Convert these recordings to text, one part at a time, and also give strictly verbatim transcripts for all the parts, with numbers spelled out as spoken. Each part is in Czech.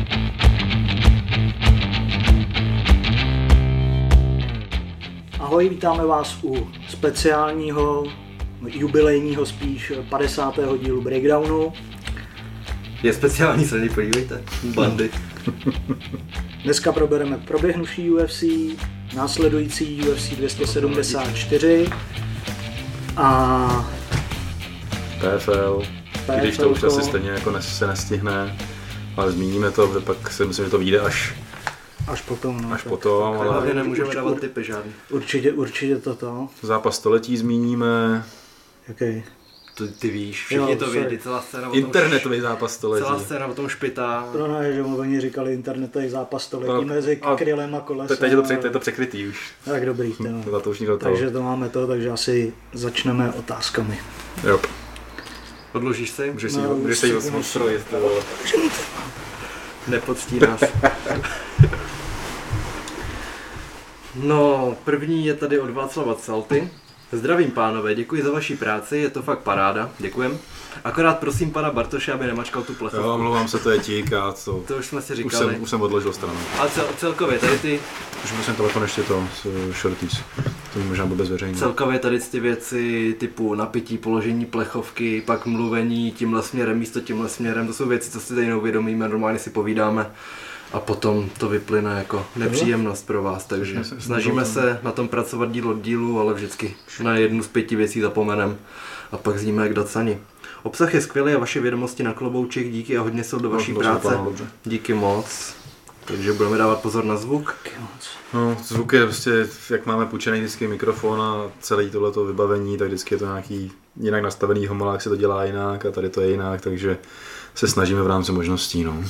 Ahoj, vítáme vás u speciálního, jubilejního spíš padesátého dílu Breakdownu. Je speciální, se podívejte, bandy. Dneska probereme proběhnuvší U F C, následující U F C dvě stě sedmdesát čtyři a P F L, i když to už asi stejně jako se nestihne, ale zmíníme to, protože pak si myslím, že to vyjde až Až potom, no. Až potom, ale hlavně nemůžeme dávat tipy žádný. Určitě, určitě toto. Zápas století zmíníme. Jaký? To ty víš, všichni jo, to vědí, celá scéna o tom internetový š... zápas století. Celá scéna o tom špitá. No ne, že oni říkali internetový zápas století no, mezi krylem a kolesem. Teď je to, teď je to překrytý už. Tak dobrý. To, to už nikdo toho. Takže to máme to, takže asi začneme otázkami. Jo. Odložíš si? Můžeš si, no, můžeš si jít zmonstrojit. Nepoctí nás. No, první je tady od Václava Salty. Zdravím pánové, děkuji za vaši práci, je to fakt paráda, děkujem. Akorát prosím pana Bartoše, aby nemačkal tu plechovku. Jo, mluvám se, to je tík a to... To už jsme si říkali. Už jsem, už jsem odložil stranu. A cel, celkově tady ty... Už musím telefon ještě to, s Shorties, to mi možná bude zveřejnit. Celkově tady ty věci typu napití, položení plechovky, pak mluvení tímhle směrem, místo tímhle směrem, to jsou věci, co si tady neuvědomíme, normálně si povídáme. A potom to vyplyne jako nepříjemnost pro vás, takže snažíme se na tom pracovat díl od dílu, ale vždycky na jednu z pěti věcí zapomenem a pak zníme jak docani. Obsah je skvělý a vaše vědomosti na klobouček, díky a hodně sil do vaší no, práce. Díky moc. Takže budeme dávat pozor na zvuk. No, zvuk je prostě, jak máme půjčený vždycky mikrofon a celé tohleto vybavení, tak vždycky je to nějaký jinak nastavený homolák, se to dělá jinak a tady to je jinak, takže se snažíme v rámci možností, no.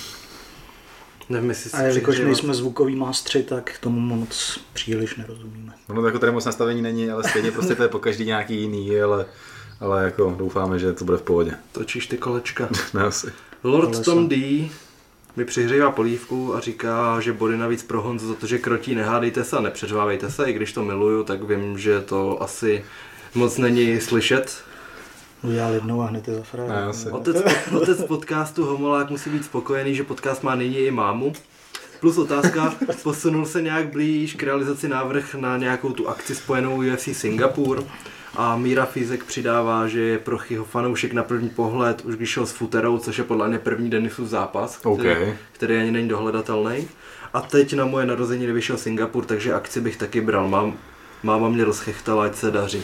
Nevím, a jelikož nejsme zvukoví mástři, tak tomu moc příliš nerozumíme. No, jako tady moc nastavení není, ale stejně prostě to je po každý nějaký jiný, ale, ale jako doufáme, že to bude v pohodě. Točíš ty kolečka. Ne, asi. Lord Kolesa. Tom D mi přihřívá polívku a říká, že body navíc pro Honzu za to, že krotí, nehádejte se a nepřeřvávejte se, i když to miluju, tak vím, že to asi moc není slyšet. Udělal jednou a hned je za frajer. Otec, otec podcastu Homolák musí být spokojený, že podcast má nyní i mámu. Plus otázka, posunul se nějak blíž k realizaci návrh na nějakou tu akci spojenou U F C Singapur. A Míra Fízek přidává, že je Prochyho fanoušek na první pohled, už když šel s futerou, což je podle mě první Denisův zápas, okay. který, který ani není dohledatelný. A teď na moje narozeniny vyšel Singapur, takže akci bych taky bral. Mám, máma mě rozchechtala, ať se daří.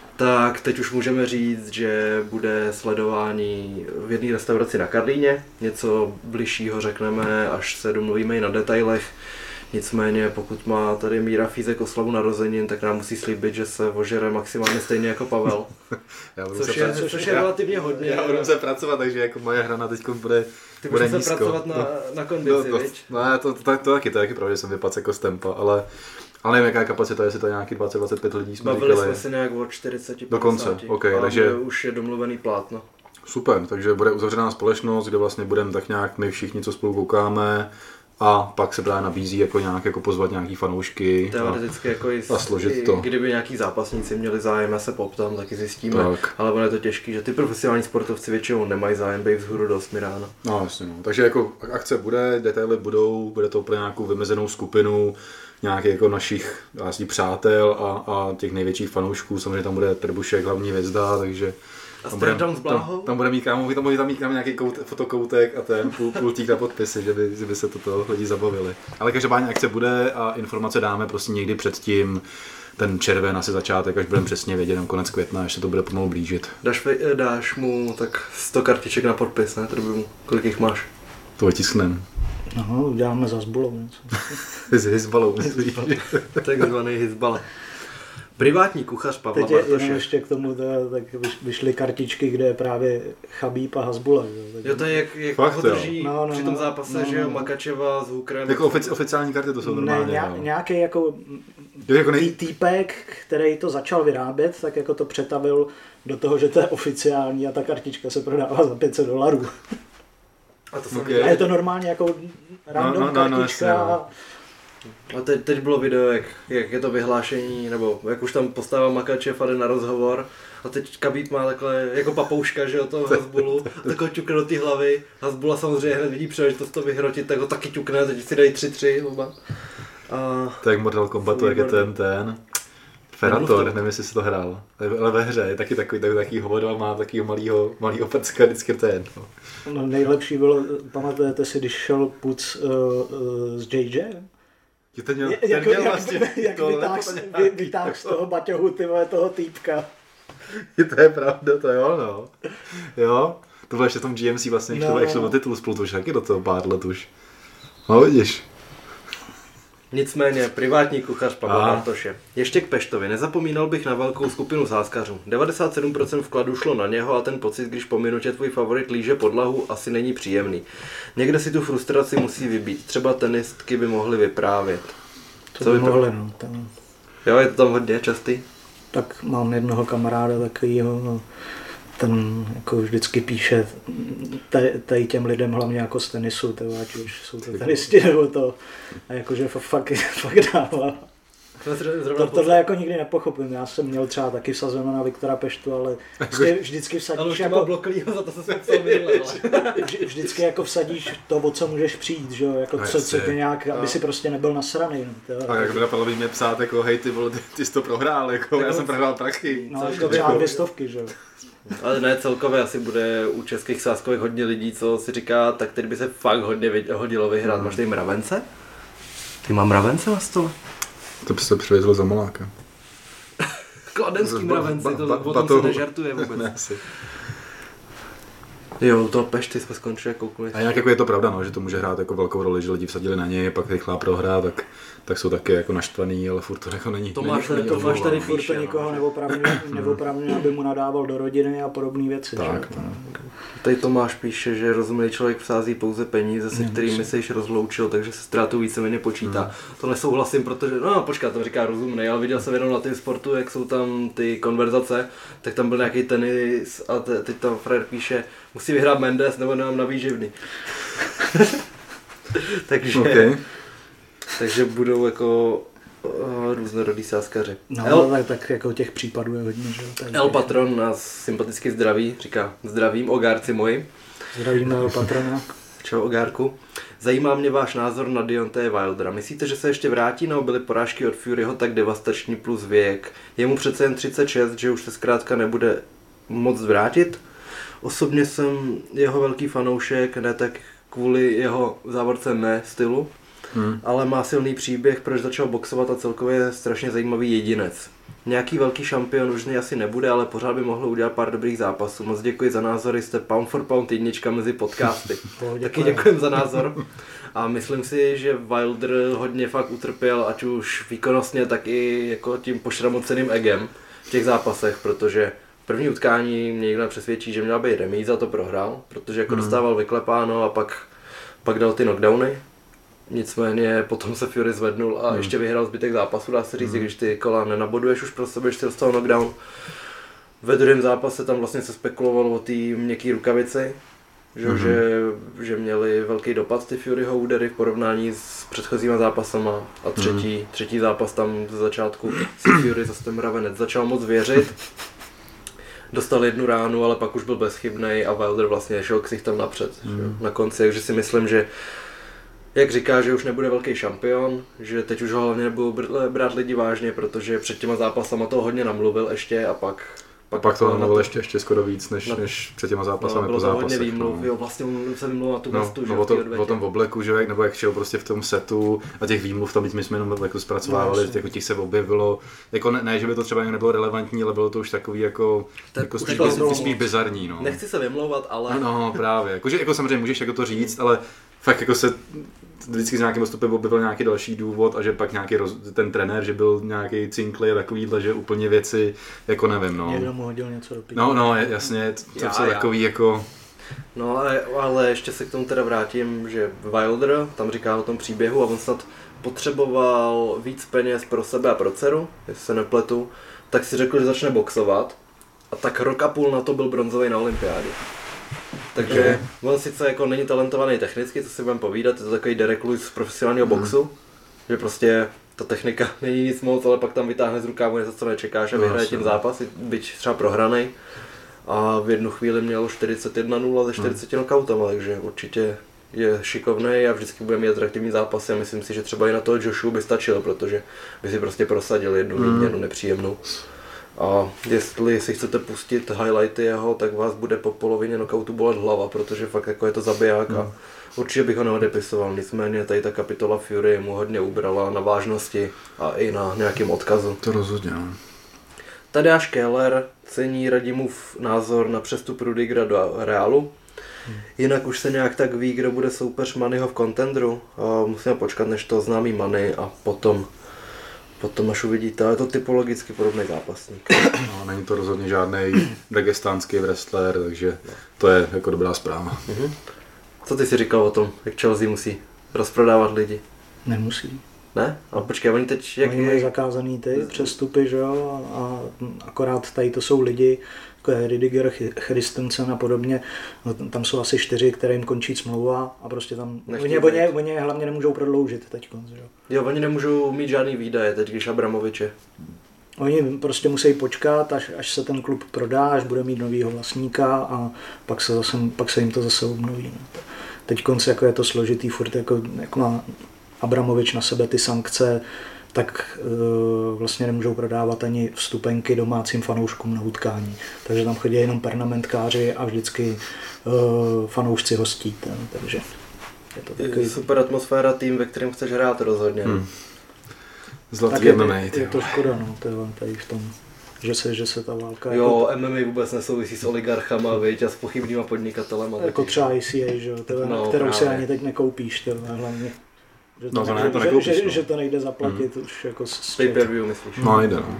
Tak teď už můžeme říct, že bude sledování v jedné restauraci na Karlíně. Něco bližšího řekneme, až se domluvíme i na detailech. Nicméně pokud má tady Míra Fízek oslavu narozenin, tak nám musí slíbit, že se ožere maximálně stejně jako Pavel. Já což je, což je relativně hodně. Já budu se pracovat, takže jako moje hrana teď bude Ty bude nízko. nízko. pracovat na, no. na kondici, no, viď? No, no to, to, to, to taky, to taky pravda, že jsem vypadl jako stempa, ale ale nevím, jaká kapacita, jestli to je nějaký dvacet až dvacet pět lidí jsme Bavili říkali. jsme se nějak o čtyřicet padesát. Dokonce, okay, takže už je domluvený plátno. Super, takže bude uzavřená společnost, kde vlastně budeme tak nějak my všichni, co spolu koukáme, a pak se právě nabízí jako nějak jako pozvat nějaký fanoušky teoreticky a, jako i, a složit to. Kdyby nějaký zápasníci měli zájem, já se poptám, taky zjistíme, tak. Ale ono je to těžký, že ty profesionální sportovci většinou nemají zájem být vzhůru do osmi ráno. No jasně, no. Takže jako akce bude, detaily budou, bude to pro nějakou vymezenou skupinu nějakých jako našich vlastně přátel a, a těch největších fanoušků, samozřejmě tam bude Trbušek, hlavní hvězda, takže tam bude, tam, tam bude mít kámo, tam bude tam mít nějaký kout, fotokoutek a ten půl, pultík na podpisy, že by, že by se toto lidi zabavili. Ale každopádně akce bude a informace dáme prostě někdy předtím, ten červen asi začátek, až budeme přesně vědět, na konec května, až se to bude pomalu blížit. Dáš, dáš mu tak sto kartiček na podpis, ne? Trbuju. Kolik jich máš? To otisknem. No, uděláme za zbulou něco. S Hizbalou. Takzvaný Hizbala. Privátní kuchař Pavla Teď je, Bartoše. Teď ještě k tomu, to, tak vyšly kartičky, kde je právě Chabíb a Hasbula. Jo, jo to je jak, jak Fakt, ho drží no, no, při tom no, zápase, no, že jo, no. Makačeva s Hukrem. Jako ofici, oficiální karty to jsou normálně. Ne, nějaký jako, jo, jako nej... týpek, který to začal vyrábět, tak jako to přetavil do toho, že to je oficiální a ta kartička se prodává za pět set dolarů. A, to okay. A je to normálně jako random no, no, no, kartička. no, A teď, teď bylo video, jak, jak je to vyhlášení, nebo jak už tam postava Makačev jde na rozhovor a teď Khabib má takhle jako papouška, že jo, toho Hasbulu, a tak ho ťukne do té hlavy. Hasbula samozřejmě hned vidí příležitost to vyhrotit, tak ho taky ťukne, teď si dají tři tři oba. A... To je jak Mortal Kombatu, jak je ten ten... Ferrator, nevím, jestli jsi to hrál, ale ve hře je taky takový, takový, takový hovor, má takovýho malýho, malýho pecka vždycky ten. No. No, nejlepší bylo, pamatujete si, když šel Puc uh, uh, s J J? Ten měl, Je, ten jako, měl jak, vlastně jak tohle, vytáh, to vy, vytáh z toho baťohu, ty vole, toho týpka. To je pravda, to jo, no. Jo, to bylo ještě v tom G M C vlastně, když no, to bylo no. titul spolu, to už taky do toho pár let už. No vidíš. Nicméně, privátní kuchař Pavel Aha. Bartoše. Ještě k Peštovi. Nezapomínal bych na velkou skupinu sázkařů. devadesát sedm procent vkladu šlo na něho a ten pocit, když po minutě tvůj favorit líže podlahu, asi není příjemný. Někde si tu frustraci musí vybít. Třeba tenistky by mohly vyprávět. To Co by by to- mohli, no. Tam, Jo, je to tam hodně častý. tak mám jednoho kamaráda takovýho, no, ten jako vždycky píše tady, tady těm lidem hlavně jako z tenisu, tyvo, ať už jsou to tenisti nebo to, a jakože fakt, fakt dává. To, tohle jako nikdy nepochopím, já jsem měl třeba taky vsazeno na Viktora Peštu, ale vždy, vždycky Ale vsadíš už to má jako, bloklýho, za to jsem se psal minule. vždy, vždycky jako vsadíš to, o co můžeš přijít, že jo, jako No co, co jasně. tě nějak, aby si prostě nebyl nasranej, no, tyjo. A jak by napadlo by mě psát, jako hej ty vole, ty, ty jsi to prohrál, jako já jsem prohrál prachy. No, Co jako jako- třeba dvě stovky, že jo. Ale ne, celkově asi bude u českých sázkových hodně lidí, co si říká, tak teď by se fakt hodně vy- hodilo vyhrát. Máš tady mravence? Ty mám mravence na stole? To by se přivezlo za Moláka. Kladenský Ba- mravenci, ba- to ba- o tom batohu. se nežartuje vůbec. Ne, asi. Jo, to Pešty jsme skončili koukli. A jinak jako je to pravda, no, že to může hrát jako velkou roli, že lidi vsadili na něj, pak rychlá prohra, tak, tak jsou taky jako naštvaný, ale furt to jako není. To není, máš není tady- To to máš máš tady tady furt píše, to no. nikoho neopravňuje, neopravňuje, aby mu nadával do rodiny a podobné věci. Tak, že? tak. Tady Tomáš píše, že rozumný člověk vsází pouze peníze, se kterými se již rozloučil, takže se ztrátou víceméně počítá. Hmm. To nesouhlasím, protože, no počkat, to říká rozumný, ale viděl jsem jenom na tým sportu, jak jsou tam ty konverzace, tak tam byl nějaký tenis a te, teď tam Fred píše, musí vyhrát Mendes nebo nemám na výživný. takže, Okay. takže budou jako uh, různorodý sázkaři. No, El, tak, tak jako těch případů je hodně, že jo. tady El těch- Patron nás sympaticky zdraví, říká zdravím ogárci moji. Zdravíme El Patrona. Čau Ogárku. Zajímá mě váš názor na Deontay Wildera. Myslíte, že se ještě vrátí, nebo byly porážky od Furyho tak devastační plus věk? Je mu přece jen třicet šest, že už se zkrátka nebude moc vrátit? Osobně jsem jeho velký fanoušek, ne tak kvůli jeho závorce mé stylu, hmm. ale má silný příběh, proč začal boxovat a celkově je strašně zajímavý jedinec. Nějaký velký šampion už z něj asi nebude, ale pořád by mohl udělat pár dobrých zápasů. Moc děkuji za názory, jste pound for pound jednička mezi podcasty. Taky děkujem za názor. A myslím si, že Wilder hodně fakt utrpěl, ať už výkonnostně, tak i jako tím pošramoceným egem v těch zápasech, protože první utkání mě někdo přesvědčí, že měla být remíza, to prohrál, protože jako hmm. dostával vyklepáno a pak, pak dal ty knockdowny. Nicméně potom se Fury zvednul a hmm. ještě vyhrál zbytek zápasu, dá se říct, hmm. když ty kola nenaboduješ už pro sebe, ještě dostal knockdown. Ve druhém zápase tam vlastně se spekulovalo o té měkké rukavici, že, hmm. že, že měli velký dopad ty Furyho údery v porovnání s předchozíma zápasama a třetí, hmm. třetí zápas tam ze začátku si Fury zase ten mravenec začal moc věřit. Dostal jednu ránu, ale pak už byl bezchybnej a Wilder vlastně šel ksichtem napřed hmm. na konci, takže si myslím, že jak říká, že už nebude velký šampion, že teď už ho hlavně nebudou brát lidi vážně, protože před těma zápasama toho hodně namluvil ještě a pak... Pak, pak to namluvil ještě, ještě skoro víc, než, na, než před těma zápasami no, po zápasech. Bylo to hodně výmluv, no. jo, vlastně on se vymluvil na tu no, vestu, no, že o, to, v o tom obleku, že nebo jak šel prostě v tom setu a těch výmluv tam my jsme jenom jako zpracovávali, no, jako těch se objevilo, jako ne, ne, že by to třeba nebylo relevantní, ale bylo to už takový jako, Ten, jako spíš, spíš, spíš, spíš bizarní. No. Nechci se vymlouvat, ale... No právě, jako, že, jako samozřejmě můžeš jako to říct, ale fakt jako se vždycky s nějakým postupem objevil nějaký další důvod a že pak nějaký roz, ten trenér, že byl nějaký cinkli a takovýhle, že úplně věci, jako nevím, no. Někdo mu hodil něco do No, no, jasně, to já, jsou já. takový jako... No ale, ale ještě se k tomu teda vrátím, že Wilder tam říká o tom příběhu a on snad potřeboval víc peněz pro sebe a pro dceru, jestli se nepletu, tak si řekl, že začne boxovat a tak rok a půl na to byl bronzový na olympiádě. Takže on sice jako není talentovaný technicky, co si budeme povídat, je to takový Derek Lewis z profesionálního boxu, že prostě ta technika není nic moc, ale pak tam vytáhne z rukávu něco, co nečekáš a No, vyhraje jasně. tím zápas, byť třeba prohranej. A v jednu chvíli měl čtyřicet jedna nula ze čtyřiceti hmm. knockoutama, takže určitě je šikovný a vždycky bude mít atraktivní zápasy a myslím si, že třeba i na toho Joshu by stačil, protože by si prostě prosadil jednu Hmm. výměnu nepříjemnou. A jestli si chcete pustit highlighty jeho, tak vás bude po polovině knockoutu bolet hlava, protože fakt jako je to zabiják a určitě bych ho neodepisoval, nicméně tady ta kapitola Fury mu hodně ubrala na vážnosti a i na nějakém odkazu. To rozhodně, no. Tadeáš Keller cení Radimův názor na přestup Rudigera do Realu. Jinak už se nějak tak ví, kdo bude soupeř Mannyho v contendru. A musíme počkat, než to oznámí Manny a potom, potom až uvidíte. Ale je to typologicky podobný zápasník. No, není to rozhodně žádný dagestánský wrestler, takže to je jako dobrá zpráva. Mhm. Co ty si říkal o tom, jak Chelsea musí rozprodávat lidi? Nemusí. Ne? A počkej, oni teď jak Oni mají je... zakázaný ty přestupy, že jo, a akorát tady to jsou lidi, jako je Ridiger, Christensen a podobně, no, tam jsou asi čtyři, kterým končí smlouva a prostě tam, oni, oni, oni hlavně nemůžou prodloužit teď, že jo. Jo, oni nemůžou mít žádný výdaje teď, když Abramovič je. Oni prostě musí počkat, až, až se ten klub prodá, až bude mít novýho vlastníka a pak se, zase, pak se jim to zase obnoví. No. Teď konce jako je to složitý, furt jako, jako má Abramovič na sebe ty sankce, tak uh, vlastně nemůžou prodávat ani vstupenky domácím fanouškům na utkání. Takže tam chodí jenom pernamentkáři a vždycky uh, fanoušci hostí. Ten, takže je to takový... Super atmosféra, tým, ve kterém chceš hrát rozhodně. Hmm. Zlatý M M A. Je, je to škoda, no, to tady v tom, že se, že se ta válka... Jo, jako, M M A vůbec nesouvisí s oligarchama, viď, a s pochybnýma podnikatelema. Jako třeba I C A, že jo, tebe, no, kterou právě. si ani teď nekoupíš, tebe, hlavně. Že to, No to ne, že, to nekoupíš, že, no. že to nejde zaplatit mm. už jako s Pay-per-view, myslíš? No nejde, no.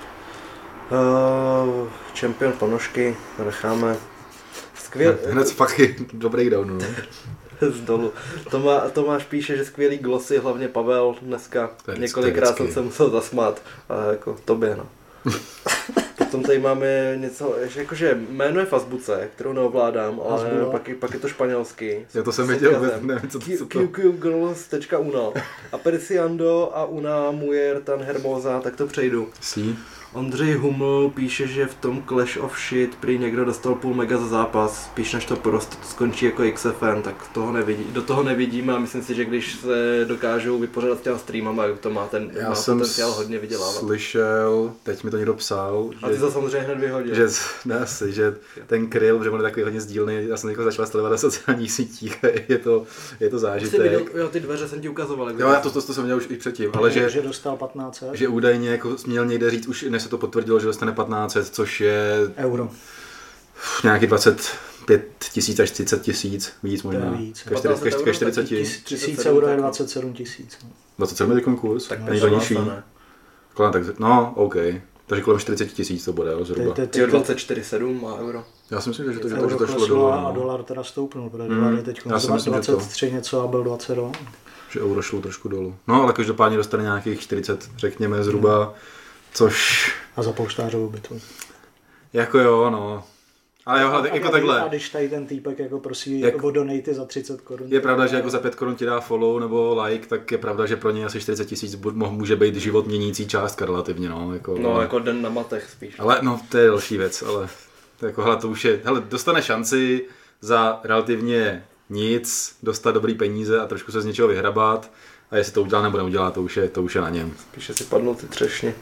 Uh, Champion ponožky, to necháme. Skvěl... Hned fakt do breakdownu, no. Z dolu. Tomá, Tomáš píše, že skvělý glosy, hlavně Pavel dneska. Několikrát jsem se musel zasmát. A jako tobě, no. Potom tady máme něco, že jakože jméno je v azbuce, kterou neovládám, ale pak, pak je to španělský. Já to jsem viděl, nevím, co to je. Q Q girls tečka uno. Apreciando a una mujer tan hermosa, tak to přejdu. Sí. Ondřej Huml píše, že v tom Clash of Shit prý někdo dostal půl mega za zápas, spíš než to prostě skončí jako X F N, tak toho nevidí, do toho nevidíme a myslím si, že když se dokážou vypořádat s těma streamama, to má ten Já má jsem potenciál hodně vydělávat. Slyšel, teď mi to někdo psal, a ty to samozřejmě hned vyhodil. Že, ne asi, že ten Kryl, že on je takový hodně sdílný, já jsem jako začal sledovat na sociálních sítích, je to, je to zážitek. Viděl, jo, ty dveře jsem ti ukazoval. Jo, já to, to, to jsem měl už i předtím, ale že, že dostal patnáct set. Že údajně jako měl někde říct, už než se to potvrdilo, že dostane patnáct set, což je euro. Nějaký dvacet pět tisíc až třicet tisíc, víc možná. Víc. Ke čtyřicet. Tisíc euro je dvacet sedm tisíc. dvacet sedm je takový kurz? Tak není to nižší. Kolem, tak, no, OK. Takže kolem čtyřicet tisíc to bude, jo, zhruba. Je dvacet čtyři sedm a euro. Já si myslím, že to, že to, to, že to šlo dolů. A dolar teda stoupnul, protože mm, dolar je teď dvacet tři to... něco a byl dvacet dva. Že euro šlo trošku dolů. No, ale každopádně dostane nějakých čtyřicet, řekněme, zhruba, mm. což... A za polštářovou bitvu. Jako jo, no. Ale jo, a, jako a, takhle. A když tady ten týpek jako prosí Jak, o donaty za třicet korun. Je pravda, že jako za pět korun ti dá follow nebo like, tak je pravda, že pro něj asi čtyřicet tisíc může být život měnící částka relativně, no. Jako, no, jako den na matech spíš. Ale no, to je další věc, ale to jako, hele, to už je, hele, dostane šanci za relativně nic, dostat dobrý peníze a trošku se z něčeho vyhrabat. A jestli to udělá nebo neudělá, to už je, to už je na něm. Spíše si padnou ty třešně.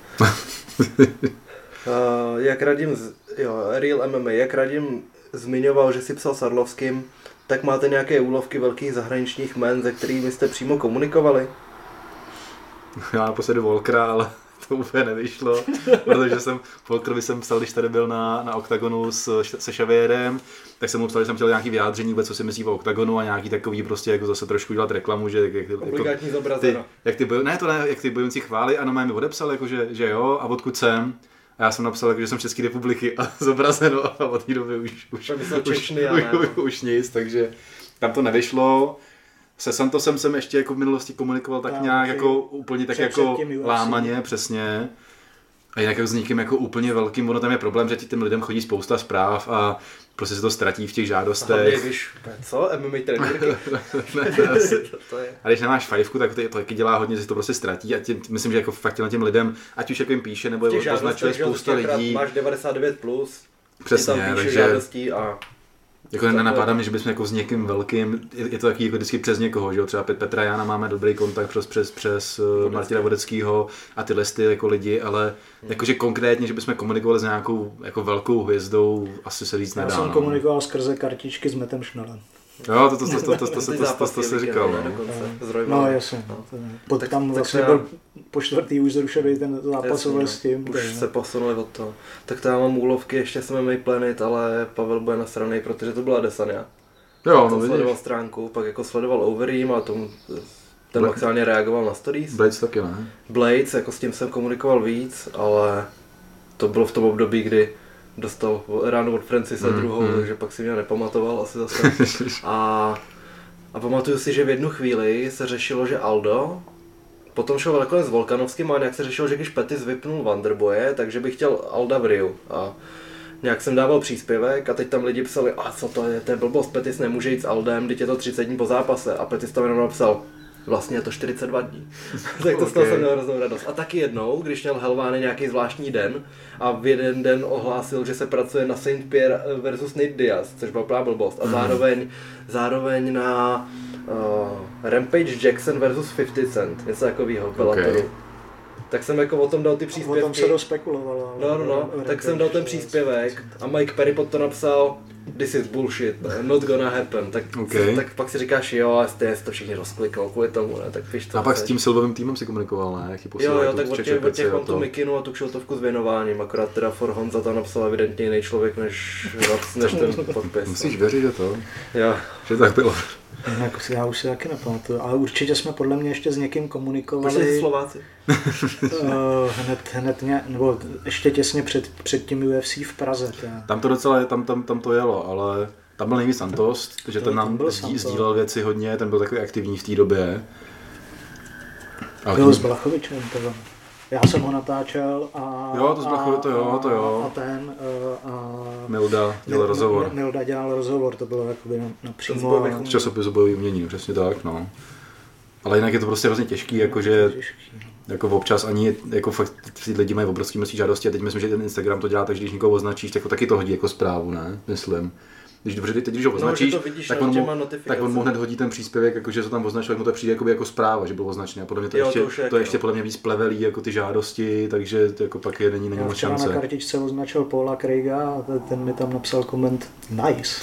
Uh, jak Radim, z, jo, Real M M A, jak Radim zmiňoval, že si psal s Arlovským, tak máte nějaké úlovky velkých zahraničních jmen, se kterými jste přímo komunikovali? Já naposledy Volkera, ale to úplně nevyšlo, protože jsem Volkerovi jsem psal, když tady byl na, na Octagonu s, se Xavierem, tak jsem mu psal, že jsem chtěl nějaký vyjádření vůbec, co si myslí o Octagonu a nějaký takový prostě jako zase trošku dělat reklamu, že jak, jak, obligátní jako, zobrazeno. Jak ty, ne, to ne, jak ty bojovníci chválí a normálně mi odepsal, jako, že, že jo, a odkud jsem. A já jsem napsal, jako, že jsem z České republiky a zobrazeno a od té doby už, už, už, Čečny, už, už, už nic, takže tam to nevyšlo. Se Santosem jsem ještě jako v minulosti komunikoval tak, tak nějak jako úplně tak jako lámaně, přesně. A jinak s někým jako úplně velkým, ono tam je problém, že ti těm lidem chodí spousta zpráv a prostě se to ztratí v těch žádostech. A když, co? M M A trenérky? ne, to asi. to, to je. A když nemáš fajfku, tak to, to taky dělá hodně, že se to prostě ztratí a tím, myslím, že jako fakt těm lidem, ať už jako jim píše, nebo je označuje spousta lidí. Máš devadesát devět plus, přesně, tam píše takže žádostí a... Jako nenapadá mi, že bychom jako s někým velkým, je, je to taky jako vždycky přes někoho, že jo, třeba Petra Jána máme dobrý kontakt přes, přes, přes uh, Martina Vodeckýho a tyhle ty jako lidi, ale hmm. jakože konkrétně, že bychom komunikovali s nějakou jako velkou hvězdou, asi se říct nedá. Já jsem no. komunikoval skrze kartičky s Metem Schnellem. Jo, to, to, to, to, to, to, to, to, to se říkal, no. No jasně, pod tam vlastně byl po čtvrtý už zrušený ten zápas s tím. Už se posunuli od toho. Tak to já mám úlovky, ještě jsem M M A Planet, ale Pavel bude nasranej, protože to byla Adesanya. Jo, no vidíš. Sledoval stránku, pak jako sledoval Overeem a tomu ten maximálně reagoval na stories. Blades taky ne? Blades, jako s tím jsem komunikoval víc, ale to bylo v tom období, kdy dostal ráno od Francisa mm, druhou, mm. takže pak si mě nepamatoval asi zase. A, a pamatuju si, že v jednu chvíli se řešilo, že Aldo, potom šel nakonec s Volkanovským a nějak se řešilo, že když Pettis vypnul Wonderboye, takže bych chtěl Alda v Riu. A nějak jsem dával příspěvek a teď tam lidi psali, a co to je, to je blbost, Pettis nemůže jít s Aldem, teď je to třicet dní po zápase. A Pettis tam jenom napsal, vlastně je to čtyřicet dva dní. Tak to z toho jsem měl hroznou radost. A taky jednou, když měl Helvány nějaký zvláštní den a v jeden den ohlásil, že se pracuje na Saint Pierre versus Nate Diaz, což byla plná blbost. A zároveň, zároveň na uh, Rampage Jackson versus fifty Cent, něco takového v Bellatoru. Okay. Tak jsem jako o tom dal ty příspěvky. O tom se dospekulovalo. No, no, no. Tak jsem dal ten příspěvek a Mike Perry pod to napsal this is bullshit, not gonna happen. Tak, okay. tak pak si říkáš, jo, a jste to všichni rozklikal kvůli tomu, ne? Tak víš, co a pak chceš. S tím Silvovým týmem si komunikoval, ne? Jak jo, jo, tak od těch, od těch mám tu mikinu a tu kšiltovku s věnováním, akorát teda For Honza tam napsal evidentně jiný člověk než, než ten podpis. Musíš věřit, že to? Jo. Že tak bylo. Jako, já už si taky nepamatuju, ale určitě jsme podle mě ještě s někým komunikovali. Počkej Slováci. uh, hned, hned ně, nebo ještě těsně před, před tím U F C v Praze. Tě. Tam to docela, tam, tam, tam to jelo, ale tam byl nejvíc Santos, že ten nám sdí, sdílel věci hodně, ten byl takový aktivní v té době. Ale byl tím... s Blachovičem, to já jsem ho natáčel a... Jo, to z Blachoviče, to jo, to jo. A ten... A Milda dělal rozhovor. Milda dělal rozhovor, to bylo jakoby napřímo... Z časopisu bojový umění, přesně tak, no. Ale jinak je to prostě hrozně těžký, jakože... Jako občas ani, jako fakt ty lidi mají obrovský množství žádosti a teď myslím, že ten Instagram to dělá tak, že když někoho označíš, tak taky to hodí jako zprávu, ne? Myslím. Když dobře, teď když ho označíš, no, tak, on mu, tak on mu hned hodí ten příspěvek, jakože to tam označil, mu to přijde jako, jako zpráva, že byl označený. A podle mě to, jo, ještě, to, je to ještě podle mě víc plevelí jako ty žádosti, takže to jako pak je, není, není moc šance. Já na kartičce označil Paula Craiga a ten mi tam napsal koment nice.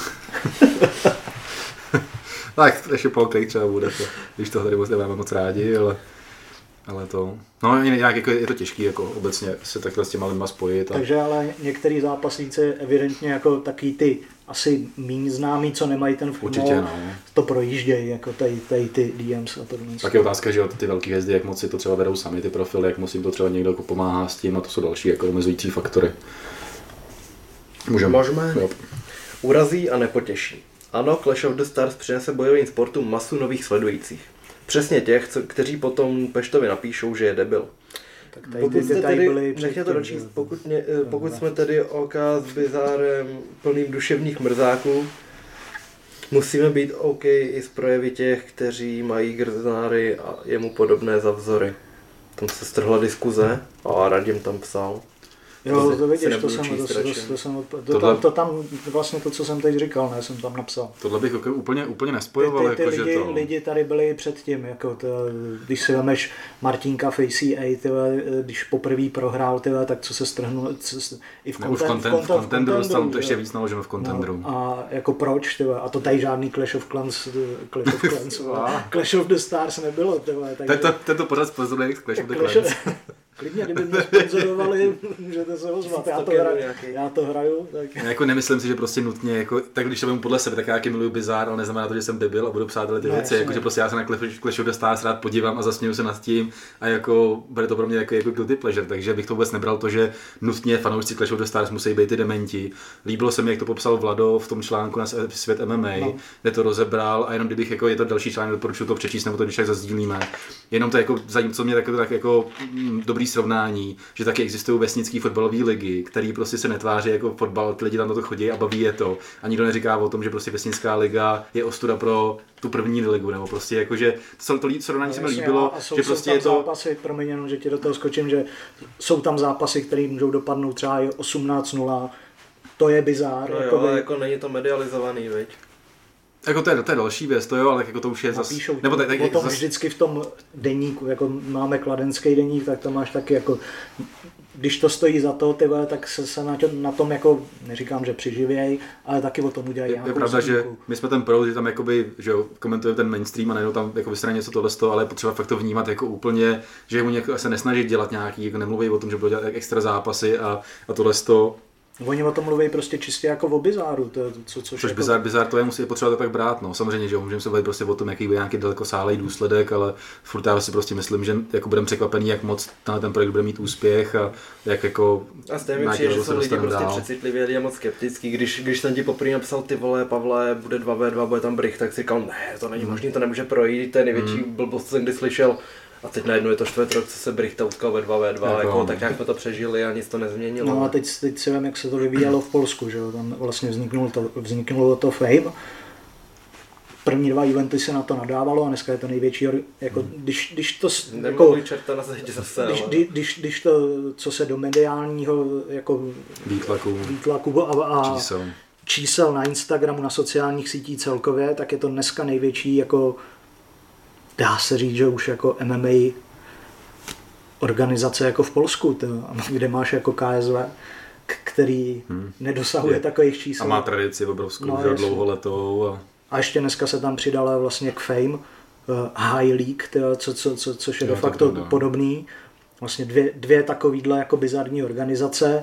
Tak ještě Paul Craig třeba bude, to, když to tady moc nemáme moc rádi, ale... Ale to, no nějak jako je to těžký jako obecně se takhle s těma lidma spojit. A... Takže ale některý zápasníci evidentně jako taky ty asi méně známí, co nemají ten Určitě, no. To projíždějí, jako tady, tady ty D Ms a to. Tak je otázka, že ty velké hvězdy, jak moc si to třeba vedou sami ty profily, jak moc jim to třeba někdo jako pomáhá s tím a to jsou další jako omezující faktory. Můžeme. Můžeme. Urazí a nepotěší. Ano, Clash of the Stars přinese bojovým sportům masu nových sledujících. Přesně těch, co, kteří potom Peštovi napíšou, že je debil. Tak tady, pokud jste tady, nechně to dočíst, pokud, mě, pokud jsme tedy OK s bizárem plným duševních mrzáků, musíme být OK i s projevy těch, kteří mají grznáry a jemu podobné za vzory. Tam se strhla diskuze a Radim tam psal. Jo, to vidíš, to jsem, to, to, to, jsem, to, to, tam, to tam vlastně to, co jsem teď říkal, ne, jsem tam napsal. Tohle bych úplně, úplně nespojoval. Ty, ty, ty jako, lidi, že to... lidi tady byli předtím, jako to, když si vemeš Martinka v A C A, tyhle, když poprvé prohrál, tyhle, tak co se strhnul, co, i v, content, v, content, v, content, v Contendru, tam to ještě víc naložíme v Contendru. No, a jako proč, tyhle, a to tady žádný Clash of Clans, Clash of Clans, Clash of the Stars nebylo, tyhle. Takže... Tento, tento pořad sponzoruje Clash of the Clans. Klidně, kdyby mě sponzorovali, můžete se ozvat, já to, hraju, já to hraju. Tak... Já jako nemyslím si, že prostě nutně, jako, tak když to vím podle sebe, tak já jaký miluju bizár, ale neznamená to, že jsem debil a budu psát ty věci, jako, že prostě já se na Clash of the Stars rád podívám a zasměju se nad tím a jako bude to pro mě jako, jako guilty pleasure, takže bych to vůbec nebral to, že nutně fanoušci Clash of the Stars musí být ty dementi. Líbilo se mi, jak to popsal Vlado v tom článku na Svět M M A, no. Kde to rozebral a jenom kdybych jako je to další článek, doporučuji to přečíst nebo to když tak zazdílíme. Jenom to jako zajímavé, co mě tak, tak jako dobrý takový srovnání, že taky existují vesnické fotbalové ligy, které prostě se netváří jako fotbal, ty lidi tam na to chodí a baví je to. A nikdo neříká o tom, že prostě vesnická liga je ostuda pro tu první ligu, nebo prostě jakože to, to srovnání no, se mi líbilo, a jsou, že jsou prostě tam je to... zápasy, promiň jenom, že ti do toho skočím, že jsou tam zápasy, které můžou dopadnout třeba i osmnáct nula, to je bizár. No jo, ale jako není to medializovaný, veď? Jako to je, to je další věc, to jo, ale jako to už je zase... Nebo tak, tak, o tom zas... vždycky v tom deníku, jako máme kladenský deník, tak to máš taky jako... Když to stojí za to, ty vole, tak se, se na, na tom jako, neříkám, že přiživěj, ale taky o tom udělají nějakou Je pravda, skutku. Že my jsme ten proud, že tam jakoby, že jo, komentujeme ten mainstream a najednou tam jako vystraně něco tohle, ale je potřeba fakt to vnímat jako úplně, že mu nějak, se nesnaží dělat nějaký, jako nemluví o tom, že budou dělat extra zápasy a, a tohle to. Oni o tom mluví prostě čistě jako o bizáru. To, co, což Což jako... bizár, bizár to je musí potřeba to tak brát, no. Samozřejmě, že jo, můžeme se bavit prostě o tom, jaký bude nějaký dalekosáhlý důsledek, ale furt já si prostě myslím, že jako budeme překvapený, jak moc tenhle ten projekt bude mít úspěch a jak jako... A stejně mi přijde, že jsou lidi prostě přecitliví a moc skeptický. Když, když jsem ti poprvé napsal, ty vole, Pavle, bude dva vé dva, bude tam Brych, tak si říkal, ne, to není hmm. možný, to nemůže projít, to je největší hmm. blbost, co jsem kdy slyšel. A teď najednou je to čtvrt rok, co se Brichta utkal ve dva vé dva, jako, jako, tak nějak jsme to přežili a nic to nezměnilo. No a teď, teď si vím, jak se to vyvíjelo v Polsku, že jo, tam vlastně vzniknulo to, vzniknulo to Fame. První dva eventy se na to nadávalo a dneska je to největší, jako, když, když to... Jako, čerta na zeď zase, když, když, když, když to, co se do mediálního jako výtlaku, výtlaku a, a čísel. čísel na Instagramu, na sociálních sítích celkově, tak je to dneska největší jako dá se říct, že už jako M M A organizace jako v Polsku, to, kde máš jako K S V, který hmm. nedosahuje je. takových čísel. A má tradici obrovskou, no, že dlouholetou. A... a ještě dneska se tam přidala vlastně k Fame uh, High League, to, co, co, co, což je jo, de facto podobný. Vlastně dvě, dvě takovýhle jako bizarní organizace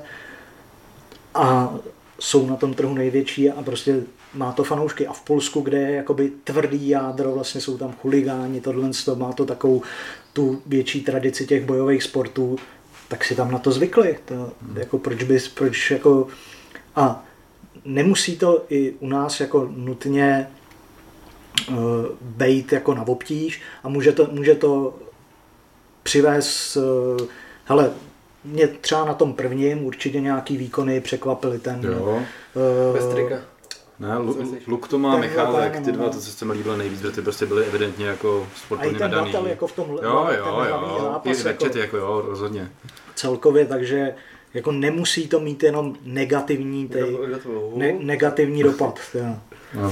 a jsou na tom trhu největší a prostě má to fanoušky a v Polsku, kde je jakoby tvrdý jádro, vlastně jsou tam chuligáni, tohle, má to takovou tu větší tradici těch bojových sportů, tak si tam na to zvykli. To, hmm. jako proč bys, proč jako a nemusí to i u nás jako nutně uh, bejt jako na obtíž a může to, může to přivést, uh, hele, mě třeba na tom prvním určitě nějaký výkony překvapily ten jo. Uh, Pestrika. Ne, Luk to má, Michálek, ty dva, to, co se mi líbilo nejvíc, protože ty prostě byly evidentně jako sportovně nadaný. A i ten Natal jako v tom jo, jo, jo, zápas, i jako, jako jo, rozhodně. Celkově, takže jako nemusí to mít jenom negativní, tej, ne, negativní dopad. No,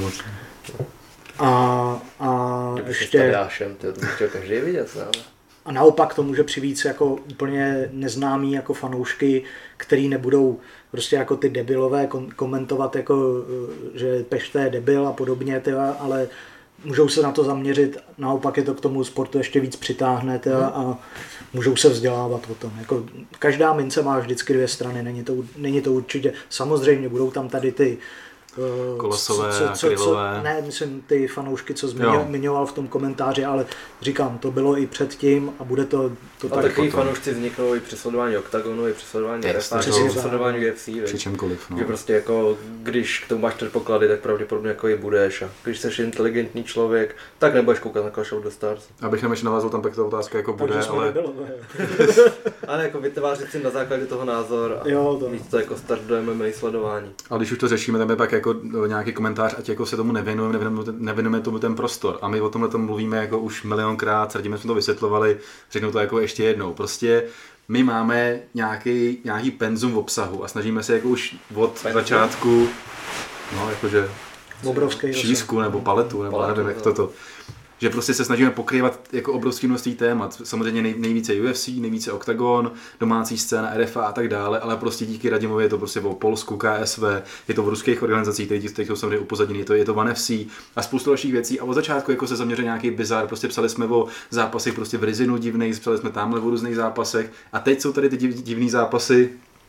a a Kdyby ještě... Tadeášem, to bych chtěl každý vidět, ne? A naopak to může přivít jako úplně neznámý jako fanoušky, který nebudou prostě jako ty debilové komentovat, jako, že Pešta je debil a podobně, tyva, ale můžou se na to zaměřit, naopak je to k tomu sportu ještě víc přitáhne tyva, a můžou se vzdělávat o tom. Jako, každá mince má vždycky dvě strany, není to, není to určitě, samozřejmě budou tam tady ty kolosové, co, co, krylové. Co, ne, myslím ty fanoušky, co zmiňoval v tom komentáři, ale říkám, to bylo i předtím a bude to, to a tak takový potom. fanoušci vzniknou i při sledování OKTAGONu, i při sledování R F A, i při sledování U F C. Při čemkoliv. No. Že prostě jako, když k tomu máš předpoklady, tak pravděpodobně jako i budeš a když jsi inteligentní člověk, tak nebudeš koukat na Clash of the Stars. Abych nám ještě navázal tam pak ta otázka jako bude, ale... Nebylo, ale jako vytvářet si na základě toho názor a jo, to. mít to jako start do M M A sledování. Ale když už to řešíme, tam je pak jako nějaký komentář, ať jako se tomu nevěnujeme, nevěnujeme, nevěnujeme tomu ten prostor. A my o tomhle tom mluvíme jako už milionkrát, jsme to vysvětlovali, řeknu to jako ještě jednou. Prostě my máme nějaký, nějaký penzum v obsahu a snažíme se jako už od penzum. začátku, no jakože obrovský šířku nebo paletu, nebo paletu, nevím, jak to to. Že prostě se snažíme pokrývat jako obrovské množství témat. Samozřejmě nej, nejvíce U F C, nejvíce OKTAGON, domácí scéna, R F A a tak dále, ale prostě díky Radimovi je to prostě o Polsku, K S V, je to v ruských organizacích, které jsou samozřejmě upozaděny, je to, je to ONE F C a spoustu dalších věcí. A od začátku jako se zaměřil nějaký bizar, prostě psali jsme o zápasech prostě v Rizinu divných, psali jsme tamhle o různých zápasech a teď jsou tady ty div, divný zápasy.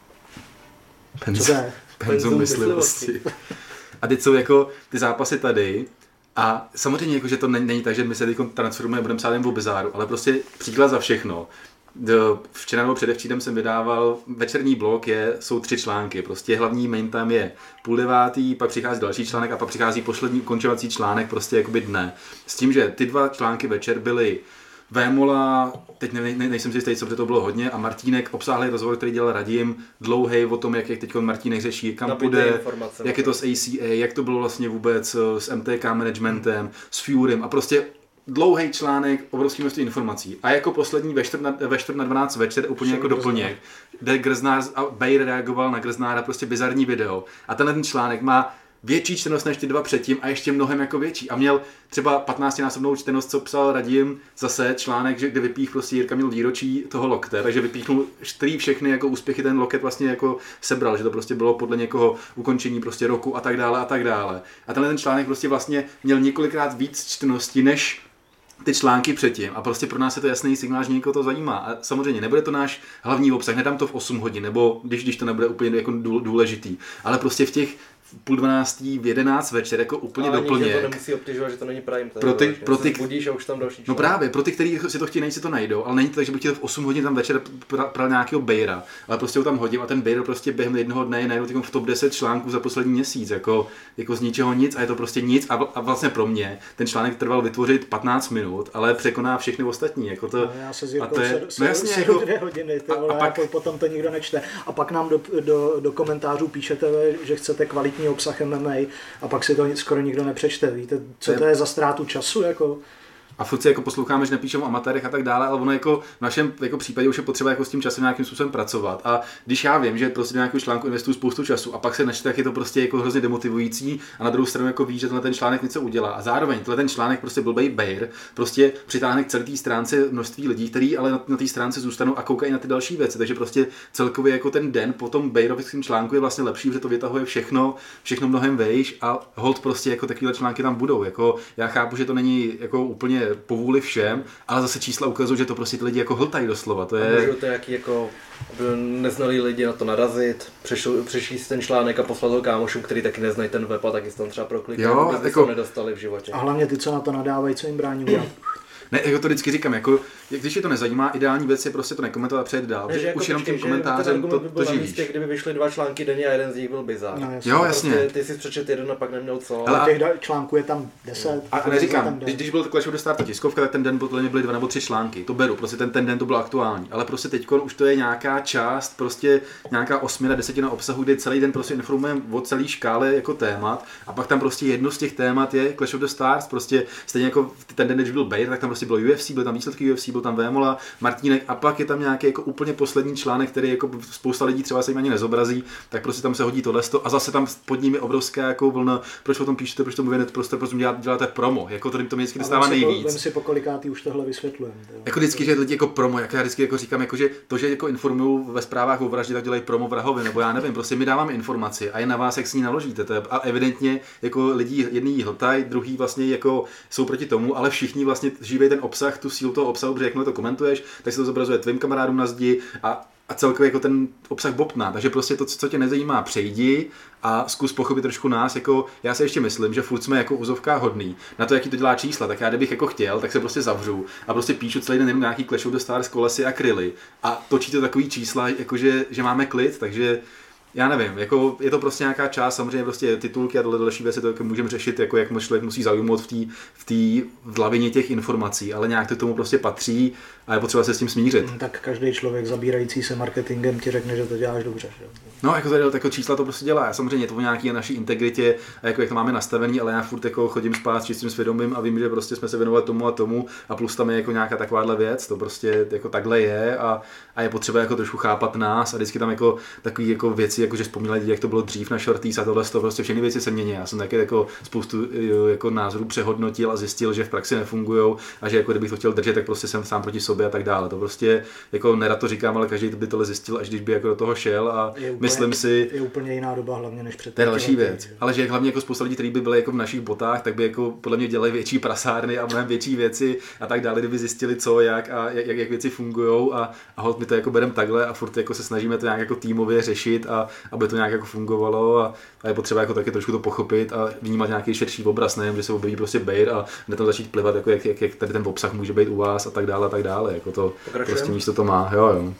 Penzum, penzum myslivosti. A teď jsou jako ty zápasy tady. A samozřejmě, jako, že to není, není tak, že my se teď transformujeme a budeme psát jen o bizáru, ale prostě příklad za všechno. Včera nebo předevčírem jsem vydával, večerní blog je, jsou tři články, prostě hlavní main time je půl devátý, pak přichází další článek a pak přichází poslední ukončovací článek prostě jakoby dne. S tím, že ty dva články večer byly Vémola, teď ne, ne, nejsem si jistý, co by to bylo hodně, a Martínek obsáhlý rozhovor, který dělal Radim, dlouhý o tom, jak, jak teď Martínek řeší, kam půjde, jak je to s A C A, jak to bylo vlastně vůbec s M T K managementem, s Furym a prostě dlouhý článek, obrovský množství informací. A jako poslední ve čtvrt na, ve čtvrt na dvanáct večer, úplně Všem jako doplněk, kde Grznár a Bayer reagoval na Grznára, prostě bizarní video. A tenhle ten článek má větší čtenost než ty dva předtím a ještě mnohem jako větší. A měl třeba patnáctinásobnou čtenost, co psal Radim, zase článek, že kde vypích prostě Jirka měl výročí toho Lokte, takže vypíchnul který všechny jako úspěchy ten Loket vlastně jako sebral, že to prostě bylo podle někoho ukončení prostě roku a tak dále a tak dále. A tenhle ten článek prostě vlastně měl několikrát víc čtenosti než ty články předtím a prostě pro nás je to jasný signál, že někoho to zajímá. A samozřejmě nebude to náš hlavní obsah, nedám to v osm hodin, nebo když, když to nebude úplně jako důležitý, ale prostě v těch půl dvanáctý, v jedenáct večer, jako úplně ale doplněk. Ale to nemusí obtěžovat, že to není prime time. Pro ty, pro ty, budíš a už tam další článek. No právě, pro ty, kteří si to chtějí najít, si to najdou, ale není to tak, že bych chtěl v osm hodin tam večer pral, pral nějakého Bejra, ale prostě ho tam hodím a ten Bejr prostě během jednoho dne je najednou v top deset článků za poslední měsíc, jako, jako z ničeho nic a je to prostě nic a, a vlastně pro mě ten článek trval vytvořit patnáct minut, ale překoná všechny ostatní, jako to. No, já se s Jirkou je, se, no jasně, se jako, dvě hodiny, ty a, vole, a pak, jako potom to nikdo nečte. A pak nám do, do, do komentářů píšete, že chcete kvalitní obsah M M A a pak si to skoro nikdo nepřečte. Víte, co to je, to je za ztrátu času? Jako? A furt si jako posloucháme, že nepíšeme o amatérech a tak dále, ale ono jako v našem jako případě už je potřeba jako s tím časem nějakým způsobem pracovat. A když já vím, že prostě do nějakého článku investuju spoustu času a pak se nečte, tak je to prostě jako hrozně demotivující a na druhou stranu jako ví, že tenhle ten článek něco udělá. A zároveň tenhle ten článek prostě blbej Bayer prostě přitáhne k celé té stránce množství lidí, kteří ale na, na té stránce zůstanou a koukají na ty další věci. Takže prostě celkově jako ten den po tom Bayerovském článku je vlastně lepší, protože to vytahuje všechno, všechno mnohem vejš a hold prostě jako takovéhle články tam budou. Jako já chápu, že to není jako úplně povůli všem, ale zase čísla ukazují, že to prostě ty lidi jako hltají doslova. To je... A můžou to nějaký jako neznalí lidi na to narazit, přečíst ten článek a poslat ho kámošům, který taky neznají ten web a taky se tam třeba proklikají, aby jako... se nedostali v životě. A hlavně ty, co na to nadávají, co jim brání udělat. Ne, jako to vždycky říkám, jako, když je to nezajímá, ideální věc je prostě to nekomentovat a přejít dál. Ne, že už jako jenom počkej, tím komentářem to, to, by to živíš. Místě, kdyby vyšly dva články denně a jeden z nich byl bizár. No, jasně. Jo, jasně. Prostě, ty jsi přečet jeden a pak neměl co. Ale těch článků je tam deset. A, a neříkám, když, když byl Clash of the Stars ta tiskovka, tak ten den podle mě byly dva nebo tři články. To beru, prostě ten, ten den to bylo aktuální. Ale prostě teďkon už to je nějaká část, prostě nějaká osmina, desetina obsahu, kde celý den prostě informujeme o celé škále jako témat. A pak tam prostě jedno z těch témat je Clash of the Stars. Prostě stejně jako ten den, když byl Bayer, tak tam prostě bylo U F C, byly tam výsledky U F C, byl tam Vémola, Martínek a pak je tam nějaký jako úplně poslední článek, který jako spousta lidí třeba se jim ani nezobrazí, tak prostě tam se hodí tohle a zase tam pod ním je obrovská jako vlna, proč o tom píšete, proč to mluvíte, prostě proč děláte, děláte promo, jako to, to mě vždycky dostává nejvíc. Vem si po kolikátý už tohle vysvětlujeme. Jako vždycky, že lidi jako promo, jak já vždycky jako říkám, jako, že to, že jako informují ve zprávách o vraždě, tak dělají promo vrahovi, nebo já nevím, prostě my dáváme informaci a je na vás, jak s ní naložíte. To je, a evidentně jako lidi jedný hltají, druhý vlastně jako jsou proti tomu, ale všichni vlastně živí ten obsah, tu sílu toho obsahu, protože jakmile to komentuješ, tak se to zobrazuje tvým kamarádům na zdi a a celkově jako ten obsah bobtná, takže prostě to, co tě nezajímá, přejdi a zkus pochopit trošku nás, jako já si ještě myslím, že furt jsme jako uzovka hodný na to, jaký to dělá čísla, tak já kdybych jako chtěl, tak se prostě zavřu a prostě píšu celý den jenom nějaký Clash of the Stars, kolesy a kryly a točí to takový čísla, jakože, že máme klid, takže já nevím, jako je to prostě nějaká část, samozřejmě prostě titulky a tohle další věci, to jako můžeme řešit, jako jak člověk musí zaujmout v té v té v lavině těch informací, ale nějak to k tomu prostě patří a je potřeba se s tím smířit. Tak každý člověk zabírající se marketingem ti řekne, že to děláš dobře. Že? No, jako tady jako čísla to prostě dělá. Samozřejmě je to o nějaký naší integritě a jako jak to máme nastavený, ale já furt jako chodím spát s čistým svědomím a vím, že prostě jsme se věnovali tomu a tomu a plus tam je jako nějaká takováhle věc, to prostě jako takhle je a, a je potřeba jako trošku chápat nás a vždycky tam jako takové jako věci, jako že vzpomínali lidi, jak to bylo dřív na shorties a tohle, to prostě všechny věci se mění. Já jsem taky jako spoustu jako názorů přehodnotil a zjistil, že v praxi nefungují a že jako kdybych to chtěl držet, tak prostě jsem sám proti sobě a tak dále. To prostě jako nerad to říkám, ale každý by tohle zjistil, až když by jako do toho šel a úplně, myslím si, je úplně jiná doba hlavně než před. To je další věc. Ale že hlavně jako spousta lidí, kteří by byli jako v našich botách, tak by jako podle mě dělali větší prasárny a mnohem větší věci a tak dále, kdyby zjistili co, jak a jak, jak věci fungují a, a hod my to jako bereme takhle a furt jako se snažíme to nějak jako týmově řešit a aby to nějak jako fungovalo a, a je potřeba jako taky trošku to pochopit a vnímat nějaký širší obraz, nejen, že se objeví prostě Bayer a hned tam začít plivat, jako jak, jak, jak tady ten obsah může být u vás a tak dále a tak dále, jako to prostě místo to má, jo jo.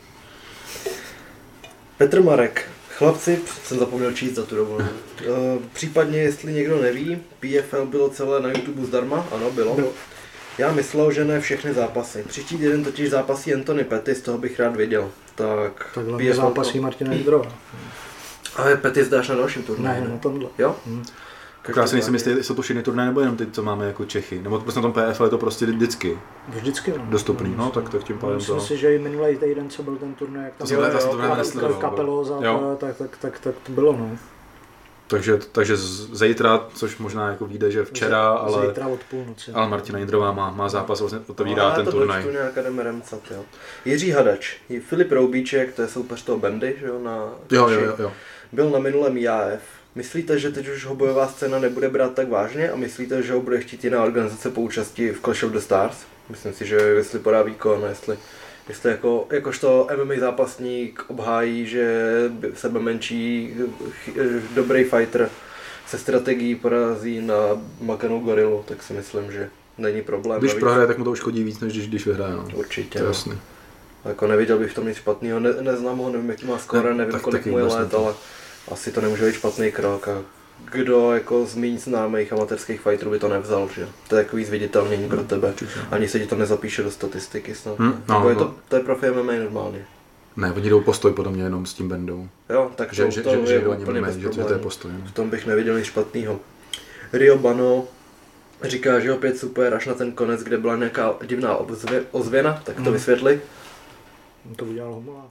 Petr Marek, chlapci, jsem zapomněl číst za tu dobu. Uh, případně, jestli někdo neví, P F L bylo celé na YouTube zdarma, ano, bylo. bylo. Já myslel, že ne všechny zápasy. Příští týden totiž zápasí Anthony Pettis, toho bych rád viděl. Tak Tak hlavně zápasí Martina Hydrova. Ale Pettis dáš na dalším turnaji, Ne, ne? na tomhle. Jo? Hmm. Tak já si nejsem jistý, jsou to všechny turnaje nebo jenom ty, co máme jako Čechy. Nebo prostě na tom P F L je to prostě vždycky Vždycky. No. dostupný, no tak, tak tím pádem Myslím to... si, že i minulý týden, co byl ten turnaj, jak tam To jsem jo, to jo, právě nesledoval. Kapeloza, Jo. tak, tak, tak, tak to bylo, no. Takže, takže z- zítra, což možná jako vyjde, že včera, ale, Zítra od půlnoci. ale Martina Jindrová má, má zápas, vlastně otevírá No, ten to turnaj. dočtu nějaká jdeme remcat, jo. Jiří Hadač, Filip Roubíček, to je soupeř toho Bendy, že jo, na... Jo, jo, jo, jo. Byl na minulém I A F. Myslíte, že teď už ho bojová scéna nebude brát tak vážně a myslíte, že ho bude chtít jiná organizace po účasti v Clash of the Stars? Myslím si, že jestli podá výkon, jestli, jestli jako, jakožto M M A zápasník obhájí, že sebe menší, dobrý fighter se strategií porazí na makanou gorilu, tak si myslím, že není problém. Když Navíc- prohraje, tak mu to uškodí víc, než když, když vyhraje. No. Určitě. To je No. jasný. Jako neviděl bych v tom nic špatného, ne, neznám ho, nevím, jaký má skóre, Ne, nevím, tak kolik taky mu je vůbec let, ne. ale asi to nemůže být špatný krok. A kdo jako z méně známých amatérských fighterů by to nevzal, že? To je takový zviditelnění pro tebe. Ani se ti to nezapíše do statistiky snad. Hmm, Hmm, no, no, je no. to, to je profi M M A normálně. Ne, oni jdou postoj podle mě jenom s tím Bendou. Jo, tak Že, to, že, to že, je že jdou ani úplně méně, bez že, že to je problémů. postoj. No. V tom bych neviděl nic špatného. Rio Bano říká, že opět super, až na ten konec, kde byla nějaká divná ozvě, ozvěna, tak to Hmm. vysvětli. To udělal Homolák.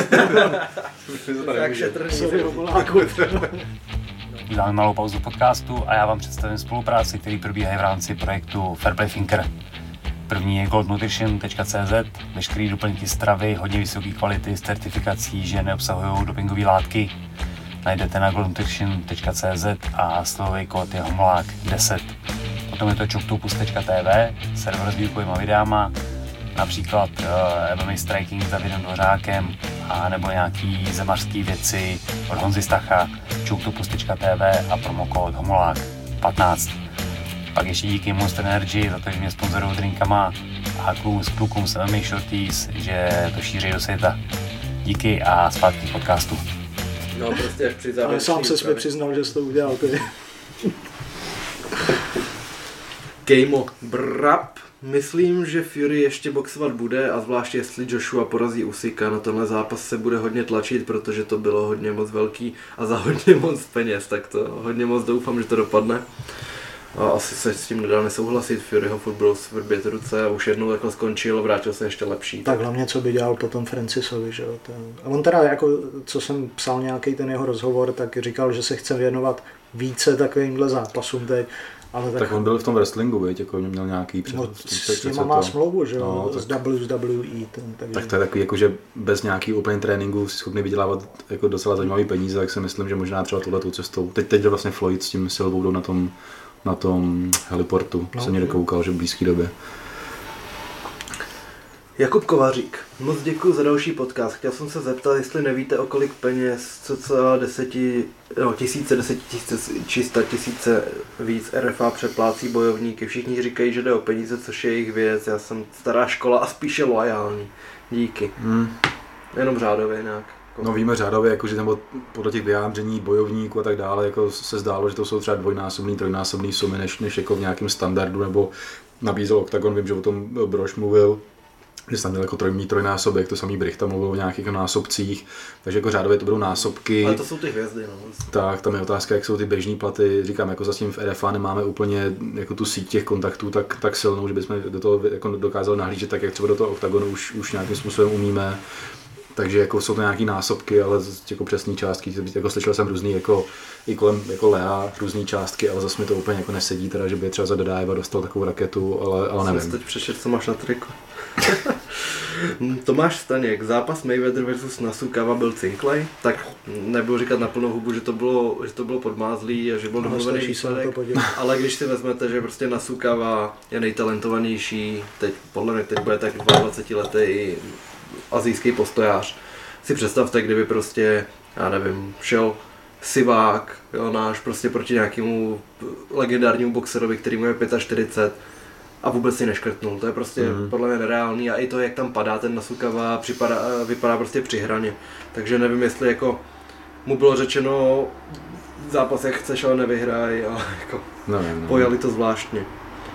Tak šetrný. Sorry, Homoláku. Uděláme malou pauzu podcastu a já vám představím spolupráci, které probíhají v rámci projektu Fairplay Thinker. První je gold nutrition tečka cé zet, veškeré doplňky stravy, hodně vysoké kvality s certifikací, že neobsahují dopingové látky. Najdete na gold nutrition tečka cé zet a slovový kód je homolák deset. Potom je to chooktopus tečka té vé, server s výukovými videama, například uh, M M A Striking s Davidem Dvořákem a nebo nějaký zemařský věci od Honzy Stacha, chooktopus tečka té vé a promokód homolák patnáct. Pak ještě díky Monster Energy za to, že mě sponzorují drinkama a klukům, klukům z M M A Shorties, že to šíří do světa. Díky a zpátky k podcastu. No prostě až při Ale závěrečný sám se mi úpravě. přiznal, že jsi to udělal ty. Kejmo, brap. Myslím, že Fury ještě boxovat bude a zvláště jestli Joshua porazí Usyka. Na tenhle zápas se bude hodně tlačit, protože to bylo hodně moc velký a za hodně moc peněz, tak to hodně moc doufám, že to dopadne. A asi se s tím nedá nesouhlasit, Furyho furt budou svrbět ruce a už jednou takhle skončil, vrátil se ještě lepší. Tak hlavně, co by dělal potom Francisovi, že jo. To- A on teda, jako, co jsem psal nějaký ten jeho rozhovor, tak říkal, že se chce věnovat více takovýmhle zápasům teď. Ale tak, Tak on byl v tom wrestlingu, viď? Jako měl nějaký před, no, před, s před, nima před má to. smlouvu, že jo, No, no, tak- z W W E. Ten, takže... Tak to je takový, jako, že bez nějaký úplně tréninku si schopný vydělávat jako docela zajímavý peníze, tak si myslím, že možná třeba touhletou cestou. Teď, teď jde vlastně Floyd s tím Silvou jdou na tom, na tom heliportu, No, jsem někde no. koukal, že v blízké době. Jakub Jakub Kovařík, moc děkuji za další podcast. Chtěl jsem se zeptat, jestli nevíte, o kolik peněz, co celá deseti, no, tisíce, desetitisíce, či sta tisíce víc R F A přeplácí bojovníky. Všichni říkají, že jde o peníze, což je jejich věc. Já jsem stará škola a spíše loajální. Díky. Hmm. Jenom řádově nějak. No víme řádově, jako, že tam bylo podle těch vyjádření bojovníků a tak dále, jako se zdálo, že to jsou třeba dvojnásobný, trojnásobný sumy, než, než jako v nějakém standardu, nebo nabízel Octagon, vím, že o tom Brož mluvil, že tam měl jako trojný trojnásobek, to samý Brichta mluvil o nějakých násobcích, takže jako řádově to budou násobky. Ale to jsou ty hvězdy, no. Tak, tam je otázka, jak jsou ty běžné platy. Říkám, jako zatím v R F A nemáme úplně jako tu síť těch kontaktů tak, tak silnou, že bychom do toho jako dokázali nahlížet tak, jak třeba do toho Octagonu už, už nějakým způsobem umíme. Takže jako jsou to nějaké násobky, ale jako přesné částky, jako slyšel jsem různý jako i kolem jako Lea různé částky, ale zase mi to úplně jako nesedí, teda, že by třeba za Dodájeva dostal takovou raketu, ale, ale Jsem nevím. si teď přečet, co máš na triku. Tomáš Staněk, zápas Mayweather versus Nasukawa byl cinklej, tak nebudu říkat na plnou hubu, že to bylo, že to bylo podmázlý a že byl Ale domluvený stačí se na to výsledek, podívat. ale když si vezmete, že prostě Nasukawa je nejtalentovanější, teď podle mě teď bude tak dvacetiletý asijský postojář, si představte, kdyby prostě, já nevím, šel Sivák, jo, náš prostě proti nějakému legendárnímu boxerovi, který mu je čtyřicet pět a vůbec si neškrtnul. To je prostě Mhm. mm. podle mě nereálný a i to, jak tam padá ten Nasukawa, připadá, vypadá prostě při hraně. Takže nevím, jestli jako mu bylo řečeno zápas jak chceš, ale nevyhraj a jako Nevím, no. pojali to zvláštně.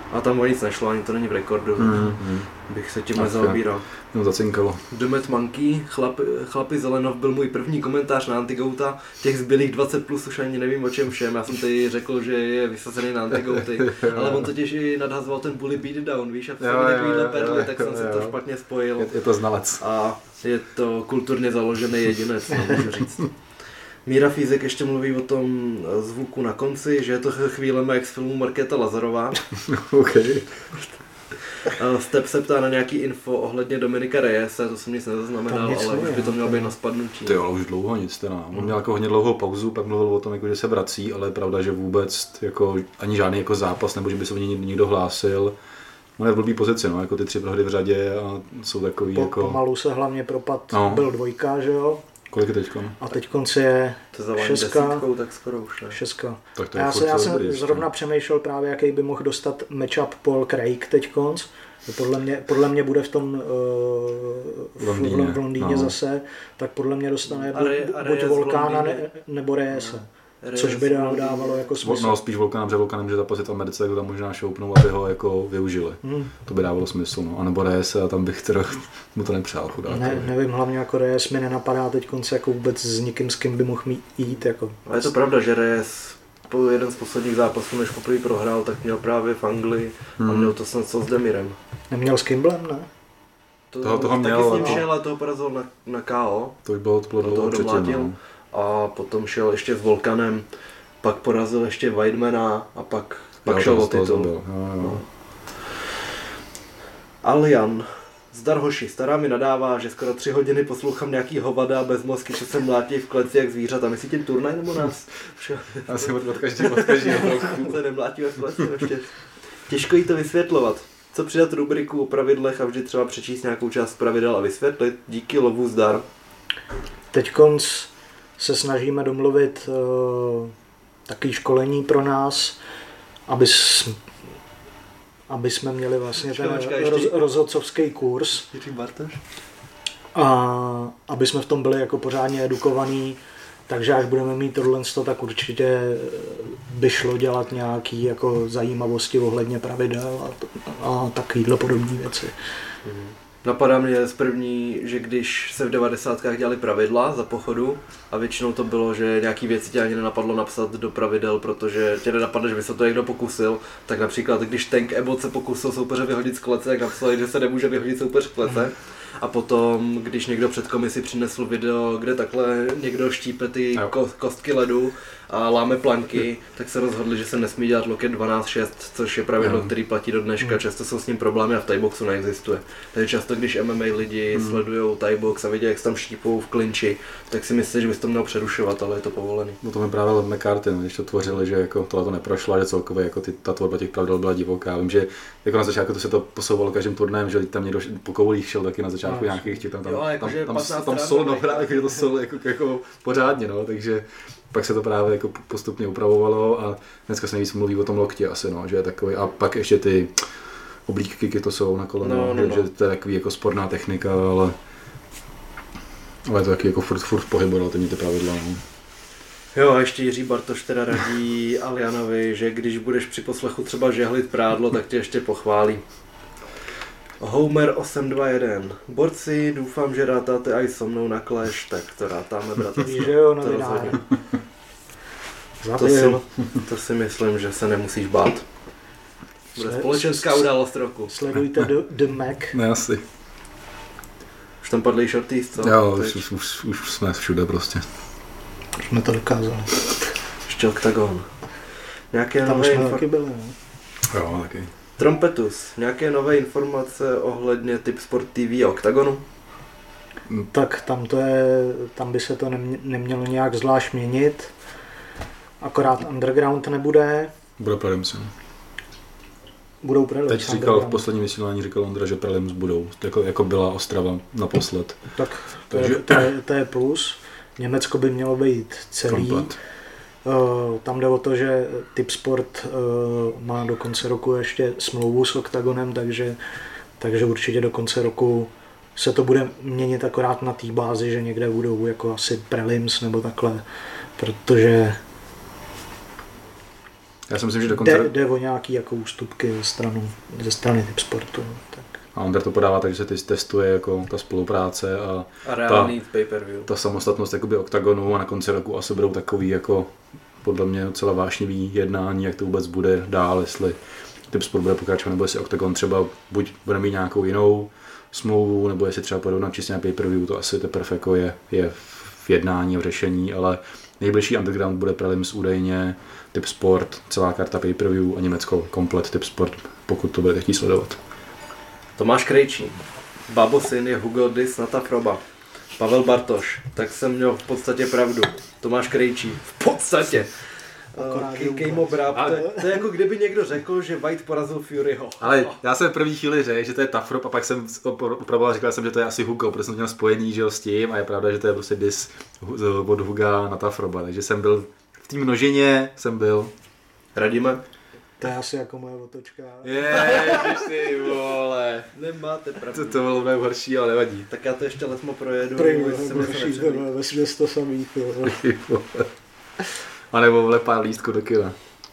A tam o nic nešlo, ani to není v rekordu, Mm, mm. bych se tím nezaobíral. No zacinkalo. Demet Monkey, chlap, chlapi Zelenov byl můj první komentář na Antigouta, těch zbylých dvacet plus už ani nevím o čem všem, já jsem tady řekl, že je vysazený na Antigouty, ale on totiž i nadhazoval ten Bully Beatdown, víš, a to jsou takovýhle perly, tak jsem si to špatně spojil. Je, je to znalec. A je to kulturně založený jedinec, no, můžu říct. Míra Fízek ještě mluví o tom zvuku na konci, že je to chvílemi jak z filmu Markéta Lazarová. Okay. Step se ptá na nějaký info ohledně Dominika Reyese, to jsem nic nezaznamenal, ale už by to mělo být na spadnutí. Ty jo, už dlouho nic teda. On měl jako hodně dlouhou pauzu, pak mluvil o tom, jako, že se vrací, ale je pravda, že vůbec jako, ani žádný jako zápas, nebo že by se o něj někdo hlásil. On je v blbý pozici, no, jako ty tři prohry v řadě a jsou takový po, jako... Pomalu se hlavně propad, no. Byl dvojka, že jo? Kolik je teďko? A teď konci je to za šestka. Desítkou, tak skoro už ne. Šestka. Tak to já je se, já jsem dobrý, zrovna ještě. přemýšlel právě, jaký by mohl dostat matchup Paul Craig teď konc. Podle mě, podle mě bude v tom uh, v Londýně, v Londýně no. zase, tak podle mě dostane a Re, a buď Volkána ne, nebo Reyese. No. Což by dávalo jako smysl. No spíš Volkána, protože Volkán nemůže zapasit v Americe, tak ho tam možná šoupnou, aby ho jako využili. Hmm. To by dávalo smysl, no. A nebo Reyese a tam bych teda mu to nepřál chudák. Ne, nevím, hlavně jako Reyes mi nenapadá teď konce jako vůbec s nikým, s kým by mohl jít. Jako. A je to pravda, že Reyes po jeden z posledních zápasů, než poprvé prohrál, tak měl právě v Anglii hmm. a měl to snad co s Demirem. Neměl s Kimblem, ne? To, toho, toho taky měl, s ním no. šel a toho porazil na, na K O. To by bylo, to bylo dlouho předtím, no. A potom šel ještě s Volkanem, pak porazil ještě Weidmana a pak, pak jo, šel o titul. Jo, jo. No. Aljan. Zdar hoši, stará mi nadává, že skoro tři hodiny poslouchám nějaký hovada bez mozky, co se mlátí v kleci jak zvířata. Myslí tím turnaj nebo nás? Já jsem od každého od každého trochu. Se nemlátí v kleci, ještě. Těžko jí to vysvětlovat. Co přidat rubriku o pravidlech a vždy třeba přečíst nějakou část pravidel a vysvětlit. Díky lovu zdar. Teď konc se snažíme domluvit uh, takový školení pro nás, aby, s, aby jsme měli vlastně ten roz, rozhodcovský kurz. Jiří Bartoš? A aby jsme v tom byli jako pořádně edukovaní, takže až budeme mít tohle, tak určitě by šlo dělat nějaké jako zajímavosti ohledně pravidel a, a takovýhle podobné věci. Mhm. Napadá mě z první, že když se v devadesátkách dělali pravidla za pochodu a většinou to bylo, že nějaký věci tě ani nenapadlo napsat do pravidel, protože tě nenapadne, že by se to někdo pokusil, tak například když Tank Abbott se pokusil soupeře vyhodit z klece, tak napsali, že se nemůže vyhodit soupeř z klece. A potom, když někdo před komisi přinesl video, kde takhle někdo štípe ty ko- kostky ledu a láme planky, tak se rozhodli, že se nesmí dělat loket dvanáct šest, což je pravidlo, který platí do dneška. Často jsou s ním problémy a v Thaiboxu neexistuje. Takže často, když M M A lidi hmm. sledují Thaibox a vidí, jak se tam štípou v klinči, tak si myslí, že bys to měl přerušovat, ale je to povolený. No to mi právě Led McCarthy, když to tvořili, že jako tohle to neprošlo, že celkově jako ty, ta tvorba těch pravidel byla divoká. Vím, že jako na začátku to se to posouvalo každým turnajem, že tam někdo po koulích šel taky na začátku no. nějakých těch tam tam jo, jako tam, tam, tam, tam sol dohrál, jako, že to sol jako, jako pořádně, no, takže pak se to právě jako postupně upravovalo a dneska se nejvíc mluví o tom lokti asi, no, že je takový, a pak ještě ty oblíky to jsou na koleno, no, no, že, no. že to je takový jako sporná technika, ale ale je to taky jako furt, furt pohybu, to není ty pravidla, no. Jo, a ještě Jiří Bartoš teda radí Aljanovi, že když budeš při poslechu třeba žehlit prádlo, tak tě ještě pochválí. Homer osm dva jedna. Borci, doufám, že rátáte aj so mnou na Clash, tak to rátáme, bratrstvo. Že jo, novináře. To si, to si myslím, že se nemusíš bát. Bude společenská událost roku. Sledujte The, the Mac. Ne, asi. Už tam padly shorties, co? Jo, už, už, už, už jsme všude prostě. Už jsme to dokázali. Ještě Octagon. Nějaké tam nové jsme infor... taky byli, ne? Jo, taky. Trompetus. Nějaké nové informace ohledně Tip Sport T V a Octagonu? Tak tam, to je, tam by se to nemělo nějak zvlášť měnit. Akorát underground nebude. Bude prelims. Budou prelims. Teď říkal v posledním vysílání, říkal Ondra, že prelims budou, jako, jako byla Ostrava naposled. Tak to, Takže... je, to, je, to je plus. Německo by mělo být celý. Komplet. Tam jde o to, že Tip Sport má do konce roku ještě smlouvu s Octagonem, takže, takže určitě do konce roku se to bude měnit akorát na té bázi, že někde budou jako asi prelims nebo takhle, protože Já si myslím, že dokonce... Jde, jde o nějaký jako ústupky ze, stranu, ze strany typ sportu. Tak. A Onder to podává tak, že se testuje jako ta spolupráce a, a reálný pay-per-view. Ta samostatnost jakoby oktagonu a na konci roku asi budou takový jako podle mě docela vášnivý jednání, jak to vůbec bude dál, jestli typ sport bude pokračovat, nebo jestli oktagon třeba buď bude mít nějakou jinou smlouvu, nebo jestli třeba pojedou na čistě na pay-per-view, to asi teprve jako je, je v jednání, v řešení, ale nejbližší underground bude prelims údajně typ sport, celá karta pay-per-view a Německo komplet typ sport, pokud to budete chtít sledovat. Tomáš Krejčí. Babo syn je Hugo Dis na Tafroba. Pavel Bartoš. Tak jsem měl v podstatě pravdu. Tomáš Krejčí. V podstatě. Uh, Kejmo Brab. To, to je jako kdyby někdo řekl, že White porazil Furyho. Ale já jsem v první chvíli řekl, že to je Tafrop a pak jsem opravdu říkal jsem, že to je asi Hugo, protože jsem měl spojený že, s tím a je pravda, že to je prostě dis od Huga na Tafroba. Takže jsem byl v té množině, jsem byl. Radíme? To je asi jako moje otočka. Ježiš ty vole. Nemáte pravdu. To, to bylo mnohem horší, ale nevadí. Tak já to ještě letmo projedu. První horší, ve směs to samý. A nebo vle pár lístků do kina.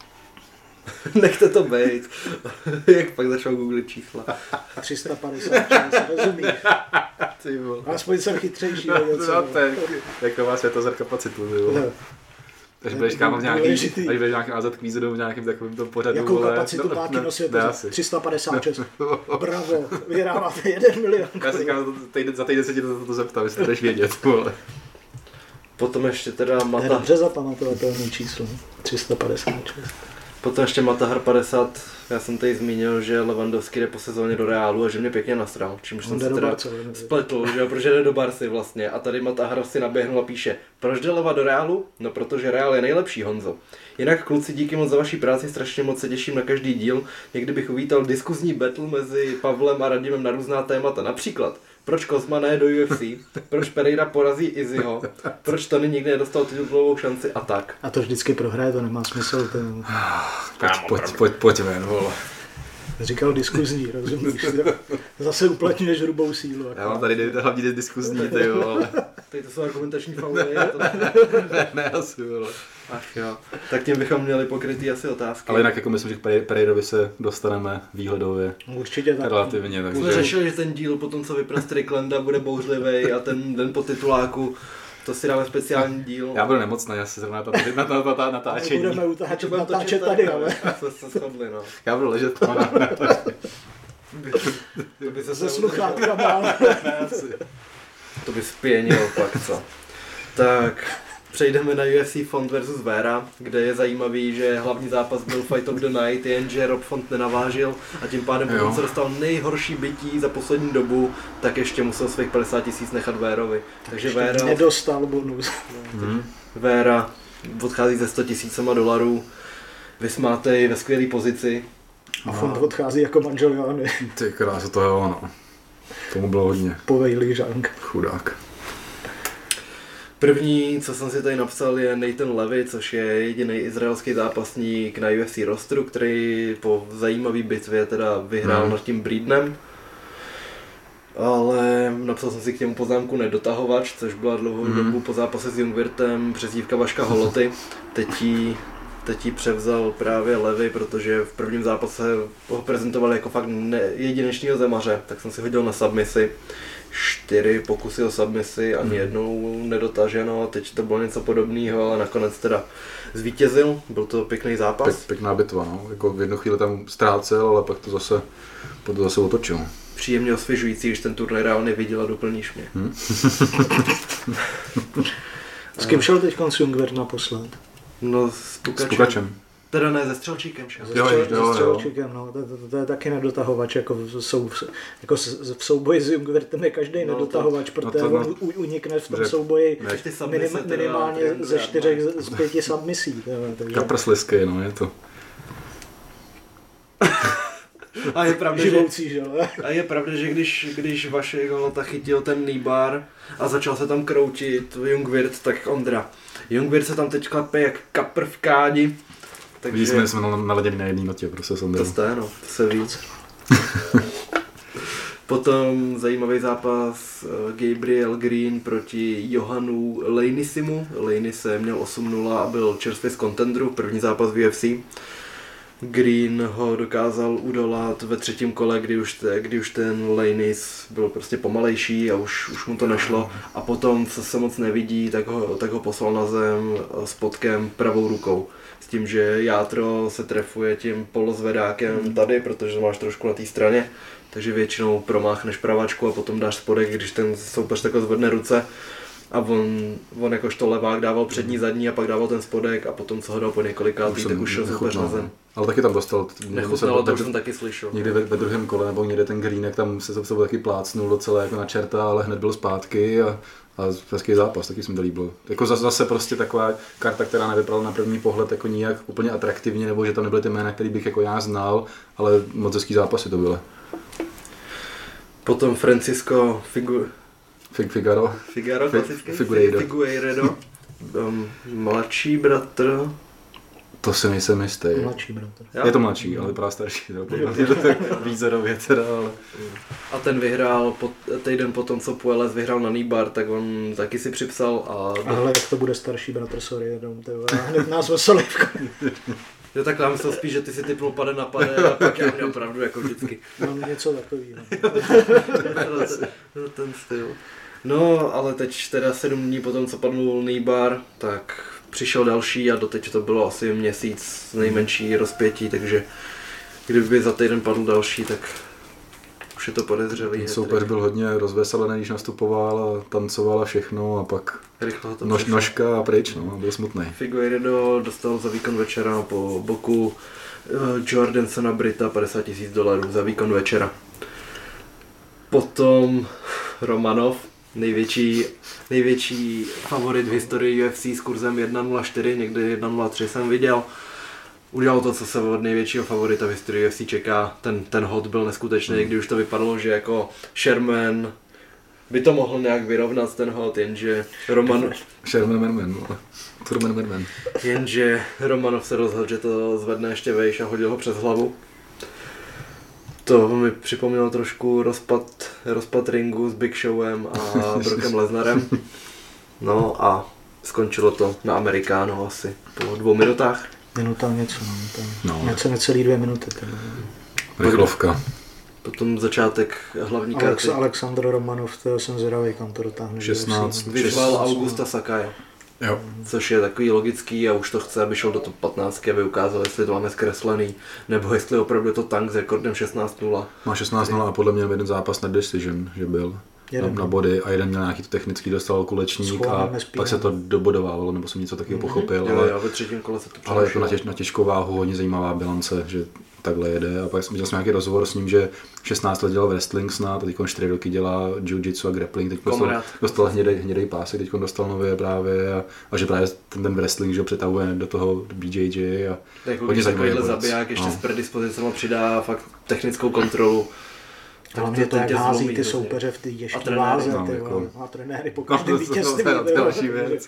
Nechte to bejt. Jak pak začal googlit čísla. tři sta padesát šest, rozumíš? Ty vole. Aspoň jsem chytřejší. No, no tak, jako má světozor kapacitu, jo. Takže budeš kámo v nějaký, až budeš nějaký A Z kvízu v nějakým takovým tom pořadu, jakou vole. kapacitu má no, kino světa? ne, tři sta padesát šest. Bravo, vyhráváte jeden milion. Já si říkám, týden, za týden se ti to, to zeptám, jestli budeš vědět, vole. Potom ještě teda Mata... Je dobře zapamatovatelný číslo, tři sta padesát šest. Potom ještě Matahar padesát, já jsem tady zmínil, že Lewandowski jde po sezóně do Reálu a že mě pěkně nasral, čímž jsem se teda Barcelony, spletl, že jo, protože jde do Barcy vlastně a tady Matahar si naběhnul a píše, proč jde Leva do Reálu? No protože Reál je nejlepší, Honzo. Jinak kluci, díky moc za vaší práci, strašně moc se těším na každý díl, někdy bych uvítal diskuzní battle mezi Pavlem a Radimem na různá témata, například proč Kozma nejde do U F C, proč Pereira porazí Izzyho, proč Tony nikdy nedostal titulovou šanci a tak. A to vždycky prohraje, to nemá smysl. To... Pojď, pojď, pojď, pojď ven, vole. Říkal diskuzní, rozumíš? Zase uplatňuješ hrubou sílu. Já mám tady hlavní diskuzní, ty vole. Tady to jsou argumentační fauly. To... ne, ne, asi, vole. Ach jo, tak tím bychom měli pokrytý asi otázky. Ale jinak jako myslím, že k Pereirovi se dostaneme výhledově. Určitě tak. Relativně, takže... Jsme řešili, že ten díl potom, co vypne Stricklanda, bude bouřlivý a ten den po tituláku, to si dáme speciální díl. Já budu nemocný, já si zrovna na to na, na, natáčení. Budeme utáčet, natáčet tady, ale... Se, se shodli, no. Já budu ležet na natáčení. To by se se sluchátkama. To by spěnil pak, co. Tak... Přejdeme na U F C Font versus Vera, kde je zajímavý, že hlavní zápas byl Fight of the Night, jenže Rob Font nenavážil a tím pádem pokud se dostal nejhorší bytí za poslední dobu, tak ještě musel svých padesát tisíc nechat Vérovi. Takže Vera... Nedostal bonus. Hmm. Vera odchází ze sto tisícama dolarů, vysmátej ve skvělé pozici. A Font odchází jako manžel Johanny. Ty krása, to je ono. Tomu bylo hodně. Povejlý žánk. Chudák. První, co jsem si tady napsal, je Nathan Levy, což je jediný izraelský zápasník na U F C rosteru, který po zajímavé bitvě teda vyhrál hmm. nad tím Breednem. Ale napsal jsem si k němu poznámku nedotahovač, což byla dlouhou hmm. dobu po zápase s Jungwirtem přezdívka Vaška Holoty. Teď jí, teď jí převzal právě Levy, protože v prvním zápase ho prezentoval jako fakt jedinečného zemaře, tak jsem si hodil na submisi. Čtyři pokusy o submisi, ani jednou nedotaženo, teď to bylo něco podobného, ale nakonec teda zvítězil, byl to pěkný zápas. Pěk, pěkná bitva, no. Jako v jednu chvíli tam ztrácel, ale pak to zase, pak to zase otočil. Příjemně osvěžující, když ten turnaj reálně viděl a doplníš mě. Hmm? S kým šel teď Jungwirth naposled? No s Pukačem. S Pukačem. Teda ne, se Střelčíkem šel. Se, střel, se Střelčíkem, no, to, to, to je taky nedotahovač, jako v, sou, jako v souboji s Jungwirtem je každý no, nedotahovač, to, protože no to, no, on unikne v tom řek, souboji minim, minimálně ze čtyřech z pěti submisí. Takže... Kaprslisky, no, je to. A je pravda, živoucí, že, a je pravda, že když, když Vašek Holota chytil ten knee bar a začal se tam kroutit Jungwirth, tak Ondra. Jungwirth se tam teď klape jak kapr v kádi. Takže... Vidí jsme, jsme naladěni na jedné notě, prostě jsem byl. To jste, no, to se víc. Potom zajímavý zápas Gabriel Green proti Johanu Leinisimu. Leinis měl osm nula a byl čerstvě z contendru, první zápas v U F C. Green ho dokázal udolat ve třetím kole, kdy už, te, kdy už ten Lanis byl prostě pomalejší a už, už mu to nešlo. A potom, co se moc nevidí, tak ho, tak ho poslal na zem s podkem pravou rukou. S tím, že játro se trefuje tím polozvedákem tady, protože máš trošku na té straně. Takže většinou promáchneš pravačku a potom dáš spodek, když ten soupeř takhle zvedne ruce. A on, on jakožto levák dával přední, zadní a pak dával ten spodek a potom co ho dal po několikátý, tak už šel soupeř na zem. Ale taky tam dostal. Nechutnalo, to už jsem taky slyšel. Někdy ve, ve druhém kole nebo někde ten Greenek tam se to taky plácnul docela jako na čerta, ale hned byl zpátky a, a hezký zápas, taky se mi to líbilo. Jako zase prostě taková karta, která nevypadala na první pohled jako nijak úplně atraktivně, nebo že tam nebyly ty jména, který bych jako já znal, ale moc hezký zápasy to byly. Potom Francisco Figu... Fig Figaro. Figaro, klasický. Figueiredo. Figueiredo. Um, mladší bratr. To si nejsem jistý. Mladší bratr. Je to mladší, ale vypadá starší. Je to tak výzerově teda, ale... A ten vyhrál po, týden potom, co Puelles vyhrál na Nýbar, tak on taky si připsal a... Ale jak to bude starší bratr, sorry, jenom to hned nás veselivka. Jo, tak já myslel spíš, že ty si typnul pade na pade a pak já měl pravdu, jako vždycky. Mám něco takového. No, ten styl. No, ale teď teda sedm dní potom, co padnul Nýbar, tak přišel další a doteď to bylo asi měsíc nejmenší rozpětí, takže kdyby za týden padl další, tak už je to podezřelý. Soupeř byl hodně rozveselený, když nastupoval a tancoval a všechno a pak nož, nožka a pryč, no, byl smutný. Figueiredo dostal za výkon večera po boku Jordansona Brita padesát tisíc dolarů za výkon večera. Potom Romanov, největší, největší favorit v historii U F C s kurzem jedna nula čtyři, někdy jedna nula tři jsem viděl. Udělal to, co se od největšího favorita v historii U F C čeká. Ten, ten hod byl neskutečný, mm. kdy už to vypadalo, že jako Sherman by to mohl nějak vyrovnat ten hod, jenže Roman... Sherman man man, Turman man man. Jenže Romanov se rozhodl, že to zvedne ještě vejš a hodil ho přes hlavu. To mi připomnělo trošku rozpad, rozpad ringu s Big Showem a Brockem Lesnarem. No a skončilo to na Amerikáno asi po dvou minutách. Minuta něco, no, tam no. něco necelý dvě minuty. Teda. Rychlovka. Potom začátek hlavní Alex, karty. Aleksandr Romanov, to jsem zvědavý, kam to dotáhne. šestnáct. Vyřval Augusta Sakaje. Jo. Což je takový logický a už to chce, aby šel do top patnáct, aby ukázal, jestli to máme zkreslený, nebo jestli opravdu je to tank s rekordem šestnáct nula. Má šestnáct nula a podle mě jeden zápas na decision, že byl. Na, na body a jeden měl nějaký to technický, dostal kulečník a pak se to dobodovávalo, nebo jsem něco takového pochopil. Jo, ale, jo, ve třetím kole se to ale jako na, těž, na těžkou váhu hodně zajímavá bilance, že takhle jede. A pak viděl jsem nějaký rozhovor s ním, že šestnáct let dělal wrestling snad a teď čtyři roky dělá jiu-jitsu a grappling. Teď dostal, dostal hnědej, hnědej pásek, teď dostal nově právě a, a že právě ten, ten wrestling že přetahuje do toho B J J a jako hodně zajímavý zabiják, ještě no. S predispozicema přidá fakt technickou kontrolu. Hlavně to, jak hází ty soupeře v té těžké váze no, ty, jako... a trenéry po každém vítězství. To je další věc.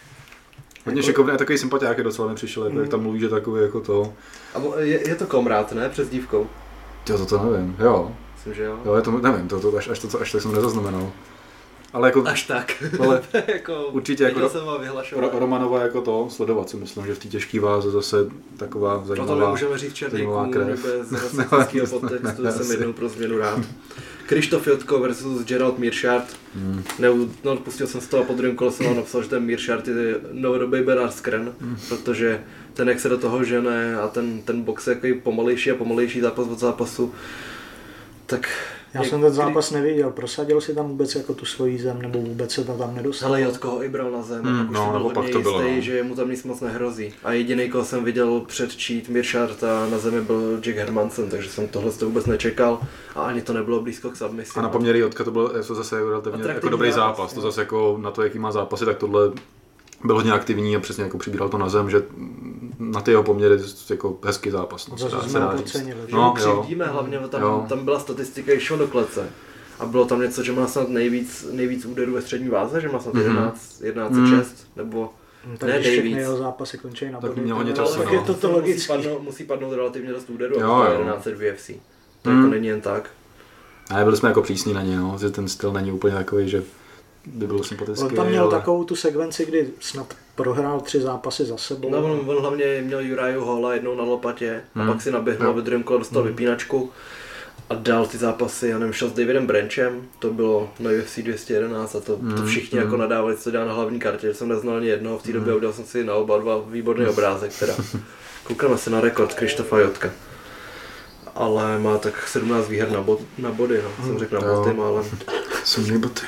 Hodně šikovný a takový sympatiák je docela mi přišel, jako, mm. jak tam mluví, že takový jako to. A je, je to Komrád, ne? Přes dívkou? Jo, to to nevím, jo. Myslím, že jo. Jo, je to, nevím, to, to, až, až, to, až tak jsem nezaznamenal. Ale jako, až tak. Ale jako, určitě jako ro, Romanova jako to sledovat si myslím, že v té těžké váze zase taková zajímavá. O to můžeme říct černýků, bez rasistického podtextu, to jsem jednou pro změnu rád. Krištof Jotko versus Gerald Meerschaert. Hmm. Neodpustil jsem z toho a po druhém kole jsem vám napsal, že ten Meerschaert je novodobý Bernard Skren, hmm. protože ten jak se do toho žene a ten, ten box je takový pomalejší a pomalejší zápas od zápasu, tak... Já jsem ten zápas neviděl, prosadil si tam vůbec jako tu svoji zem, nebo vůbec se tam nedostal? Ale Jotko ho i bral na zem, mm, no, byl hodně to bylo, jistý, no. že mu tam nic moc nehrozí. A jediný, koho jsem viděl předčít Meerschaert a na zemi byl Jack Hermansen, takže jsem tohle to vůbec nečekal a ani to nebylo blízko k submisi. A na poměry Jotka to byl to zase relativně jako dobrý zápas, zápas. To zase jako na to, jaký má zápasy, tak tohle byl hodně aktivní a přesně jako přibíral to na zem, že na ty jeho poměry jako hezký zápas. No, zase jsme ho podcenili. No, křivdíme, hlavně tam, tam byla statistika, když šel do klece. A bylo tam něco, že má snad nejvíc, nejvíc úderů ve střední váze, že má snad jedenáct, jedenáct šest, nebo tak ne nejvíc. Jeho zápasy končí na body. Tak, času, tak je to, to logicky. Musí padnout, musí padnout relativně dost úderů, a to jedenáct v U F C. To hmm. jako není jen tak. A byli jsme jako přísní na ně, no, že ten styl není úplně takový, že by byl sympatický. On tam měl ale... takovou tu sekvenci, kdy snad prohrál tři zápasy za sebou. No, on, on hlavně měl Uriah Halla jednou na lopatě Hmm. a pak si naběhl a ve druhém kole dostal Hmm. vypínačku a dal ty zápasy, já nevím, šel s Davidem Branchem, to bylo na U F C dvě stě jedenáct a to, to Hmm. všichni jako nadávali, co to dělá na hlavní kartě, že jsem neznal ani jednoho v té době, udělal jsem si na oba dva výborný obrázek teda. Koukám se na rekord Krištofa Jotka. Ale má tak sedmnáct výher na, bod, na body, no, jsem řekl na Jo. boty málem. Sumný boty.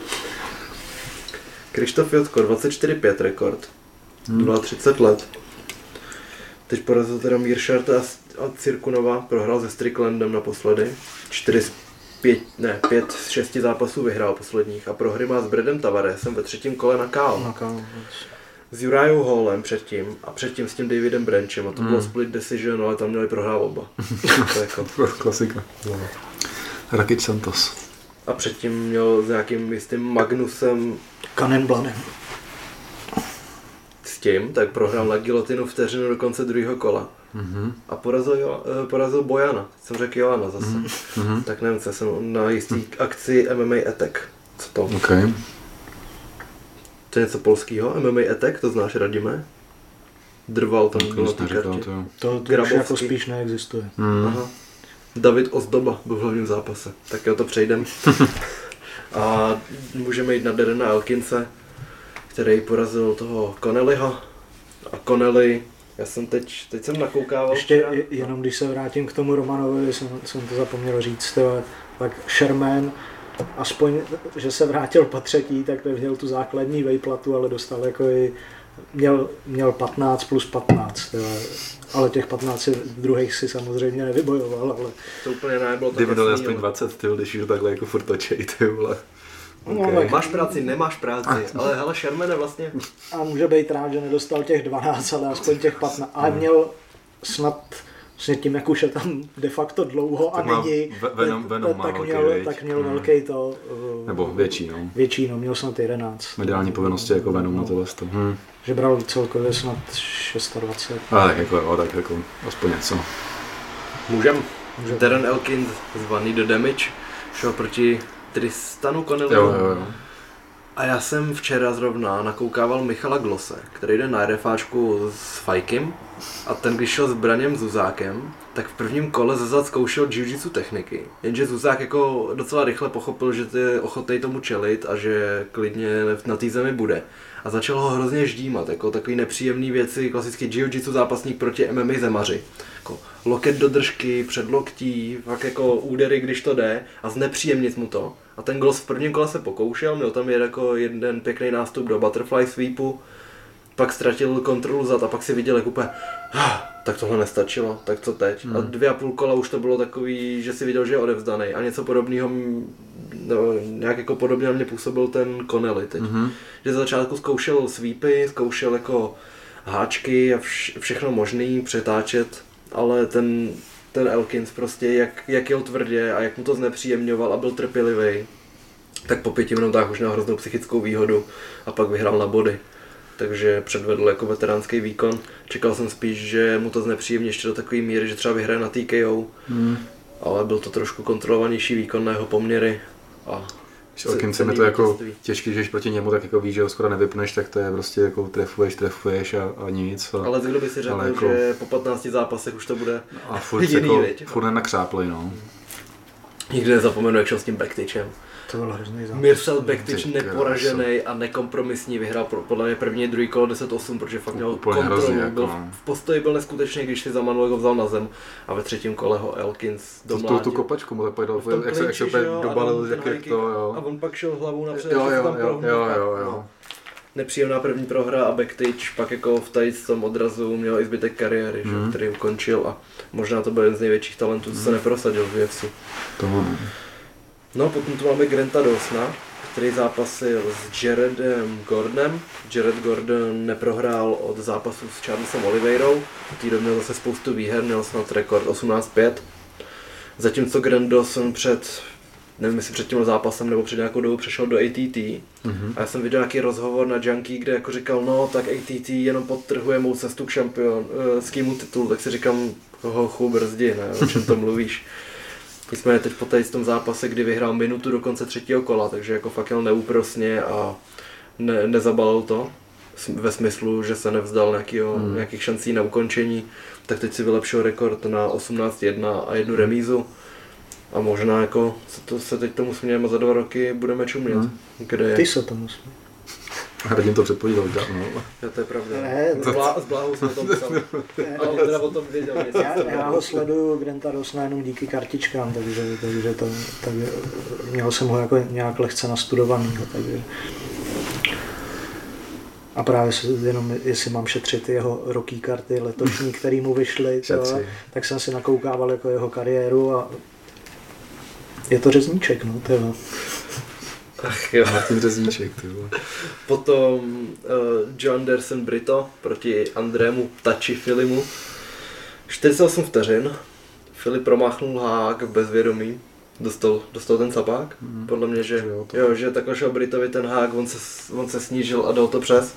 Krištof Jotko, dvacet čtyři pět rekord, hmm. třicet let. Teď porazil teda Meerschaert a, a Cirkunova, prohrál se Stricklandem naposledy. čtyři z pět, ne, pět z šesti zápasů vyhrál posledních a prohry má s Bradem Tavaresem ve třetím kole na K O. Na kávu. S Uriah Hallem předtím a předtím s tím Davidem Branchem a to Hmm. bylo split decision, ale tam měli prohrát oba. To jako, Klasika. no. Rakic Santos. A předtím měl s nějakým jistým Magnusem Cannonbladem. s tím, tak prohrál na gilotinu vteřinu do konce druhého kola. Mhm. A porazil, jo, eh, porazil Bojana, jsem řekl Joana zase. Mhm. Tak nevím, co jsem na jistý akci M M A Attack. Co to? OK. To je něco polského? M M A Attack, to znáš, Radime? Drval tam To bylo nic na té neříkal, kartě. to jo. To, to už Grabovský. jako spíš neexistuje. Mhm. Aha. David Ozdoba byl v hlavním zápase, tak jo, to přejdem. A můžeme jít na Darrena Elkinse, který porazil toho Connellyho. A Connelly, já jsem teď, teď jsem nakoukával. Ještě včera. je- jenom když se vrátím k tomu Romanovi, jsem, jsem to zapomněl říct, tyhle, tak Sherman, aspoň, že se vrátil po třetí, tak neměl tu základní vejplatu, ale dostal jako i, měl, měl patnáct plus patnáct, tyhle, ale těch patnáct druhých si samozřejmě nevybojoval, ale To úplně ne, bylo tak Kdyby dal jasný, aspoň ale- dvacet, ty když už takhle jako furt točej, ty vole. no, Ok. tak, Máš práci, nemáš práci, ale hele, Sherman je vlastně, a může být rád, že nedostal těch dvanáct, ale aspoň těch patnáct, ale měl snad vlastně tím, jak už je tam de facto dlouho a Tak má není, Ve- Venom- tak- Venom má tak, velký, měl, viď? tak měl Hmm. velký to, uh, Nebo větší, no. větší, no, měl snad jedenáct. Mediální povinnosti jako Venom na tohle. Hm. Že bral celkově snad dvacet šest. Ale tak jako, jo, tak jako aspoň něco. můžem. Můžem. Darren Elkins, zvaný The Damage, šel proti Tristanu Connellymu. Jo, jo, jo. A já jsem včera zrovna nakoukával Michala Glose, který jde na RFáčku s Fajkem a ten, když šel s Braněm Zuzákem, tak v prvním kole ze zad zkoušel jiu-jitsu techniky. Jenže Zuzák jako docela rychle pochopil, že ty je ochotnej tomu čelit a že klidně na té zemi bude. A začal ho hrozně ždímat, jako takový nepříjemný věci, klasický jiu-jitsu zápasník proti M M A zemaři. Jako loket do držky, předloktí, fakt jako údery, když to jde a znepříjemnit mu to. A ten Gloss v prvním kole se pokoušel, měl tam jako jeden pěkný nástup do butterfly sweepu, pak ztratil kontrolu zad a pak si viděl, jak úplně, ah, tak tohle nestačilo, tak co teď? Hmm. A dvě a půl kola už to bylo takový, že si viděl, že je odevzdaný a něco podobného, no, nějak jako podobně na mě působil ten Connelly teď. Mhm. Že za začátku zkoušel sweepy, zkoušel jako háčky a vš- všechno možný přetáčet, ale ten, ten Elkins prostě, jak, jak jel tvrdě a jak mu to znepříjemňoval a byl trpělivý, tak po pěti minutách už měl hroznou psychickou výhodu a pak vyhrál na body. Takže předvedl jako veteránský výkon. Čekal jsem spíš, že mu to znepříjemně ještě do takové míry, že třeba vyhraje na T K O, Hmm. ale byl to trošku kontrolovanější výkon na jeho poměry. A S Elkinsem je to jako těžký, že když proti němu tak jako víš, že ho skoro nevypneš, tak to je prostě jako trefuješ, trefuješ a, a nic. A, Ale kdo by si řekl, ale jako- že po patnácti zápasech už to bude a furt, jiný, jako, viď? furt nenakřáplej, no. Nikdy nezapomenu, jak šel s tím Bektičem. To byl hrozný zápas. Mirsel Bektič Ty neporažený a nekompromisní, vyhrál pro- podle mě první, druhý kolo deset osm, protože fakt měl Úplně kontrolu, hrozný, jako byl, no. v postoji byl neskutečný, když si za Manuel vzal na zem a ve třetím kole ho Elkins Tu, tu, domlátil. tu kopačku mu tak pojď V tom jak se, jak se klinči, úplně že jo, a dobalil, ten jak, high jak kick. to, jo. A on pak šel hlavou napřed, Jo, že se jo, tam jo, prohnul. jo, jo, No. jo. Nepříjemná první prohra a Bektič pak jako v tady tom odrazu měl i zbytek kariéry, že, Mm. který ukončil a možná to byl jeden z největších talentů, co se neprosadil v U F C. To ono. No, potom tu máme Granta Dawsona, který zápasil s Jaredem Gordonem. Jared Gordon neprohrál od zápasu s Charlesem Oliveirou, v té době měl zase spoustu výher, měl snad rekord osmnáct pět. Zatímco Grant Dawson před, nevím jestli před tím zápasem nebo před nějakou dobou přešel do A T T. Mhm. A já jsem viděl nějaký rozhovor na Junkie, kde jako říkal, no tak A T T jenom podtrhuje mou cestu k šampionskému titulu, tak si říkám, hochu brzdi, ne, o čem to mluvíš. Jsme teď po tady v tom zápase, kdy vyhrál minutu do konce třetího kola, takže jako fakt jel neúprosně a ne, nezabalil to. ve smyslu, že se nevzdal nějakýho, hmm. nějakých šancí na ukončení, tak teď si vylepšil rekord na osmnáct jedna a jednu remízu. A možná jako se, to, se teď tomu smějeme za dva roky budeme čumět. Hmm. Kde je? Ty se tomu smějeme. Hrdím to předpovídal dávno. Ja, to je pravda. Ne, s, Blá, s Bláhou jsme o tom psali. Ale on teda o tom věděl. Já, já ho sleduju Granta Dawsona jenom díky kartičkám, takže, takže to, tak měl jsem ho jako nějak lehce nastudovaný. Takže. A právě jenom, jestli mám šetřit jeho roky karty letošní, který mu vyšly, to, tak jsem si nakoukával jako jeho kariéru a je to řezníček, no, tyhle. Ach jo. Martin Řezníček, ty vole. Potom uh, John Anderson Brito proti Andrému Tači Filimu. čtyřicet osm vteřin. Filip promáchnul hák v bezvědomí. Dostal, dostal ten sapák. Mm. Podle mě, že, jo, to... jo, že takhle šel Britovi ten hák, on se, on se snížil a dal to přes.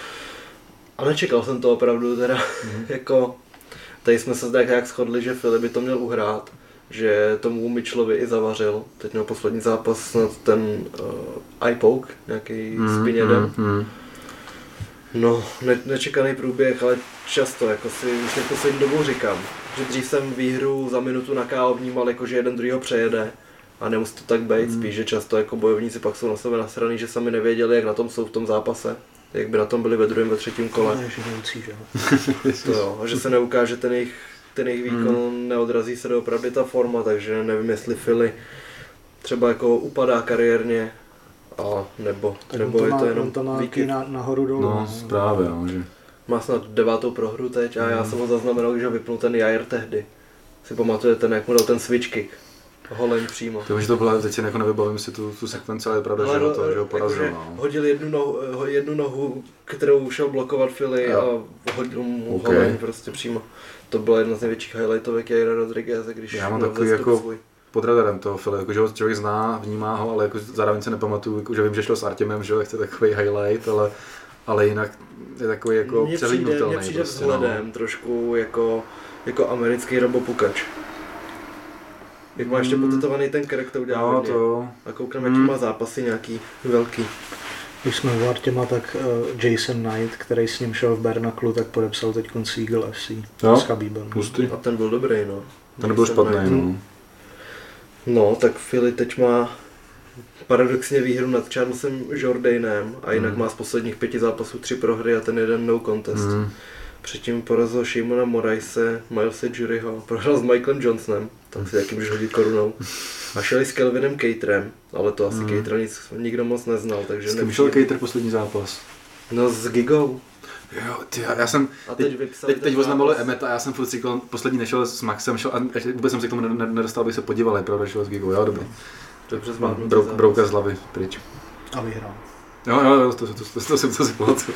A nečekal jsem to opravdu teda. Mm. jako, tady jsme se zde jak shodli, že Filip by to měl uhrát. Že tomu Mitchellovi i zavařil. Teď měl poslední zápas snad ten uh, eye poke, nějaký mm, spinedem. Mm, mm. No, ne, nečekaný průběh, ale často, jako si už teď poslední dobou říkám, že dřív jsem výhru za minutu na ká ó vnímal, jako že jeden druhýho přejede a nemusí to tak být, mm. spíš, že často jako bojovníci pak jsou na sebe nasraný, že sami nevěděli, jak na tom jsou v tom zápase. Jak by na tom byli ve druhém, ve třetím kole. To jo, a že se neukáže ten jejich ten jejich výkon hmm. neodrazí se doopravdy ta forma, takže nevím, jestli Philly třeba jako upadá kariérně, a nebo, nebo to je má, to jenom to má na, nahoru dolů. No, právě, no, že... Má snad devátou prohru teď a hmm. já jsem ho zaznamenal, když ho vypnul ten Jair tehdy. Si pamatujete, jak mu dal ten switch kick. Holeň přímo. To už to bylo, teď si jako nevybavím si tu, tu sekvenci, ale je pravda, ale že, ho to, že ho porazil. Jako, no. Hodil jednu nohu, jednu nohu, kterou šel blokovat Philly a hodil mu okay. holeň prostě přímo. To byla jedna z největších highlightovek Jaira Rodrigueze, když já mám takový jako svůj. Pod radarem toho Philly, jako, že ho člověk zná, vnímá ho, ale jako zároveň se nepamatuju, jako, že vím, že šlo s Artemem, že je takový highlight, ale, ale jinak je takový jako přehlídnutelný. Mně přijde prostě, vzhledem no. trošku jako, jako americký robopukač. Jak má ještě potetovaný ten krk, to udělá no, hodně. To... A koukneme, jaký má zápasy nějaký velký. Když jsme u Artema, tak uh, Jason Knight, který s ním šel v Bernaklu, tak podepsal teď Seagull F C no, s Khabibem. A ten byl dobrý, no. Ten nebyl špatný, no. No, tak Philly teď má paradoxně výhru nad Charlesem Jourdainem a jinak mm. má z posledních pěti zápasů tři prohry a ten jeden no contest. Mm. Předtím porazil Shimona Moraise, Milese Juryho, prohrál s Michaelem Johnsonem, tam si taky můžeš hodit korunou. A šel s Kelvinem Caterem, ale to asi mm. Catera nic nikdo moc neznal, takže nevím. S šel Cater poslední zápas? No s Gigou. Jo, ty, já jsem, a teď, teď, teď, teď oznámili Emeta a já jsem furt říkal, poslední nešel s Maxem, šel, a vůbec jsem se k tomu nedostal, abych se podíval, je pravda, šel s Gigou, jo, dobrý. Dobře zvládnu. Brouk, brouka z hlavy pryč. A vyhrál. Jo, jo, to, to, to, to, to, to jsem to si pamatuju.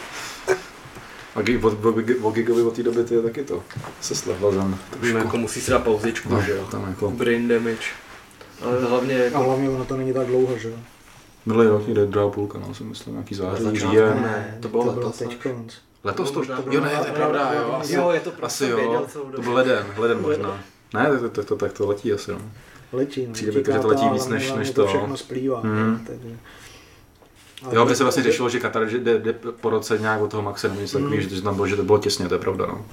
A o Gigovi od té doby to je taky to, se slevla zem. No, jako musí si dát pauzičku, no, že jo, tam jako... brain damage. Ale hlavně jako... A hlavně ono to není tak dlouho, že jo. Minulý rok někde druhá půlka, no, si myslím, nějaký září, říjen. Ne, to bylo to letos, bylo teď konc. Letos to, to, to jo, ne, to je pravda, jo, asi, jo, je to prostě asi jo, to byl leden, leden možná. Ne, to, to, to, tak to letí asi, no. Letí, no. Přijde by to, že to letí víc než, než to. To všechno splývá, hmm. takže... Jo, by se vlastně řešilo, že Katar jde, jde po roce nějak od toho Maxe, nebo něco takový, že to znamenalo, že to bylo těsně, to je pravda, no.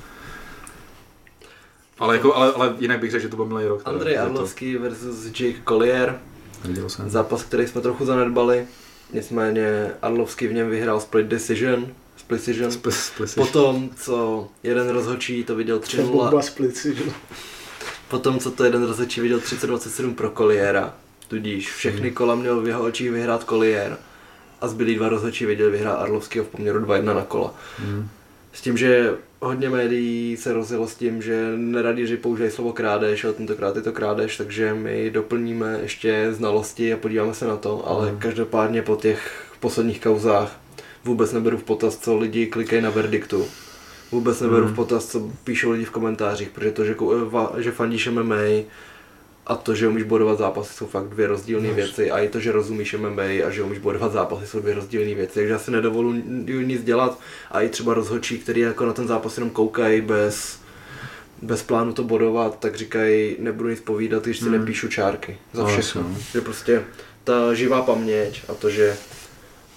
Ale, jako, ale, ale jinak bych řekl, že to byl minulý rok. Andrej Arlovský to... versus Jake Collier. Viděl jsem. Zápas, který jsme trochu zanedbali. Nicméně Arlovský v něm vyhrál split decision. Split decision. Split, split decision. Potom, co jeden rozhodčí to viděl tři nula. Potom, co to jeden rozhodčí viděl třicet dvacet sedm pro Colliera. Tudíž všechny kola měl v jeho očích vyhrát Collier. A zbylí dva rozhodčí viděli vyhrát Arlovského v poměru dva jedna na kola. Mm. S tím, že hodně médií se rozjelo s tím, že neradi, že používají slovo krádež, ale tentokrát je to krádež, takže my doplníme ještě znalosti a podíváme se na to, ale mm. každopádně po těch posledních kauzách vůbec neberu v potaz, co lidi klikají na verdiktu. Vůbec neberu mm. v potaz, co píšou lidi v komentářích, protože to, že, že fandíš M M A a to, že umíš bodovat zápasy, jsou fakt dvě rozdílné yes. věci. A i to, že rozumíš M M A a že umíš bodovat zápasy, jsou dvě rozdílné věci. Takže já si nedovolu nic dělat. A i třeba rozhodčí, který jako na ten zápas jenom koukají bez, bez plánu to bodovat, tak říkají, nebudu nic povídat, když si hmm. nepíšu čárky za všechno. No, že prostě ta živá paměť a to, že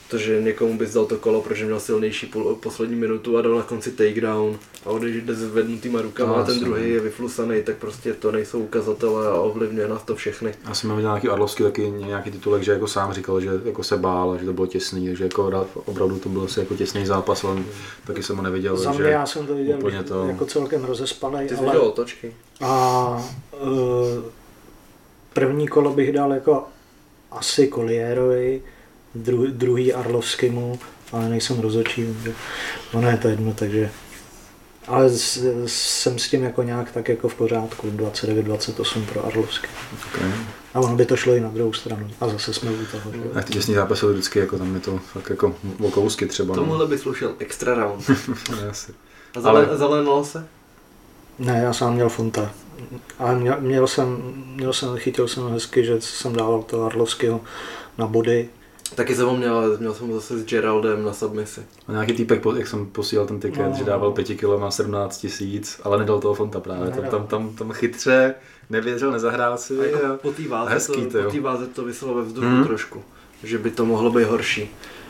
Protože někomu bys dal to kolo, protože měl silnější půl, poslední minutu a dal na konci takedown a odejde s vednutýma rukama no, a ten druhý je vyflusaný, tak prostě to nejsou ukazatele a ovlivňuje nás to všechny. Já jsem měl nějaký Arlovský taky nějaký titulek, že jako sám říkal, že jako se bál a že to bylo těsný, takže jako opravdu to byl asi jako těsný zápas, ale taky jsem ho neviděl. Za mě že já jsem to viděl to... jako celkem rozespalej. Ty jsi ale... viděl otočky. A uh, první kolo bych dal jako asi Colliérovi, dru, druhý Arlovskému, ale nejsem rozhodčí, že ono je to jedno, takže ale s, jsem s tím jako nějak tak jako v pořádku, dvacet devět dvacet osm pro Arlovský. Okay. A ono by to šlo i na druhou stranu a zase jsme u toho. Že? A ty těsný zápasy vždycky jako tam je to fakt jako o kousky třeba. Tomuhle by slušel extra round. A ale... zalénalo se? Ne, já sám měl funta. Ale měl, měl, jsem, měl jsem, chytil jsem hezky, že jsem dával to Arlovského na body. Taky jsem ho měl, měl jsem zase s Geraldem na submisi. A nějaký týpek, jak jsem posílal ten tiket, no. že dával pět kilo má sedmnáct tisíc, ale nedal toho fonta právě. Tam, tam, tam, tam chytře, nevěřil, nezahrál si. A jako a... po té váze, hezký, to, po té váze to vyselo ve vzduchu hmm. trošku, že by to mohlo být horší.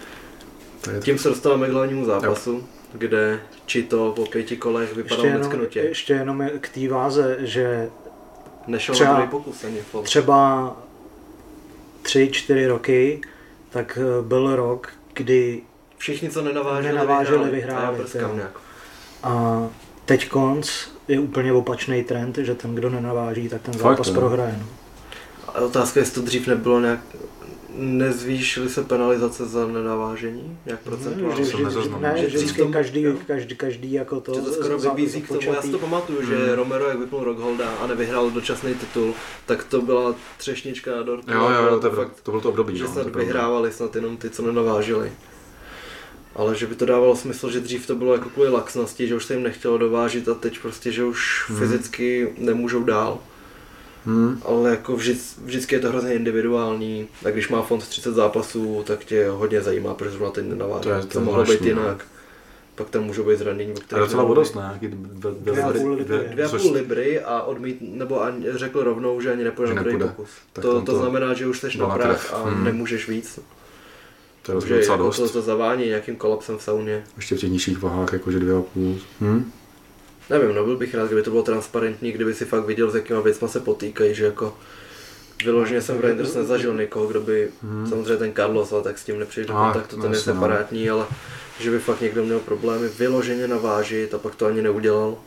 Tím se dostáváme k hlavnímu zápasu, jo. kde Chito po pěti kolech vypadal necknutě. Ještě jenom k té váze, že nešel na druhý pokus ani fond. Třeba tři, čtyři roky, tak byl rok, kdy všichni, co nenaváželi, nenaváželi vyhráli. vyhráli a teď konc je úplně opačný trend, že ten, kdo nenaváží, tak ten zápas Fakt, prohraje. No. A otázka, jestli to dřív nebylo nějak... Nezvýšily se penalizace za nenavážení? Jak procentuálně? Ne, ne, vždycky každý, každý, každý jako to... Že to skoro vybízí k tomu, já si to pamatuju, hmm. že Romero, jak vypnul Rockholda a nevyhrál dočasný titul, tak to byla třešnička na dortu. Jo, jo, jo, to, to, fakt, to bylo to období. Že no, snad vyhrávali snad jenom ty, co nenavážili. Ale že by to dávalo smysl, že dřív to bylo jako kvůli laxnosti, že už se jim nechtělo dovážit a teď prostě, že už hmm. fyzicky nemůžou dál. Hmm. Ale jako vždy, vždycky je to hrozně individuální a když má fond třicet zápasů, tak tě hodně zajímá, proč zrovna teď nenaváží. To, je, to, to mohlo být jinak. Pak tam můžou být zranění, o kterých... Ale docela vodost, ne? Dvě a půl libry a odmít, nebo ani, řekl rovnou, že ani nepůjde na druhý pokus. To, to znamená, že už jsi na prach a hmm. nemůžeš víc. To je docela jako dost. To, to zavání nějakým kolapsem v sauně. Ještě v těch nižších vahách, jakože dvě a půl. Hm? Nevím, no byl bych rád, kdyby to bylo transparentní, kdyby si fakt viděl, s jakýma věcma se potýkají, že jako vyloženě jsem v Rangers nezažil někoho, kdo by, hmm. samozřejmě ten Carlos, ale tak s tím nepřijde do kontaktu, ten je separátní, ale že by fakt někdo měl problémy vyloženě navážit a pak to ani neudělal.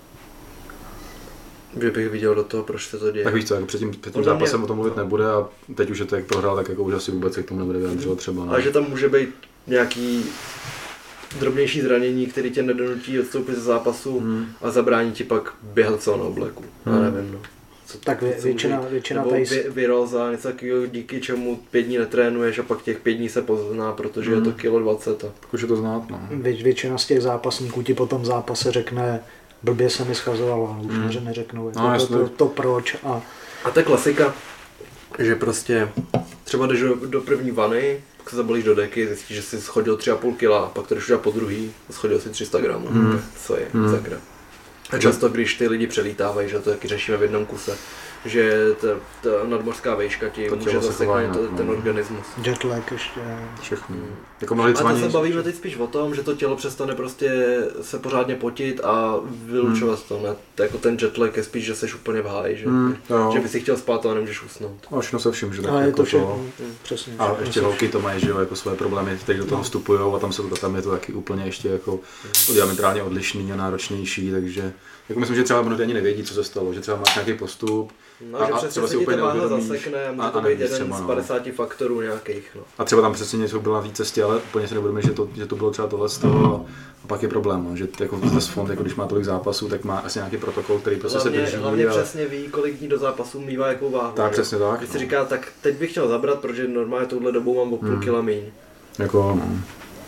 Že bych viděl do toho, proč se to děje. Tak víš co, jako před tím, před tím zápasem mě... o tom mluvit nebude a teď už je to jak prohrál, tak jako už asi vůbec se k tomu nebude vyjadřovat třeba. Ne? A že tam může být nějaký drobnější zranění, který tě nedonutí odstoupit ze zápasu hmm. a zabrání ti pak běhat celou na obleku. Hmm. Já nevím, no. Co, tak vě, většina, většina tady... Nebo viróza, něco takového, díky čemu pět dní netrénuješ a pak těch pět dní se pozná, protože hmm. je to kilo dvacet. Takže to znát, no. Vě, většina z těch zápasníků ti po tom zápase řekne, blbě se mi schazovalo, ale už hmm. neřeknou no, to, to, to, to proč. A... a to je klasika, že prostě třeba jdeš do, do první vany, se zabalíš do deky, zjistíš, že jsi schodil tři a půl kila, a pak to jdeš po druhý a schodil si tři sta gramů. Hmm. Co je hmm. za gram? A často, když ty lidi přelítávají, že to taky řešíme v jednom kuse, že ta, ta nadmořská vejška ti může zaseknout no. ten organismus. Jetlag ještě. Všechno. Hmm. Jako a to se bavíme teď spíš o tom, že to tělo přestane prostě se pořádně potit a vylučovat hmm. to. Ne? To jako ten jetlag je spíš, že jsi úplně v háji, že, hmm. že by si chtěl spát a nemůžeš usnout. No, všechno se vším, že tak a jako je to všechno, to... Hmm. Přesně. A ještě holky to mají, že jo, jako své problémy, teď do toho no. vstupujou a tam, se to, tam je to taky úplně ještě jako hmm. diametrálně odlišný a náročnější, takže jako myslím, že třeba mnohdy ani nevědí, co se stalo, že třeba máš nějaký postup. No, a, že přesně se ti ta váha zasekne a může to být jeden třeba, z padesáti no. faktorů nějakých. No. A třeba tam přesně něco bylo na té cestě, ale úplně si nebudeme, že to, že to bylo třeba tohle z toho a pak je problém, no, že jako zase fond, jako když má tolik zápasů, tak má asi nějaký protokol, který prostě hlavně, se drží. Hlavně ale... přesně ví, kolik dní do zápasu mívá jakou váhu. Tak, přesně tak. Když si no. říká, tak teď bych chtěl zabrat, protože normálně touhle dobou mám o půl hmm. kila míň. Jako, no,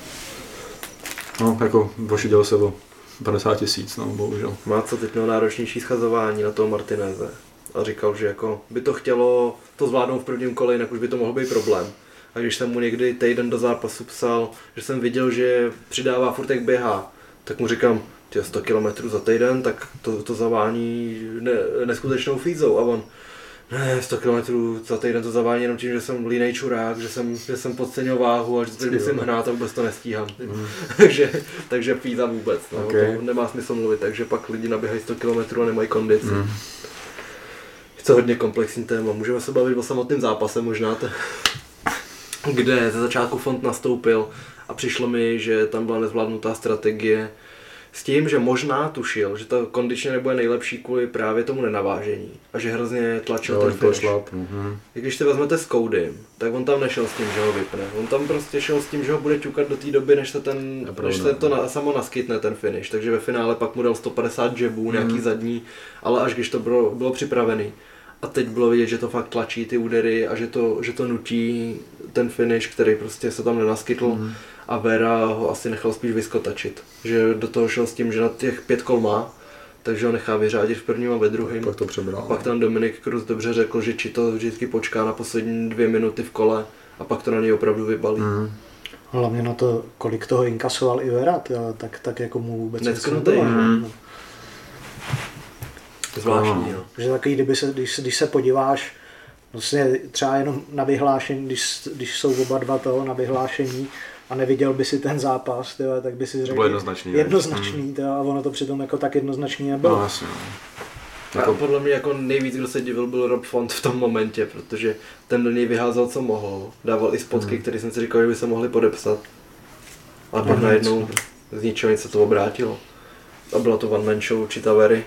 no jako vošiděl se o padesát tisíc, no bohužel. Má co teď měl náročnější schazování na toho Martineze. A říkal, že jako by to chtělo to zvládnout v prvním kole, jinak už by to mohl být problém. A když jsem mu někdy týden do zápasu psal, že jsem viděl, že přidává furt jak běhá, tak mu říkám, tě sto kilometrů za týden, tak to, to zavání ne, neskutečnou fízou. A on, Ne, sto kilometrů za týden to zavání jenom tím, že jsem línej čurák, že jsem, že jsem podcenil váhu a že teď musím hnát a vůbec to nestíhám. Mm. takže, takže píza vůbec, no, okay. To nemá smysl mluvit, takže pak lidi naběhají sto kilometrů a nemají kondici. Mm. Je to hodně komplexní téma, můžeme se bavit o samotném zápase možná, to, kde ze začátku fond nastoupil a přišlo mi, že tam byla nezvládnutá strategie s tím, že možná tušil, že to kondičně nebude nejlepší kvůli právě tomu nenavážení a že hrozně tlačil jo, ten finish. Mm-hmm. I když si vezmete s Coudym, tak on tam nešel s tím, že ho vypne. On tam prostě šel s tím, že ho bude ťukat do té doby, než se, ten, než se to na, samo naskytne ten finish. Takže ve finále pak mu dal sto padesát jabů, mm. nějaký zadní, ale až když to bylo, bylo připravený. A teď bylo vidět, že to fakt tlačí ty údery a že to, že to nutí ten finish, který prostě se tam nenaskytl. Mm. A Vera ho asi nechal spíš vyskotačit. Že do toho šel s tím, že na těch pět kol má, takže ho nechá vyřádit v prvním a ve druhém. Pak to přebral. A pak tam Dominik Cruz dobře řekl, že či to vždycky počká na poslední dvě minuty v kole a pak to na něj opravdu vybalí. Mm. Hlavně na to, kolik toho inkasoval i Vera, tak, tak jako mu vůbec Necknutý. Mm. Zvláštní, no. Že takový, kdyby se, když, když se podíváš vlastně třeba jenom na vyhlášení, když, když jsou oba dva toho na vyhlášení, a neviděl by si ten zápas, tyhle, tak by si řekl jednoznačný, jednoznačný tyhle, a ono to přitom jako tak jednoznačný nebylo. No, jasně. Jako... A podle mě jako nejvíc, kdo se divil, byl Rob Font v tom momentě, protože ten do něj vyházel, co mohl. Dával i spotky, hmm. které jsem si říkal, že by se mohli podepsat. A pak najednou z ničeho nic se to obrátilo. A byla to one man show určitá Very.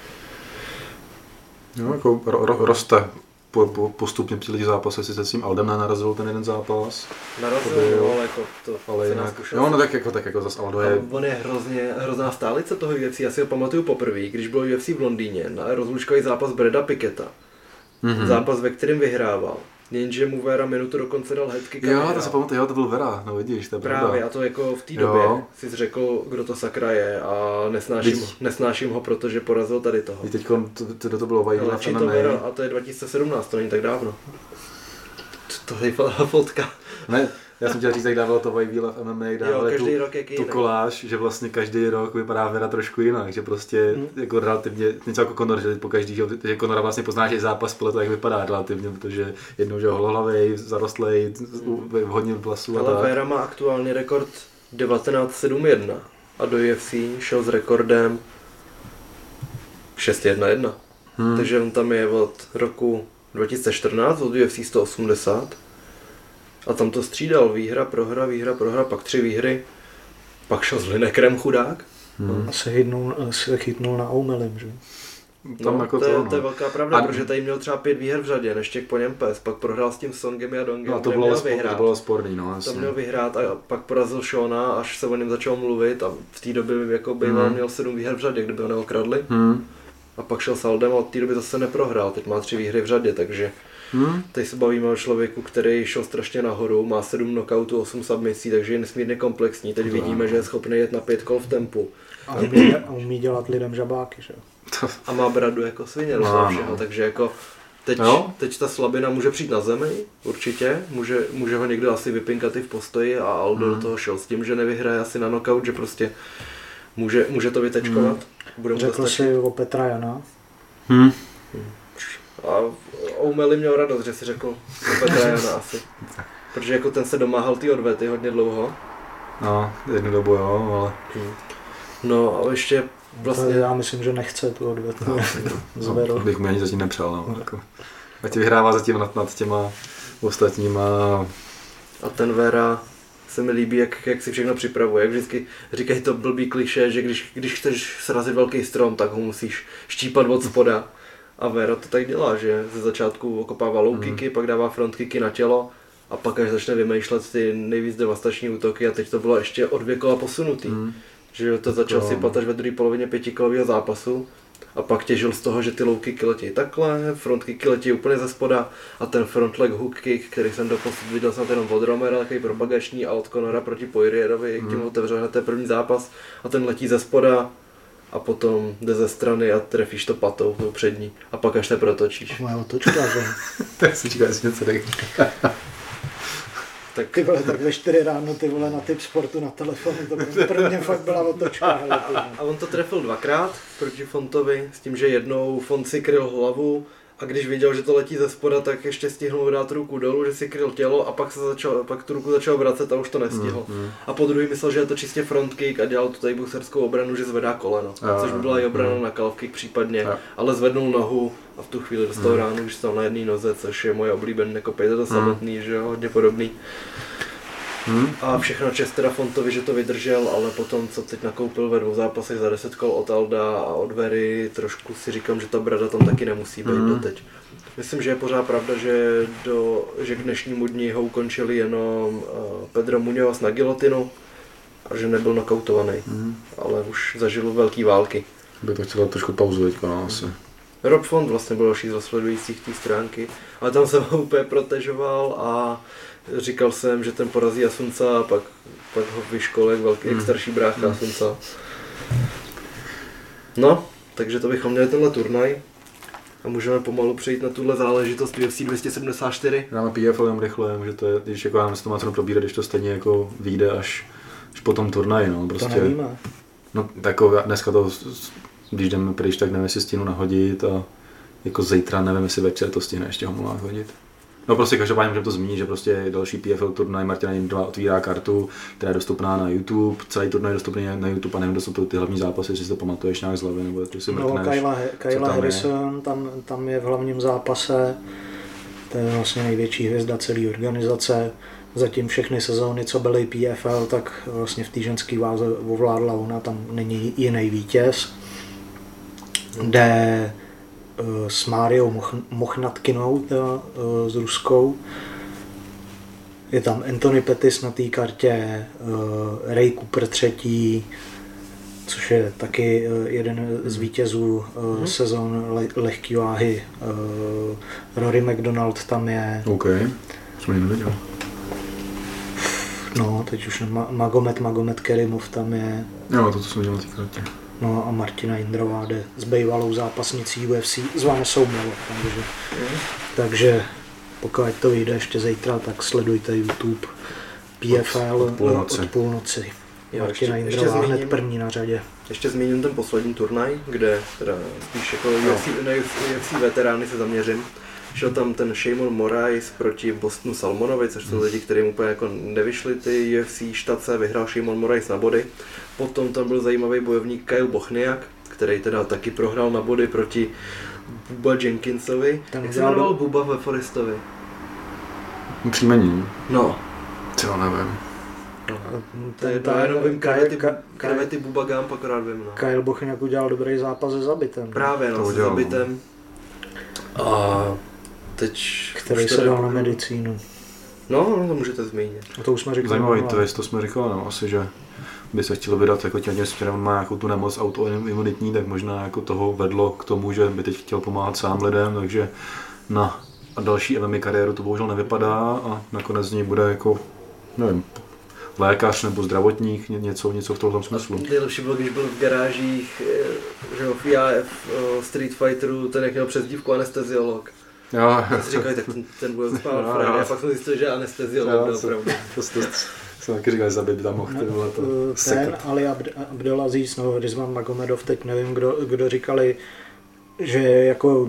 No, jako ro- ro- roste. Po, po, postupně při lidi zápasy si se s tím Aldem narazil ten jeden zápas. Narazil, no, ale jako to ale jinak, jo, no tak jako, tak jako zas Aldo je... On je hrozně, hrozná stálice toho U F C, já si ho pamatuju poprvé, když byl U F C v Londýně, na rozlučkový zápas Breda Picketa. Mm-hmm. Zápas, ve kterém vyhrával. Jenže mu Vera minutu dokonce dal headkick. Jo, to se pamatuju, jo, to byl Vera, no vidíš, to je právě, pravda. A to jako v té době si řekl, kdo to sakra je a nesnáším, Teď... nesnáším ho, protože porazil tady toho. Teď to, to, to, to bylo Vajvila v M M A. Vera, a to je dva tisíce sedmnáct, to není tak dávno. To je fotka. Ne, já jsem chtěl říct, jak dával to Vajvila v M M A, dávali tu, tu koláž, že vlastně každý rok vypadá Vera trošku jinak, že prostě hmm. jako relativně, něco jako Conor, že po každý, že Conora vlastně poznáš i zápas podle toho, jak vypadá relativně, protože jednou, že holohlavej, zarostlej, hmm. hodně vlasů a tak. Vera má aktuálně rekord devatenáct sedm jedna a do U F C šel s rekordem šest jedna jedna. Hmm. Takže on tam je od roku dva tisíce čtrnáct, od U F C sto osmdesát. A tam to střídal, výhra, prohra, výhra, prohra, pak tři výhry, pak šel s Linekerem chudák. Hmm. A se chytnul, se chytnul na Oumelim, že? Tam no, jako to, je, to, no. to je velká pravda, a... protože tady měl třeba pět výher v řadě, než těch po něm pes, pak prohrál s tím Songem a Dongem, no, to bylo, spor, to bylo sporný, no jasně. To měl vyhrát a pak porazil Shona, až se o něm začal mluvit a v té době jako býval hmm. měl sedm výher v řadě, kdyby ho neokradli. Hmm. A pak šel s Aldem a od té doby zase neprohrál, teď má tři výhry v řadě, takže Hmm. Teď se bavíme o člověku, který šel strašně nahoru, má sedm knockoutů, osm submisí, takže je nesmírně komplexní. Teď vidíme, že je schopný jet na pět kol v tempu. A umí, a umí dělat lidem žabáky, že? A má bradu jako svině, no, všeho, takže jako teď, teď ta slabina může přijít na zemi, určitě, může, může ho někdo asi vypinkat i v postoji a Aldo hmm. do toho šel s tím, že nevyhraje asi na knockout, že prostě může, může to vytečkovat. Hmm. Řekl si o Petra Jana. Hmm. Hmm. A O'Malley měl radost, že si řekl Petra Jana asi. Protože jako ten se domáhal ty odvety hodně dlouho. No, jednu dobu jo, ale... Hmm. No a ještě vlastně... Já myslím, že nechce tu odvetu. No, no, no, bych mi ani zatím nepřál, no. Jako. Ať vyhrává zatím nad, nad těma ostatníma. A ten Vera se mi líbí, jak, jak si všechno připravuje. Jak vždycky říkají to blbý klišé, že když, když chceš srazit velký strom, tak ho musíš štípat od spoda. A Vera to tak dělá, že ze začátku okopává low kicky, mm. pak dává front kicky na tělo a pak až začne vymýšlet ty nejvíc devastační útoky a teď to bylo ještě o dvě kola posunutý. Mm. Že to začal to... sypat až ve druhé polovině pětikolového zápasu a pak těžil z toho, že ty low kicky letí takhle, front kicky letí úplně ze spoda a ten front leg hook kick, který jsem doposud viděl snad jenom od Romera, takový propagační a od Conora proti Poirierovi, mm. tím otevřel hned ten první zápas a ten letí ze spoda. A potom jde ze strany a trefíš to patou, tou přední. A pak až te protočíš. Moje otočka, že? Tak si říká, že něco řekl. Tak ty vole, tak ve čtyři ráno ty vole na Tip Sportu na telefonu, to pro mě fakt byla otočka. A, a, a on to trefil dvakrát proti Fontovi, s tím, že jednou Font si kryl hlavu A když viděl, že to letí ze spoda, tak ještě stihnul dát ruku dolů, že si kryl tělo a pak se začal, pak tu ruku začal vracet a už to nestihl. Mm, mm. A po druhý myslel, že je to čistě front kick a dělal tu tady boxerskou obranu, že zvedá koleno. Jo, což by byla i obrana mm. na calf kick případně, jo. Ale zvednul nohu a v tu chvíli dostal mm. ránu, když stál na jedné noze, což je moje oblíbené, nekopej to samotný, mm. že jo, hodně podobný. Hmm. A všechno čest teda Fontovi, že to vydržel, ale potom, co teď nakoupil ve dvou zápasech za deset kol od Alda a od Very, trošku si říkám, že ta brada tam taky nemusí být hmm. doteď. Myslím, že je pořád pravda, že, do, že k dnešnímu dni ho ukončili jenom uh, Pedro Muñoz na gilotinu a že nebyl nokautovaný, hmm. ale už zažil velký války. By to chtěla trošku pauzu teďka, no, asi. Rob Font vlastně byl další z sledujících té stránky, ale tam jsem ho úplně protežoval a říkal jsem, že ten porazí Asunca a pak, pak ho vyškolil jak velký, jak starší brácha mm. Asunca. No, takže to bychom měli tenhle turnaj a můžeme pomalu přejít na tuhle záležitost U F C dvě stě sedmdesát čtyři. Dáme P F L jenom rychle, že to je, když jako já to má co probírat, když to stejně jako vyjde až, až po tom turnaji, no, prostě. To nevíme. No, jako dneska to, když jdeme pryč, tak nevím, jestli stihnu nahodit a jako zítra nevím, jestli večer to stihne ještě ho mohla nahodit. No prostě každopádně můžeme to zmínit, že prostě další P F L turnaj Martina Jindrová otvírá kartu, která je dostupná na YouTube, celý turnaj je dostupný na YouTube a nevím, kdo jsou to ty hlavní zápasy, jestli si to pamatuješ nějak z hlavy, nebo jestli si mrkneš. No, Kyla, Kyla Harrison, tam, tam je v hlavním zápase, to je vlastně největší hvězda celé organizace. Zatím všechny sezóny, co byly P F L, tak vlastně v té ženské váze ovládla ona, tam není jiný vítěz. Jde s Máriou Mochnatkinou, teda, s ruskou. Je tam Anthony Pettis na té kartě, Ray Cooper třetí, což je taky jeden z vítězů mm. sezon le- lehký váhy. Rory McDonald tam je. OK, jsem ji neviděl. No, teď už Magomed Magomed Kerimov tam je. Jo, to, to jsem viděl na té kartě. No a Martina Jindrová jde s bývalou zápasnicí U F C s Vanessou Melo, takže, mm. takže pokud to vyjde ještě zítra, tak sledujte YouTube P F L od, od půlnoci. Od půlnoci. Jo, Martina ještě, Jindrová ještě hned první na řadě. Ještě zmíním ten poslední turnaj, kde teda spíš jako no. U F C, na U F C veterány se zaměřím. Šel tam ten Shimon Moraes proti Bostonu Salmonovi, což jsou lidi, kterým úplně jako nevyšly ty U F C štace, vyhrál Shimon Moraes na body. Potom tam byl zajímavý bojovník Kyle Bochniak, který teda taky prohrál na body proti Bubba Jenkinsovi. Ten Jak se jmenoval Bubba ve Forestovi? Příjmení. No. Co nevím. No. To je jedno, jenom vím krevety Bubba Gump, akorát vím. No. Kyle Bochniak udělal dobrý zápas se Zabitem. Právě, no, se Zabitem. A teď... Který se dal na medicínu. No, no, to můžete zmínit. A to už jsme říkali. Zajímavý twist, to jsme říkali, no, asi, že by se chtěl vydat jako tím směrem, má nějakou tu nemoc autoimunitní, tak možná jako toho vedlo k tomu, že by teď chtěl pomáhat sám lidem, takže na další M M A kariéru to bohužel nevypadá a nakonec z ní bude jako, nevím, lékař nebo zdravotník, něco, něco v tomhle smyslu. Nejlepší bylo, když byl v garážích, že v I A F Street Fighteru, ten jak měl přezdívku anesteziolog. Jo, jo. Si říkali, tak ten, ten bude spát Freddy a pak jsme zjistili, že anesteziolog byl opravdu. To jsem taky říkal, že Zabit tam mohl ty vole to sekat. Ten Ali Abdelaziz, no Rizman Magomedov, teď nevím, kdo, kdo říkali, že jako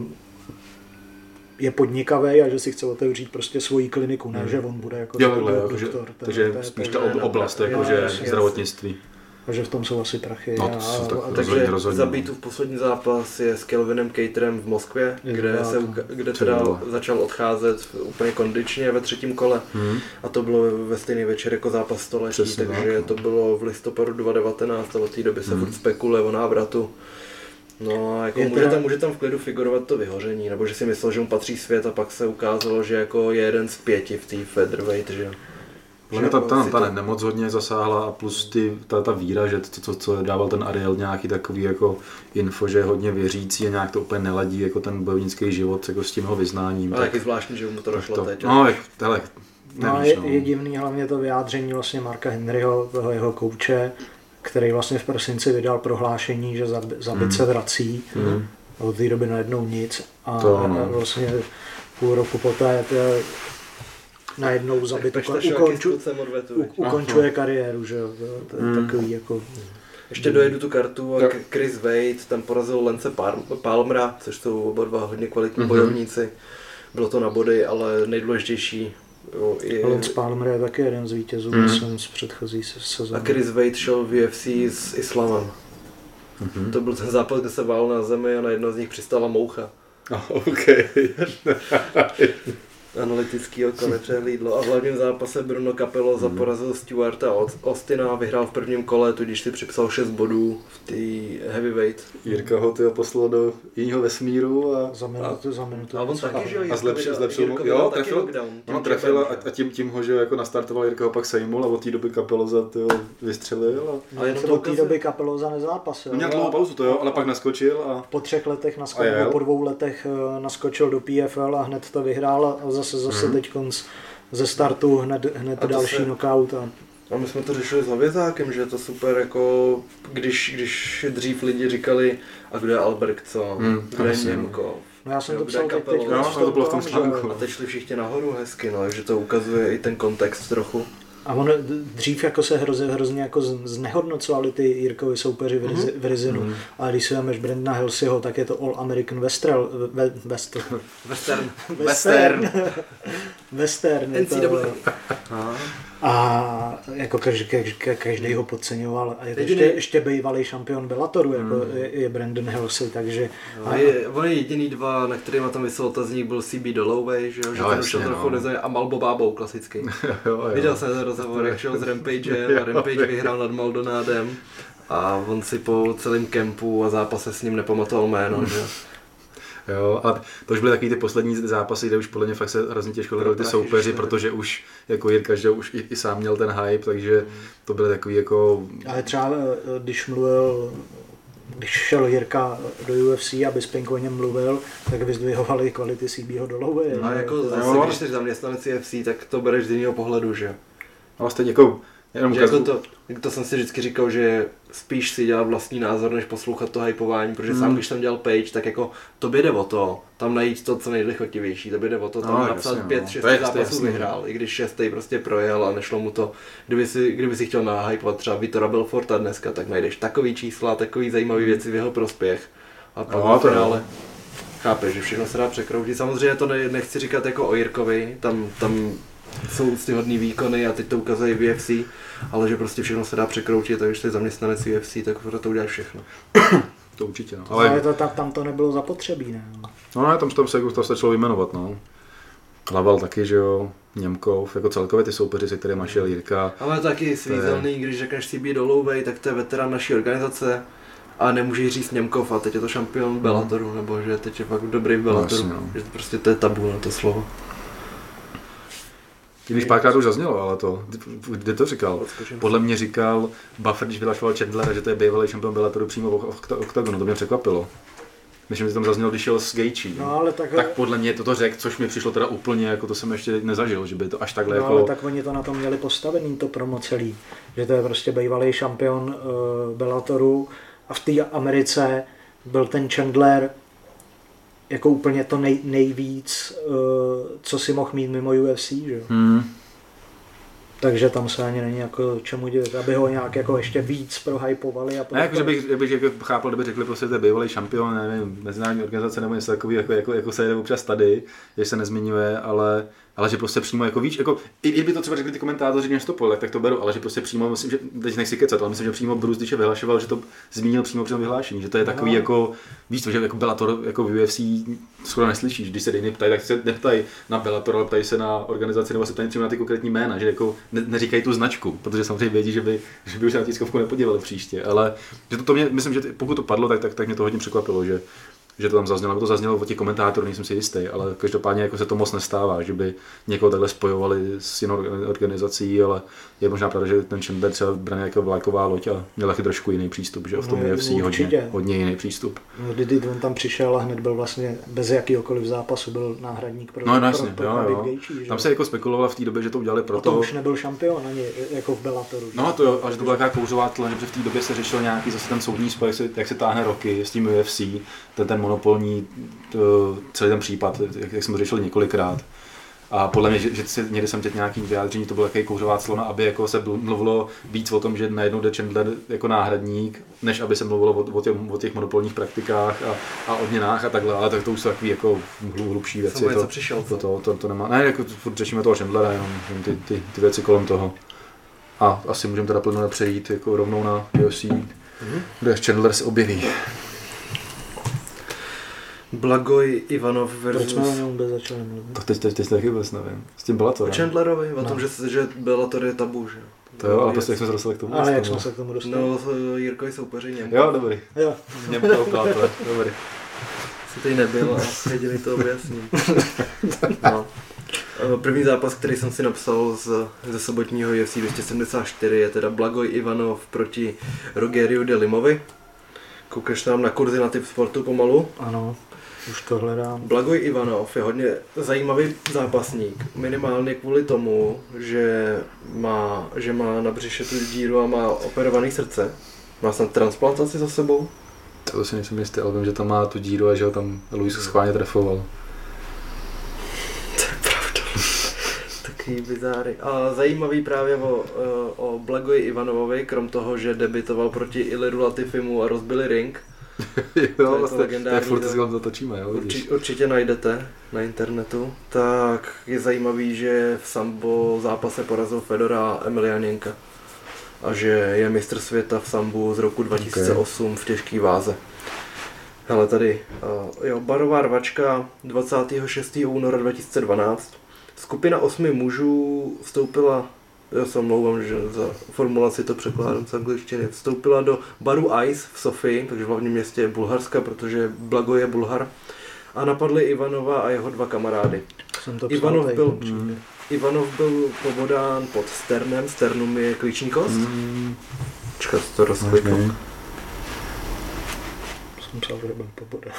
je podnikavý a že si chce otevřít prostě svoji kliniku, ne, hmm. že on bude jako jo, doktor. Jo, že, takže spíš ta oblast, jako že zdravotnictví. A že v tom jsou asi prachy. No, a, a, tak, a, takže Zabitův poslední zápas je s Kelvinem Caterem v Moskvě, je kde, se, kde teda začal odcházet úplně kondičně ve třetím kole. Hmm. A to bylo ve stejný večer jako zápas století, přesně, takže tak. To bylo v listopadu dva tisíce devatenáct a od té doby se hmm. furt spekuluje o návratu. No, jako může, teda... tam, může tam v klidu figurovat to vyhoření, nebo že si myslel, že mu patří svět a pak se ukázalo, že jako je jeden z pěti v té featherweight, že Hlavně ta, ta, ta nemoc hodně zasáhla a plus ty, ta, ta víra, že to, co, co dával ten Ariel nějaký takový jako info, že je hodně věřící a nějak to úplně neladí jako ten bojovnický život jako s tím jeho vyznáním. Ale taky zvláštní, že mu to došlo to, teď. No, jak, hele, no, je, je divný hlavně to vyjádření vlastně Marka Henryho, toho jeho kouče, který vlastně v prosinci vydal prohlášení, že Zabit mm. se vrací. Mm. Od té doby najednou nic a to, no. vlastně půl roku poté to najednou Zabit ukonču, u, ukončuje kariéru, že jo, to je mm. takový jako... Ještě dojedu tu kartu a Jo. Chris Wade tam porazil Lance Par- Palmera, což jsou oba dva hodně kvalitní Mhm. bojovníci. Bylo to na body, ale nejdůležitější jo, je... Lance Palmer je taky jeden z vítězů, Mm. myslím, z předchozí se- sezóny. A Chris Wade šel v U F C s Islamem. Mhm. To byl ten zápas, kde se vál na zemi a na jedno z nich přistála moucha. Oh, OK. Analytický oko nepřehlídlo. A v hlavním zápase Bruno Capello Mhm. porazil Stewarta a Austina a vyhrál v prvním kole, tudíž si připsal šest bodů v té heavyweight. Jirka ho tyho poslal do jiného vesmíru a, Za minutu, za minutu. A on taky, že jo, a Jirko zlepšil, vydal- zlepšil mu, Jirko jo, vydal taky trefil, lockdown. Tím no, trefil a, čepem, že? a tím, tím ho, že jako nastartoval, Jirka ho pak sejmul a od té doby Capello tyho vystřelil. A... A jenom se to od té ukazuje- doby Capello nezápasil. No, měl dlouhou pauzu to jo, ale pak naskočil a... Po třech letech A naskočil, jel. nebo po dvou letech eh, naskočil do P F L a hned to vyhrál a zase, zase Mhm. teď konc ze startu hned, hned A to další se- knockout. A A my jsme to řešili s Havězákem, že je to super, jako když, když dřív lidi říkali, a kdo je Albertson, Hmm, kdo je jasně, no. Němkov. no já jsem Jo, to kde psal teď, Capello? teď No, to bylo v tom že- článku. A teď šli všichni nahoru hezky, no, takže to ukazuje i ten kontext trochu. A on dřív jako se hrozně, hrozně jako z- znehodnocovali ty Jirkovi soupeři v, Rizi, v Rizinu, Mhm. ale když si vezmeš Brandona Hillsyho, tak je to All American Westrel, ve, Western. Western. Western. Western. je N C A to, A. Aha. a jako každý, každý, každý ho podceňoval a je to Jediný- ještě, ještě bývalý šampion Bellatoru, jako Mhm. je, je Brandon Hillsy, takže No, je, on je jediný dva, na kterýma tam vysel otazník, byl C B Dalloway, že, jo, že Jo, ten jasně, už trochu no. nezajímá, a Malbo Bábou klasický. jo, jo. Viděl jsem ten rozhovor, jak šel s Rampagem a Rampage vyhrál nad Maldonádem a on si po celém kempu a zápase s ním nepamatoval jméno, že? Jo, ale to už byly takový ty poslední zápasy, kde už podle mě fakt se hrozně těžko hledali ty Prachy, soupeři, že? protože už jako Jirka, že už i, i sám měl ten hype, takže to byly takový jako... ale třeba eh, když mluvil, když šel Jirka do U F C a Bisping o něm mluvil, tak vyzdvihovali kvality C Bho Dalloway. A že jako to- zase, Jo. když jsi zaměstnanec C F C, tak to bereš z jiného pohledu, že? A vlastně jako... Jenom Že jako ukazu, to, to jsem si vždycky říkal, že spíš si dělat vlastní názor, než poslouchat to hypování, protože Hmm. sám když jsem dělal page, tak jako to jde o to, tam najít to, co nejlichotivější, to jde o to, tam No, napsat jasně, no. pět, To šest je jasný, zápasů jasný. vyhrál, i když šestý prostě projel a nešlo mu to. Kdyby si, kdyby si chtěl nahypovat třeba Vitora Belforta dneska, tak najdeš takový čísla, takový zajímavý věci v jeho prospěch. A pak No, v to finále chápeš, že všechno se dá překroutit. Samozřejmě to ne, nechci říkat jako o Jirkovi, tam, tam jsou úctyhodný výkony a teď to ukazuje v U F C, ale že prostě všechno se dá překroutit, takže když jsi zaměstnanec U F C, tak pro to uděláš všechno. to určitě, no. Ale Ale to, tam, tam to nebylo zapotřebí, ne? no, ne, tam, tam se jako to stačilo vyjmenovat, no. Laval taky, že jo, Němkov, jako celkově ty soupeři, se kterými šel Jirka. Ale taky svízelný, když řekneš C B Dalloway, tak to je veterán naší organizace a nemůžeš říct Němkov a teď je to šampion Bellatoru, nebo že teď je fakt dobrý v Bellatoru, No, jasně, no. že to prostě to je tabu na to slovo. I když párkrát už zaznělo, ale to, kde to říkal? Odskočím. Podle mě říkal Buffer, když vyhlašoval Chandlera, že to je bývalý šampion Bellatoru přímo v okta- oktagonu, to mě překvapilo. Myslím, že tam zaznělo, když šel s Gaethje. No ale tak, Tak podle mě toto řekl, což mi přišlo teda úplně, jako to jsem ještě nezažil, že by to až takhle no, jako... ale tak oni to na tom měli postavený, to promo celý. Že to je prostě bývalý šampion uh, Bellatoru a v té Americe byl ten Chandler jako úplně to nej, nejvíc, uh, co si mohl mít mimo U F C, že jo. Hmm. Takže tam se ani není jako čemu dělat, aby ho nějak jako ještě víc prohypovali. A Ne, jako, že bych, bych jako chápal, kdyby řekli prostě, že to je bývalý šampion, nevím, mezinárodní organizace nebo něco takového, jako, jako, jako se jede občas tady, že se nezmiňuje, ale, ale že prostě přímo jako víš, jako, i, i by to třeba řekli ty komentátoři, než to pojel, tak to beru, ale že prostě přímo, myslím, že teď nechci kecat, ale myslím, že přímo Bruce, když je vyhlašoval, že to zmínil přímo při tom vyhlášení, že to je takový No. jako, víš to, že jako Bellator, jako v U F C skoro neslyšíš, když se dejny ptají, tak se neptají na Bellator, ale ptají se na organizaci nebo se ptají přímo na ty konkrétní jména, že jako ne, neříkají tu značku, protože samozřejmě vědí, že by, že by už na tiskovku nepodívali příště, ale že to, to mě, myslím, že pokud to padlo, tak, tak, tak mě to hodně překvapilo, že, že to tam zaznělo, nebo to zaznělo od těch komentátorů, nejsem si jistý, ale každopádně jako se to moc nestává, že by někoho takhle spojovali s jinou organizací, ale je možná pravda, že ten Chandler třeba braný jako vlaková loď a měl taky trošku jiný přístup, že v tom No, U F C určitě. hodně, hodně jiný přístup. No, kdy on tam přišel a hned byl vlastně bez jakýhokoliv zápasu, byl náhradník pro, No, no pro, jasně, pro, jo, pro jo. Gaethje, že Tam jo. se jako spekulovalo v té době, že to udělali A proto... to už nebyl šampion ani jako v Bellatoru. že? No to jo, ale že to byla taková kouřová tla, že v té době se řešil nějaký zase ten soudní spor, jak se, jak se táhne roky s tím U F C, ten, ten monopolní, to, celý ten případ, jak, jak jsme to řešili několikrát. A podle mě, že, že někdy jsem teď nějaký vyjádření, to bylo takový kouřová clona, aby jako se mluvilo víc o tom, že najednou jde Chandler jako náhradník, než aby se mluvilo o, o, těch, o těch monopolních praktikách a, a odměnách a takhle, ale tak to už jsou takový jako hlubší věci. Jsem to, přišel, to, to, to, to nemá, ne, jako furt řešíme toho Chandlera, jenom ty, ty, ty věci kolem toho. A asi můžeme teda plně přejít jako rovnou na U F C, mm-hmm. kde Chandler se objeví. Blagoj Ivanov versus... Proč jsme o něm vůbec začali mluvit? To teď, teď, teď taky vůbec nevím. S tím Bellatorem. O Chandlerovi, o No. tom, že, že Bellator je tabu, že? To jo, ale prostě jak jsme se dostali k tomu. Ale jak tomu. jsme se k tomu dostali? No, Jirkovi soupeři Němko. Jo, dobrý. Jo. Němko, Bellator, dobrý. Jsi tady nebyl a jediný to objasním. No. První zápas, který jsem si napsal z, ze sobotního U F C dvě stě sedmdesát čtyři, je teda Blagoj Ivanov proti Rogeriu de Limovi. Koukáš nám na kurzy na typ sportu pomalu. Ano, už to hledám. Blagoj Ivanov je hodně zajímavý zápasník, minimálně kvůli tomu, že má, že má na břiše tu díru a má operovaný srdce. Má snad transplantaci za sebou. To si nejsem jistý, ale vím, že tam má tu díru a že ho tam Luis schválně trefoval. To je pravda. Takový bizáry. A zajímavý právě o, o Blagoji Ivanovovi, krom toho, že debitoval proti Iliru Latifimu a rozbili ring. Jo, to je vlastně, to legendární. to je furt si to točíme, jo, Urči, vidíš. určitě najdete na internetu. Tak je zajímavý, že v sambo zápase porazil Fedora a Emelianenka. A že je mistr světa v sambu z roku dva tisíce osm okay. v těžké váze. Hele tady, uh, jo, barová rvačka dvacátého šestého února dva tisíce dvanáct. Skupina osmi mužů vstoupila, já se omlouvám, že za formulaci to překládám z angličtiny, vstoupila do baru Ice v Sofii, takže v hlavním městě Bulharska, protože Blagoj je Bulhar, a napadli Ivanova a jeho dva kamarády. Jsem to Ivanov psal, byl, mm. Ivanov byl pobodán pod sternem, sternum je klíční kost. Mm. Čekat, to rozkliknu. Jsem psal, že byl pobodán.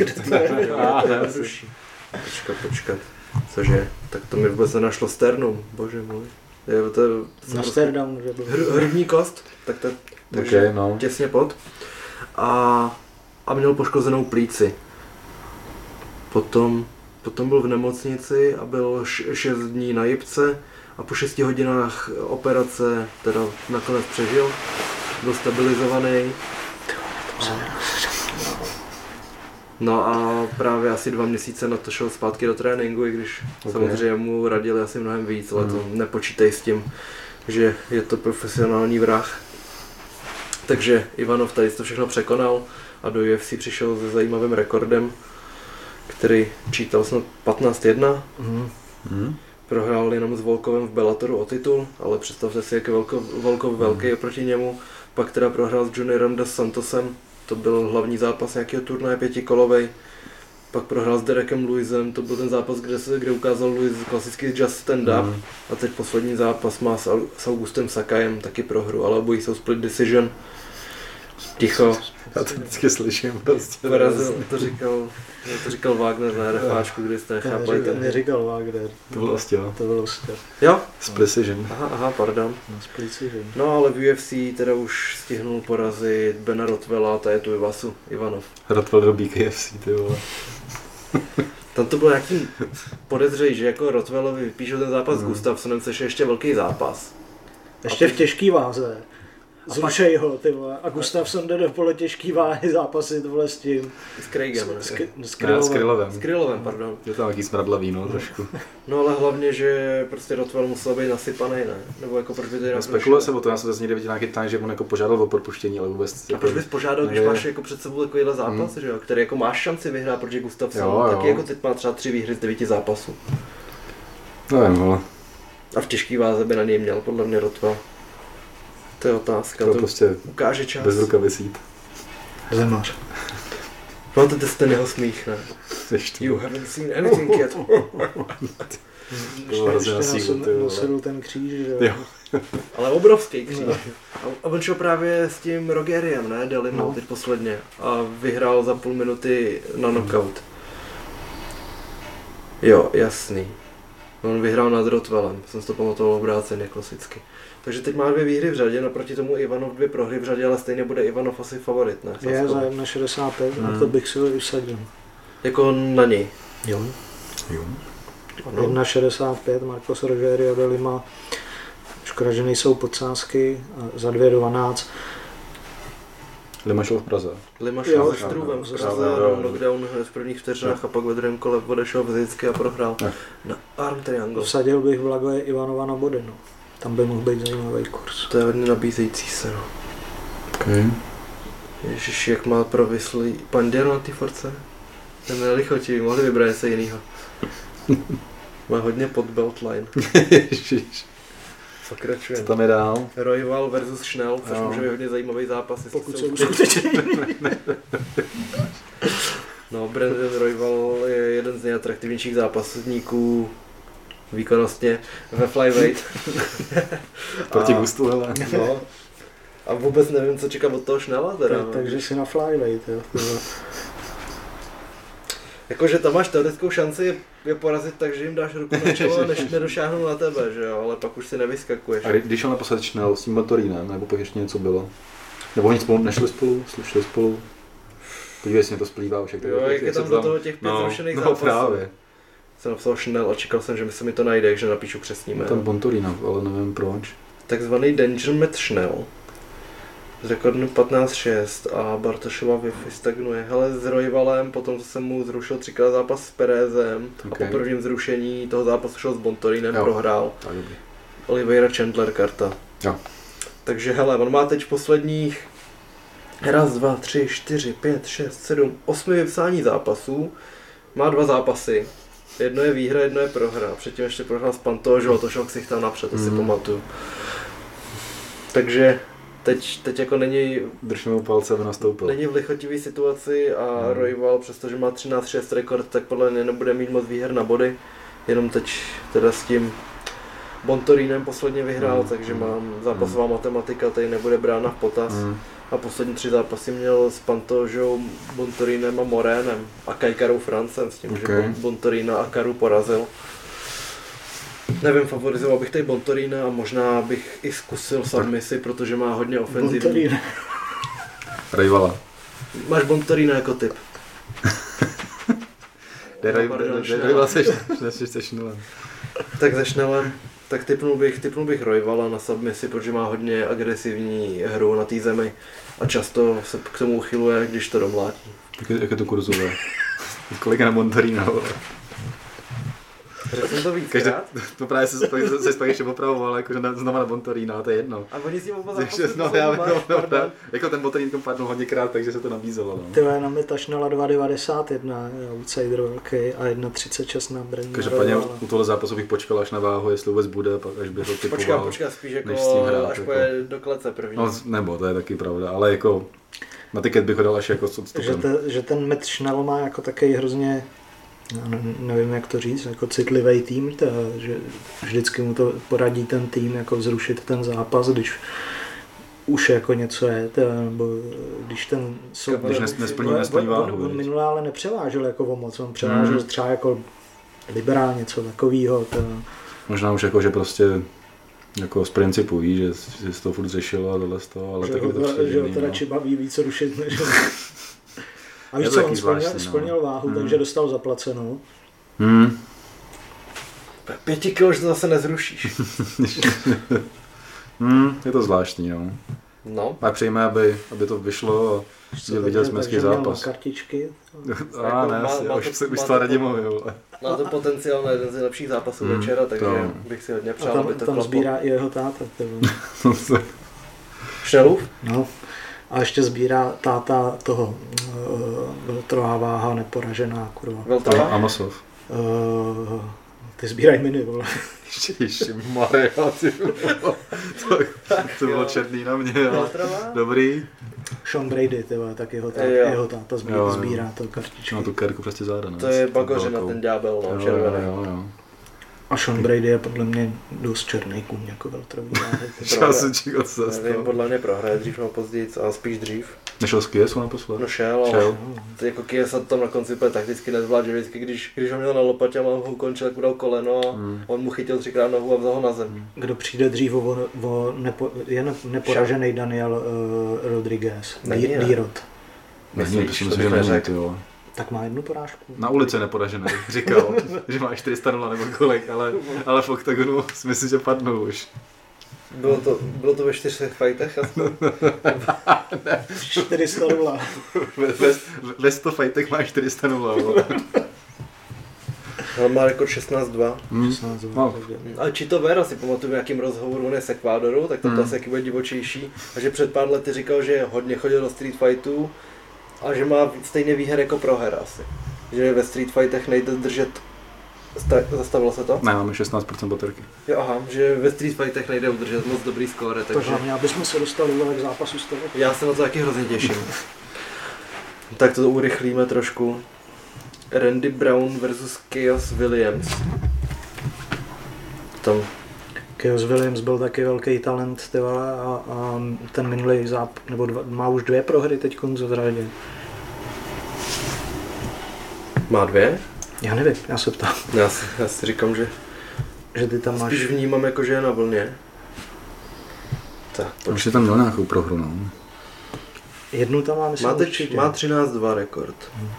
Počkat, počkat. Cože? Tak to mi vůbec nenašlo sternum, bože můj. Je, to je, Na Sterdamu, že byl. Hr, hrudní kost, tak to, takže okay, no. těsně pod. A, a měl poškozenou plíci. Potom, potom byl v nemocnici a byl šest dní na jipce a po šesti hodinách operace teda nakonec přežil. Byl stabilizovaný. No a právě asi dva měsíce na to šel zpátky do tréninku, i když okay. samozřejmě mu radili asi mnohem víc, ale to nepočítej s tím, že je to profesionální vrah. Takže Ivanov tady to všechno překonal a do U F C přišel se zajímavým rekordem, který čítal snad patnáct jedna. Mm. Mm. Prohrál jenom s Volkovem v Bellatoru o titul, ale představte si, jak je Volkov, Volkov velký oproti němu. Pak teda prohrál s Juniorem dos Santosem, to byl hlavní zápas nějakého turnaje pětikolovej. Pak prohrál s Derekem Lewisem, to byl ten zápas, kde, se, kde ukázal Lewis klasický just stand-up. Mm. A teď poslední zápas má s, s Augustem Sakajem, taky prohru, ale obojí jsou split decision. Ticho. Já to vždycky slyším prostě. Vyrazil, to říkal, to říkal Wagner na RFáčku, když jste nechápali. To neříkal Wagner. To bylo vlastně, jo. To bylo vlastně. Jo? S precision. Aha, aha, pardon. No, s precision. No ale v U F C teda už stihnul porazit Bena Rothwella a Taetu Iwasu, Ivanov. Rothwell do B K F C, ty vole. Tam to bylo nějaký podezřej, že jako Rothwellovi vypíšou ten zápas mm. s Gustafsonem, což je ještě velký zápas. Ještě v těžký váze. Zrušej ho, ty vole. A Gustafsson jde do pole těžký váhy zápasit, vole, s tím. S Craigem, S, ne? s, s Krylovem. S Krylovem, pardon. Je tam nějaký smradlavý, no, trošku. No ale hlavně, že prostě Rothwell musel být nasypaný, ne? Nebo jako proč by to jinak Spekuluje se o to, já jsem zase někde viděl nějaký tán, že on jako požádal o propuštění, ale vůbec... A proč bys požádal, když máš jako před sebou takovýhle zápas, hmm. že jo? Který jako máš šanci vyhrát, protože Gustafsson jo, taky jo. Jako teď má třeba tři výhry z devíti zápasů. Nevím, vole. A v těžký váze by na něj měl podle mě Rothwell. To je otázka, to, to prostě ukáže čas. Bez ruka vysít. Zemář. No to je ten jeho smích, ne? You haven't seen anything yet. Ještě nosil ten kříž, že jo. Ale obrovský kříž. A on šel právě s tím Rogeriem, ne? Delim no. Teď posledně. A vyhrál za půl minuty na knockout. Jo, jasný. On vyhrál nad Rothwellem, jsem si to pamatoval obráceně klasicky. Takže teď má dvě výhry v řadě, naproti tomu Ivanov dvě prohry v řadě, ale stejně bude Ivanov asi favorit, ne? Je za jedna šedesát pět, hmm. a to bych si ho usadil. Jako na něj? Jo. Jo. jedna šedesát pět Marcos Rogerio de Lima. Škoda, že nejsou podsázky. Za dvě dvanáct. Lima šel v Praze. Lima Jo, šel se jo, Strůvem jo, v jo, Praze, jo, jo. knockdown hned v prvních vteřinách a pak ve druhém kole odešel fyzicky a prohrál Jo. na Arm Triangle. Vsadil bych Vlagoje Ivanova na body, no. Tam by mohl být zajímavý kurz. To je hodně nabízející se, no. Okay. Ježiš, jak má provislý Pandiero na té force? Ten je lichotivý, mohli vybrat něco jinýho. Má hodně pod beltline. Ježiš. Pokračujeme. Co tam je dál? Royval versus Schnell, což Jo. může být hodně zajímavý zápas. jestli Pokud se se uskuteční. uskuteční. No, Brandon Royval je jeden z nejatraktivnějších zápasníků výkonnostně ve flyweight. Proti A- gustu, hele. No. A vůbec nevím, co čekat od toho Schnella teda. Tak- Takže si na flyweight, jo. Jakože tam máš teoretickou šanci je, je porazit tak, že jim dáš ruku na čelo, než nedošáhnou na tebe, že jo, ale pak už si nevyskakuješ. A kdy- když šel naposled Schnell s tím Motorínem, nebo pak ještě něco bylo? Nebo oni spolu nešli spolu? Šli spolu? Podívej si, mě to splývá už. Jak to Jo, jak je se tam to do toho těch pět no, zrušených no, zápasů. právě. Jsem napsal Schnell a čekal jsem, že mi se mi to najde, že napíšu křestní No, jméno. tam Bontorina, ale nevím proč. Takzvaný Danger Matt Schnell. Z rekordem patnáct šest a Bartošova Wi-Fi stagnuje. Hele, s Royvalem, potom jsem mu zrušil třikrát zápas s Perezem Okay. a po prvním zrušení toho zápasu šel s Bontorinem, Jo. prohrál. Tak dobrý. Oliveira Chandler karta. Jo. Takže hele, on má teď posledních raz, dva, tři, čtyři, pět, šest, sedm, osmi vypsání zápasů. Má dva zápasy. Jedno je výhra, jedno je prohra. Předtím ještě prohrál s Pantožou, to šel ksichtal napřed, to si Mhm. pamatuju. Takže teď, teď jako není, Držíme mu palce, aby nastoupil. není v lichotivý situaci a Mhm. Royval, přestože má třináct šest rekord, tak podle mě nebude mít moc výher na body. Jenom teď teda s tím Bontorínem posledně vyhrál, Mhm. takže mám zápasová matematika, tady nebude brána v potaz. Mm. A poslední tři zápasy měl s Pantožou, Bontorínem a Morénem a Kajkarou Francem, s tím, Okay. že Bon- Bontorína a Karu porazil. Nevím, favorizoval bych tady Bontorína a možná bych i zkusil submisi, protože má hodně ofenzivní. Bontorín. Rejvala. Máš Bontorína jako typ. Jde No, Rej- pardon, jde- jde Schnell. Rejvala se se- se Schnellem. Tak se Schnellem, tak typnul bych, typnul bych Royvala na submisi, protože má hodně agresivní hru na té zemi a často se k tomu uchyluje, když to domlátí. Jak je, jak je to kurzové? Kolik je na Bontorina, vole? Řekl jsem to Každý, víckrát? to právě se, se, se spíš ještě opravoval, jakože na- znova na Bontorina, ale to je jedno. A oni s ním oba Takže, zápasy no, to já, jsou no, máš, no, pardon. no, jako ten Bontorín tam padnul hodněkrát, takže se to nabízelo. No. Ty na mě tašnala dva devadesát jedna, outsider velký a jedna třicet šest na Brandona Každopádně Royvala. u tohle zápasu bych počkal až na váhu, jestli vůbec bude, pak až bych ho typoval. Počká, počká, spíš než s tím jako hrát, až jako. pojede do klece první. No, nebo, to je taky pravda, ale jako na tiket bych ho dal až jako s Že, odstupem. te, že ten Matt Schnell má jako takový hrozně, já ne, nevím jak to říct, jako citlivý tým, to, že vždycky mu to poradí ten tým jako zrušit ten zápas, když už jako něco je, to, nebo když ten sou- Když nes- nesplní- on- nesplní on- váhu, On, on viď? minule ale nepřevážel jako o moc, on převážel Mm. třeba jako liberál něco takového. To, Možná už jako, že prostě jako z principu ví, že, že se to furt řešilo a tohle z toho, ale že tak ho, je to to, přijde že ho jiný, to no. radši baví víc rušit, než a Je víš to co, taky on splnil, zvláštní, no. splnil váhu, Mm. takže dostal zaplacenou. Hmm. Pěti kilo, že to zase nezrušíš. Hmm, je to zvláštní, no. No. A přejme, aby, aby to vyšlo a viděl, viděl jsme hezký takže měl zápas. kartičky. A Jako ne, má- asi, má už to- se, už má to to- Radimovi, vole. Má to potenciál na jeden z nejlepších zápasů Hmm, večera, takže to- bych si hodně A přál, tam, aby to tam klaplo. sbírá i jeho táta. ty vole. Schnellův? No. A ještě sbírá táta toho uh, veltrová váha neporažená, kurva. Veltrová? Amosov. Uh, ty sbírají miny, vole. Ježišmarja, ty vole. to, to bylo Jo. černý na mě, ale Veltrová? dobrý. Sean Brady, ty vole, tak jeho, tá, Jo. jeho táta sbírá, Jo, jo. sbírá to kartičky. Má tu kerku prostě záda, ne? To je S bagořina, velkou. ten ďábel, no, Jo, jo, červený. jo, jo. A Sean Brady je podle mě dost černý kůň jako veltrový váhy. ty. Já jsem čekal, co se Nevím, stalo. podle mě prohraje dřív nebo později, a spíš dřív. Nešel s Kiesu naposled? No šel, ale Šel. to jako Kiesa tam na konci úplně takticky nezvládl, že vždycky, když, když ho měl na lopatě a mám ho ukončil, tak mu dal koleno a Hmm. on mu chytil třikrát nohu a vzal ho na zem. Kdo přijde dřív o, o nepo, je ne- neporažený Daniel uh, Rodriguez, Není, ne? D-Rod. Není, Myslíš, to si to myslím, bych že není, neřekl. ty vole. Tak má jednu porážku. Na ulici neporažený, říkal, že má čtyři sta nula nebo kolik, ale, ale v oktagonu si myslím, že padnul už. Bylo to, bylo to ve čtyřech fightech aspoň? čtyři sta nula. Ve, ve, ve sto fightech má čtyři sta nula. Ale má rekord šestnáct dva. Hmm. No. A Chito Vera si pamatuju v nějakým rozhovoru, on je z Ekvádoru, tak to Hmm. asi jaký bude divočejší. A že před pár lety říkal, že hodně chodil do street fightů a že má stejně výher jako proher asi. Že ve street fightech nejde držet... Sta- zastavilo se to? Ne, máme šestnáct procent baterky. Jo, aha, že ve street fightech nejde udržet moc dobrý skóre, To takže hlavně, aby jsme se dostali k zápasu z toho. já se na to taky hrozně těším. Tak to urychlíme trošku. Randy Brown versus Chaos Williams. Tam Chaos Williams byl taky velký talent, ty vole, a, a ten minulý záp, nebo dva, má už dvě prohry teď v řadě. má dvě? Já nevím, já se ptám, Já si, já si říkám, že že ty tam máš... spíš vnímám jako, že je na vlně. Tak, Už si tam měl nějakou prohru, no. Jednu tam má, myslím, má, teď, určitě. má třináct dva rekord.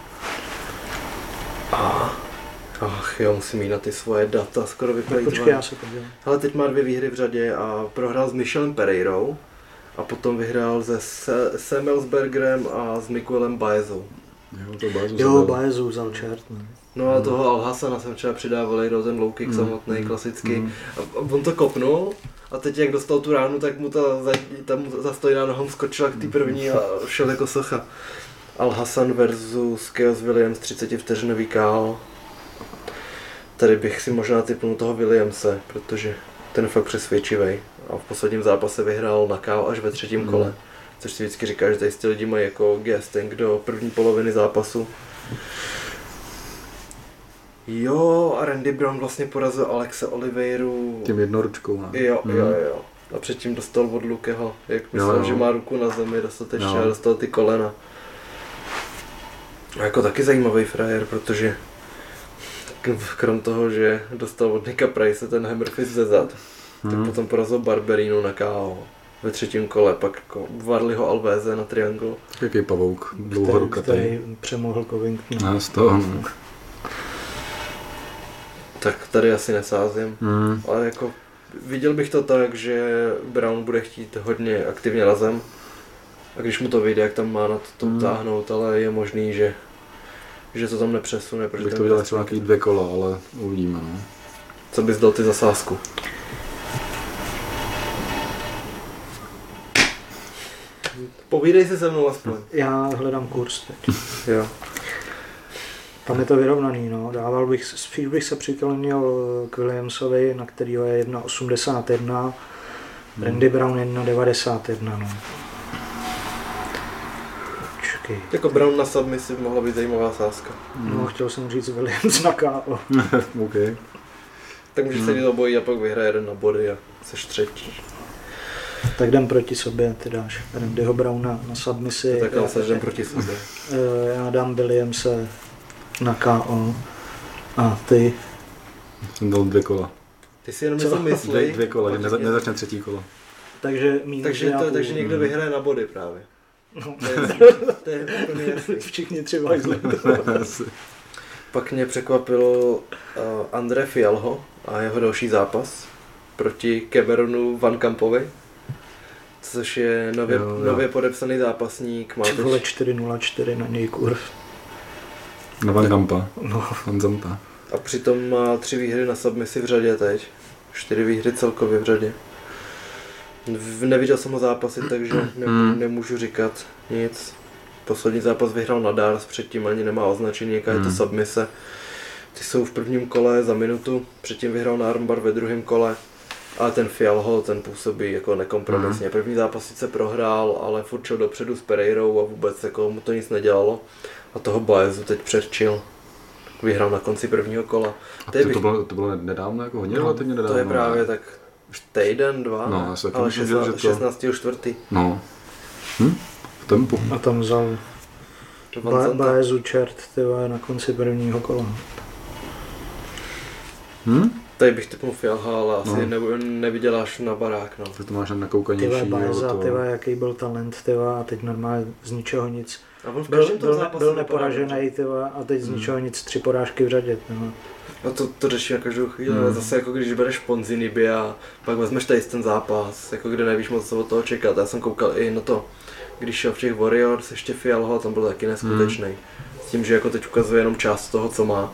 A, ach jo, musím jít na ty svoje data, skoro Tak vypadají počkej, dva. já se podívám. Ale teď má dvě výhry v řadě a prohrál s Michelem Pereirou a potom vyhrál se Semelsbergerem a s Miguelem Baezou. Jo, to Baezu Jo, zabil. Baezu vzal čert, ne? No a toho Al-Hassana jsem třeba přidávali do ten low kick Mm, samotný, mm, klasický. mm. A on to kopnul a teď jak dostal tu ránu, tak mu ta, ta, mu ta stojná nohou skočila k té první a šel jako socha. Al-Hassan versus Chaos Williams, třicet vteřinový K O. Tady bych si možná tipnul toho Williamse, protože ten je fakt přesvědčivý. A v posledním zápase vyhrál na K O až ve třetím Mm. kole. Což si vždycky říká, že tady ty lidi mají jako gesting do první poloviny zápasu. Jo, a Randy Brown vlastně porazil Alexa Oliveiru. Tím jednoručkou, ne? Jo, Mm. jo, jo. A předtím dostal od Lukeho, jak myslel, Jo, jo. že má ruku na zemi dostatečně Jo. a dostal ty kolena. A jako taky zajímavý frajer, protože k- krom toho, že dostal od Nicka Price ten hammerfist ze zad, tak Hmm. potom porazil Barberinu na K O ve třetím kole, pak jako Varliho Alvéze na triangle. Jaký pavouk, Který, dlouhorukatý. který přemohl Covington. Ne, z toho, no. Tak tady asi nesázím. Hmm. Ale jako viděl bych to tak, že Brown bude chtít hodně aktivně razem. A když mu to vyjde, jak tam má na to, to Hmm. táhnout, ale je možný, že, že to tam nepřesune. Protože Bych ten to viděl wrestling- třeba nějaký dvě kola, ale uvidíme, no. Co bys dal ty za sázku? Povídej si se mnou aspoň. Já hledám kurz teď. Jo. Tam je to vyrovnaný, no. Dával bych, spíš bych se přiklonil k Williamsovi, na kterýho je jedna osmdesát jedna, Randy Brown jedna devadesát jedna, no. Počkej. Jako Brown na submissive mohla být zajímavá sázka. No, chtěl jsem říct Williams na K O. OK. Tak může se jít do bojí a pak vyhraje jeden na body a seš třetí. Tak jdem proti sobě, ty dáš Randyho Browna na submisi. Tak já, ale se jdem proti sobě. eh, já dám Williamse na K O. A ty? Jsem dal dvě kola. Ty si jenom Co? něco Dvě, myslí. dvě kola, Pak neza, mě- nezačne třetí kolo. Takže minus Takže, dvě a to, půl. takže někdo Mm. vyhraje na body právě. No. To je, to je úplně jasný. Všichni tři vajzli. Pak mě překvapilo uh, André Fialho a jeho další zápas proti Cameronu Van Kampovi, což je nově, Jo, jo. nově podepsaný zápasník. Má Ty vole teď, čtyři nula čtyři na něj, kurv. Na Van Kampa. No, Van Zampa. a přitom má tři výhry na submisi v řadě teď. Čtyři výhry celkově v řadě. V- Neviděl jsem ho zápasy, takže ne, Mm. nemůžu říkat nic. Poslední zápas vyhrál na Dars, předtím ani nemá označení, jaká je to Mm. submise. Ty jsou v prvním kole za minutu, předtím vyhrál na armbar ve druhém kole. Ale ten Fialho, ten působí jako nekompromisně. První zápas sice prohrál, ale furt šel dopředu s Pereirou a vůbec jako mu to nic nedělalo. A toho Baezu teď předčil. Vyhrál na konci prvního kola. A Teď to, bych- to, bylo, to bylo nedávno, jako hodně No, relativně nedávno. To je právě ne? tak týden, dva, No, ne? já si taky ale myslím, že- šestnáct, že to- šestnáctého čtvrtý. No. Hm? V tempu. a tam vzal ba- Baezu čert, ty vole, na konci prvního kola. Hm? Tady bych typnul Fialha, ale asi No. ne, nevyděláš na barák, no. Tak to máš na Ty vole, nakoukanější. Baeza, to... ty vole, jaký byl talent, ty vole, a teď normálně z ničeho nic. A on v Byl, každém tom byl, zápase byl vypadá neporažený tyva, a teď z ničeho nic tři porážky v řadě. No. A to, to řeší na každou chvíli, Hmm. ale zase jako když bereš Ponzinibbia a pak vezmeš tady ten zápas, jako kde nevíš moc co od toho čekat. Já jsem koukal i na to, když šel v těch Warriors, ještě Fialho, tam byl taky neskutečný. Hmm. S tím, že jako teď ukazuje jenom část toho, co má.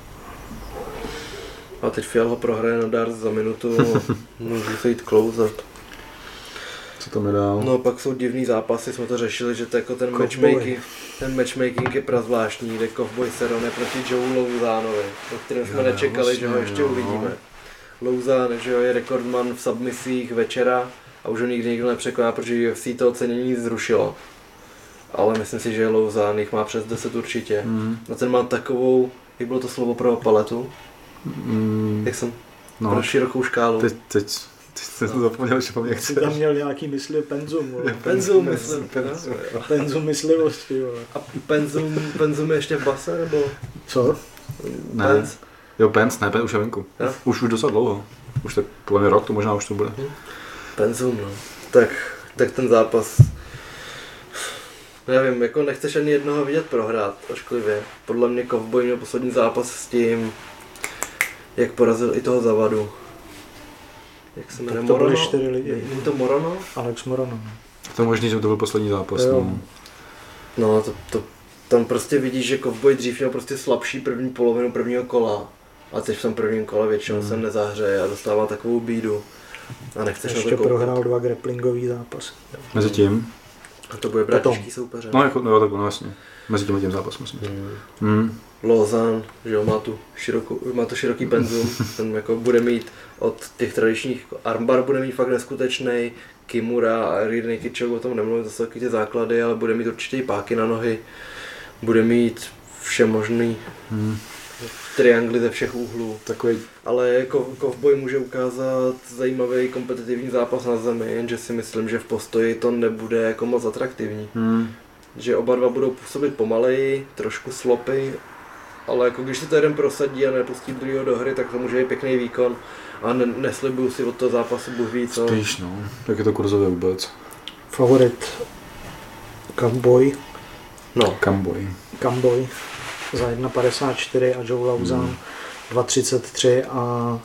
A teď Fialho prohraje na Darts za minutu, může se jít close-up. Co to mi dál? No pak jsou divný zápasy, jsme to řešili, že to jako ten Cowboy. matchmaking, ten matchmaking je prazvláštní, jde Cowboy Cerrone proti Joe Lauzánovi, o kterém jsme Jo, nečekali, vlastně, že ho ještě jo. uvidíme. Louzán, že jo, je rekordman v submisích večera a už ho nikdy nikdo nepřekoná, protože U F C to ocenění zrušilo. Ale myslím si, že Louzán jich má přes deset určitě. Mm. No ten má takovou, jak bylo to slovo pro paletu, Mm. jak jsem, No, pro širokou škálu. teď, teď, teď jsem to zapomněl, že po mě Jsi tam chceš. měl nějaký mysli penzum, vole. Penzum, myslím. Penzum. no. Penzum myslivosti, vole. A penzum, penzum je ještě v base, nebo? Co? Ne. Penz? Jo, Pence, ne, Pence už je venku. Jo. Už, už docela dlouho. Už tak podle mě rok, to možná už to bude. Penzum, no. Tak, tak ten zápas, nevím, jako nechceš ani jednoho vidět prohrát, ošklivě. Podle mě Cowboy měl poslední zápas s tím, jak porazil i toho Zavadu. Jak se jmenuje? Tak to byly Morono? čtyři lidi. Není to Morono? Alex Morono. To je možný, že to byl poslední zápas. Jo. No. No, to, to, tam prostě vidíš, že Cowboy dřív měl prostě slabší první polovinu prvního kola. A teď v tom prvním kole většinou Hmm. se nezahřeje a dostává takovou bídu. A nechceš na Ještě to koukat. prohrál dva grapplingový zápasy. Mezi tím? A to bude brát Potom. těžký soupeře. No, jako, no, jo, tak no, jasně. Mezi tím a tím zápas, myslím. Hmm. Hmm. Lozan, že jo, má, tu širokou, má to široký penzum, ten jako bude mít od těch tradičních, jako armbar bude mít fakt neskutečný, Kimura a Rear Naked Choke, o tom nemluvím, to jsou taky ty základy, ale bude mít určitě i páky na nohy, bude mít vše možný, Hmm. triangly ze všech úhlů, Takový, ale jako Cowboy může ukázat zajímavý kompetitivní zápas na zemi, jenže si myslím, že v postoji to nebude jako moc atraktivní. hmm. Že oba dva budou působit pomaleji, trošku slopy, ale jako když si to jeden prosadí a nepustí druhého do hry, tak to může být pěkný výkon a ne- neslibuju si od toho zápasu Bůh ví co. Spíš, no. Jak je to kurzové vůbec? Favorit Cowboy, No, Cowboy. Cowboy za jedna padesát čtyři a Joe Lauzan Hmm. dva třicet tři a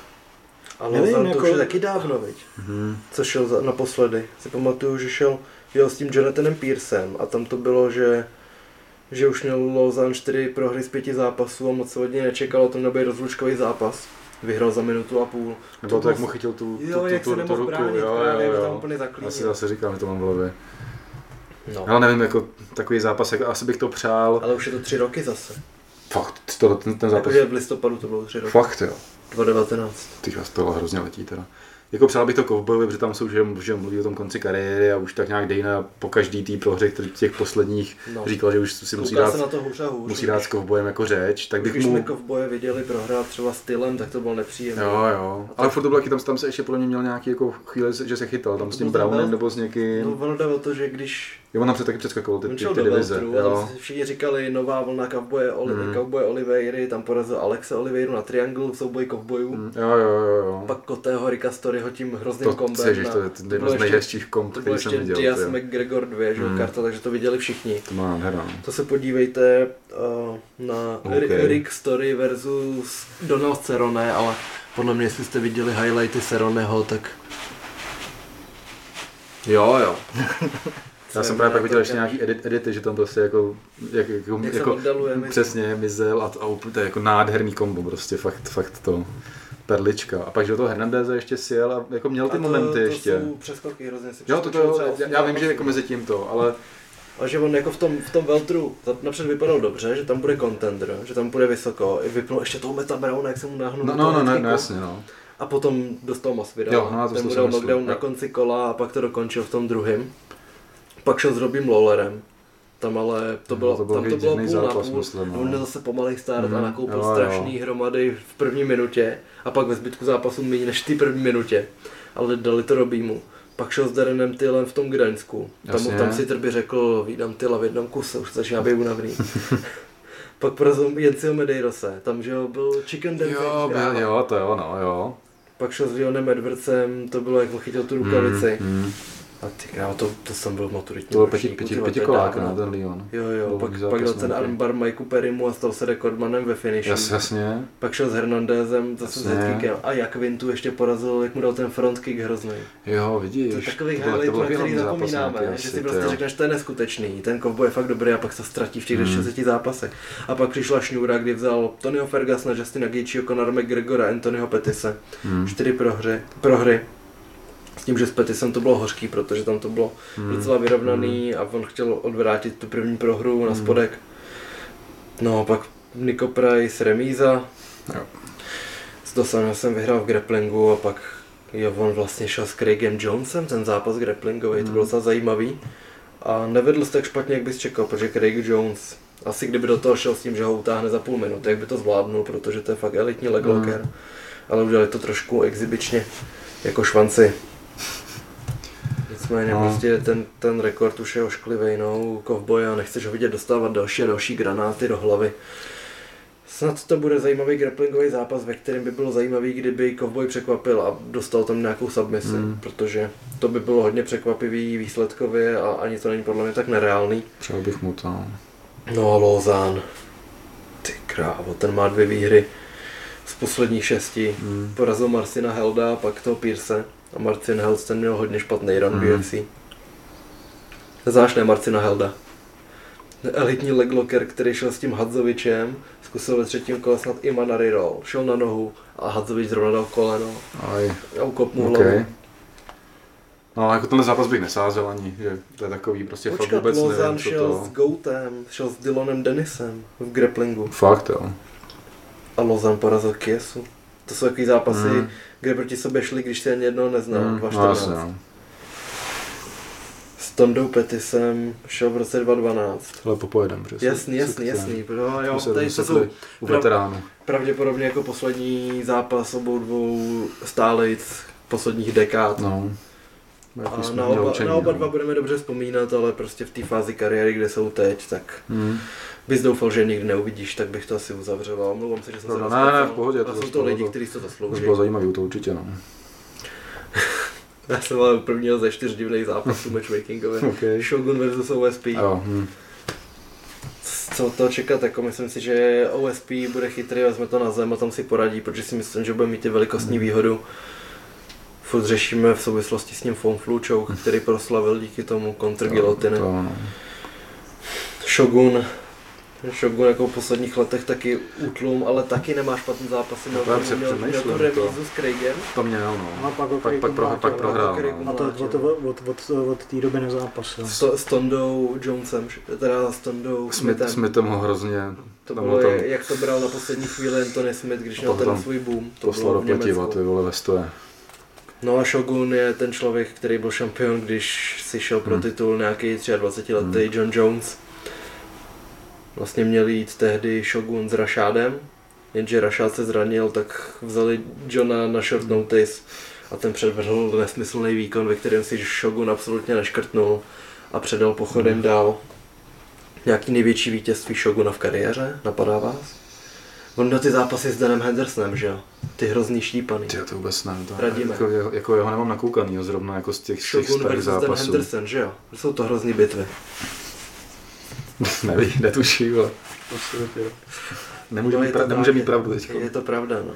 ale nevím, Lozan to jako- už je taky dávno, viď? Hmm. Co šel za, naposledy. Si pamatuju, že šel jel s tím Jonathanem Pearsem a tam to bylo, že že už měl Lozan čtyři prohry z pěti zápasů a moc se od něj nečekalo, to měl být rozlučkový zápas. Vyhrál za minutu a půl. Nebo to, jak bylo- mu chytil tu, tu, Jo, tu, jak tu, se tu, nemohl ruku. bránit, Jo, právě, jo, ho tam jo. úplně Já zaklínil. si zase říkám, že to mám v hlavě. No. Ale nevím, jako takový zápas, jako asi bych to přál. Ale už je to tři roky zase. Fakt, to, ten, ten zápas. Jakože v listopadu to bylo tři roky. Fakt, jo. dva tisíce devatenáct. Ty vás to hrozně letí teda. Jako přál bych to Cowboyovi, protože tam jsou, že, že mluví o tom konci kariéry a už tak nějak Dana po každý té prohře, který těch posledních No. říkal, že už si musí Kouká dát, se na to hůř a hůř. musí dát s Cowboyem jako řeč, tak bych Když mu... jsme kovboje viděli prohrát třeba stylem, tak to bylo nepříjemné. Jo, jo. Ale furt to bylo taky, tam, tam se ještě podle mě měl nějaký jako chvíli, že se chytal, tam s tím To byl Brownem ten nebo s někým. No ono jde o to, že když Jo, on tam před taky přeskakoval ty, on ty, šel ty do divize. Veltru, Jo. a si všichni říkali nová vlna kovboje, Oli, Mm. kovboje Oliveiry, tam porazil Alexe Oliveiru na Triangle v souboji kovbojů. Mm, Jo, jo, jo, jo. Pak Kotého Ricka Storyho tím hrozným To, kombem. ježiš, na- to je to bylo jedno z ještě- nejhezčích komp, To byl který jsem ještě viděl. Diaz ty jo. McGregor dva, že jo, Mm. karta, takže to viděli všichni. To má nádhera. no. To se podívejte uh, na Okay. okay. Rick Story versus Donald Cerrone, ale podle mě, jestli jste viděli highlighty Cerroneho, tak... Jo, jo. Já jsem právě pak viděl ještě nějaký edit, edity, že tam prostě jako, jak, jako, Jak se jako oddaluje, myslím. přesně mizel a, a úplně to je jako nádherný kombo, prostě fakt, fakt to perlička. A pak, že do toho Hernandeze ještě sjel a jako měl ty A to, momenty to ještě. jsou přeskoky hrozně si Jo, to, přeskočil to, třeba já, osm já vím, že zápasů. jako mezi tím to, ale A že on jako v tom, v tom Veltru napřed vypadal dobře, že tam bude contender, že tam bude vysoko. I vypnul ještě toho Meta Browna, jak se mu náhnul. no, do no, toho no, no, kicku. no, jasně, no. A potom dostal Masvidala. Jo, no, to ten to mu jsem dal myslel, knockdown na jo. konci kola a pak to dokončil v tom druhém. Pak šel s Robím Lawlerem. Tam ale to bylo, to byl tam to takový bylo divný půl zápas, na půl. myslím, no. On měl zase pomalej start Mhm, a nakoupil jo, jo. strašný hromady v první minutě a pak ve zbytku zápasu méně než v té první minutě. Ale dali to Robímu. Pak šel s Darrenem Tillem v tom Gdaňsku. Tam, Jasně. tam si Trby řekl, vídám Tyla v jednom kuse, už začíná být unavný. Pak porazil Jenciho Medeirose, tam že jo, byl Chicken Dancing. Jo, kráva. byl, jo, to jo, no, jo. Pak šel s Leonem Edwardsem, to bylo jak mu chytil tu rukavici. Mm, mm. A ty krávo, to, to jsem byl maturitní. To byl pěti, pěti, pětikolák, ne, ten Lyon. Jo, jo, pak, pak dal ten armbar Mikeu Perrymu a stal se rekordmanem ve finishu. Jas, jasně. Pak šel s Hernandezem, zase s headkickem a jak Vintu ještě porazil, jak mu dal ten frontkick hrozný. Jo, vidíš. To je takový highlight, na který zapomínáme, že si prostě řekneš, to je neskutečný, ten kovboj je fakt dobrý a pak se ztratí v těch deseti zápasech. A pak přišla šňůra, kdy vzal Tonyho Fergusona, Justina Gaethjeho, Conora McGregora, Anthonyho Pettise, hmm. čtyři prohry, prohry. S tím, že s Pettisem to bylo hořký, protože tam to bylo hmm. docela vyrovnaný a on chtěl odvrátit tu první prohru na spodek. No pak Nico Price remíza. Jo. S Dosanem jsem vyhrál v grapplingu a pak jo, on vlastně šel s Craigem Jonesem, ten zápas grapplingový, hmm. to bylo docela zajímavý. A nevedl se tak špatně, jak bys čekal, protože Craig Jones, asi kdyby do toho šel s tím, že ho utáhne za půl minuty, jak by to zvládnul, protože to je fakt elitní leglocker. Hmm. Ale udělali to trošku exibičně, jako švanci. Nicméně no. prostě ten, ten rekord už je ošklivý, no, u kovboje a nechceš ho vidět dostávat další a další granáty do hlavy. Snad to bude zajímavý grapplingový zápas, ve kterém by bylo zajímavý, kdyby kovboj překvapil a dostal tam nějakou submisi, mm. protože to by bylo hodně překvapivý výsledkově a ani to není podle mě tak nereálný. Přál bych mu to. No, Lausanne. Ty krávo, ten má dvě výhry z posledních šesti. Mm. Porazil Marcina Helda a pak toho Pierce. A Marcin Held ten měl hodně špatný run v mm. U F C. Znáš ne Marcina Helda? Elitní leglocker, který šel s tím Hadzovičem, zkusil ve třetím kole snad i Manari roll. Šel na nohu a Hadzovič zrovna dal koleno. Aj. A ukop mu okay. hlavu. No, jako tenhle zápas bych nesázel ani, že to je takový prostě Počkat, fakt vůbec Lausanne nevím, co šel to... s Goutem, šel s Dylanem Dennisem v grapplingu. Fakt jo. A Lausanne porazil Kiesu. To jsou takový zápasy, mm. kde proti sobě šli, když se ani jednoho neznal, mm, dva čtrnáct. No, s Tondou Pettisem šel v roce dva dvanáct. Ale popojedem přesně. Jasný, jasný, jasný. No, jo, se tady to jsou u veteránů. Pravděpodobně jako poslední zápas obou dvou stálic posledních dekád. No. A na oba, učení, na oba dva budeme dobře vzpomínat, ale prostě v té fázi kariéry, kde jsou teď, tak mm. bys doufal, že nikdy neuvidíš, tak bych to asi uzavřel. A omlouvám se, že jsem no, se rozpočal. Ne, ne, v pohodě. A jsou to lidi, kteří to zaslouží. To bylo zajímavý, to určitě, no. Já jsem ale prvního ze čtyř divných zápasů matchmakingově. Okay. Shogun versus O S P. Jo, hm. Co to čekat, jako myslím si, že O S P bude chytrý, vezme to na zem a tam si poradí, protože si myslím, že bude mít i velikostní mm. výhodu. Furt řešíme v souvislosti s ním Fonflu choke, který proslavil díky tomu kontr gilotiny. No. Shogun. Shogun jako v posledních letech taky útlum, ale taky nemá špatný zápasy. Měl, měl, měl, měl tu remízu s Craigem. To měl, no. A pak, pak, pak, pro, pak prohrál. No. A to od, od, od, od, od té doby nezápasil. S, s Tondou Jonesem, teda s Tondou Smithem. Smithem ho hrozně... To bylo, tam, jak to bral na poslední chvíli Anthony Smith, když měl ten svůj boom. To poslal do pletiva, ty vole, ve stoje. No a Shogun je ten člověk, který byl šampion, když si šel pro titul nějaký dvacetiletý hmm. John Jones. Vlastně měl jít tehdy Shogun s Rashadem, jenže Rashad se zranil, tak vzali Johna na short notice a ten předvedl nesmyslný výkon, ve kterém si Shogun absolutně neškrtnul a předal pochodem hmm. dál. Nějaký největší vítězství Shoguna v kariéře? Napadá vás? On měl ty zápasy s Danem Hendersonem, že jo? Ty hrozný štípaný. Ty, to vůbec ne. To, Radíme. Jako, jeho, jako jeho nemám nakoukanýho zrovna jako z těch, z těch starých zápasů. Dan Henderson, že jo? Jsou to hrozný bitvy. Neví, netuší, ale... Nemůže, no mít, pra, nemůže mít pravdu teď. Je to pravda, no.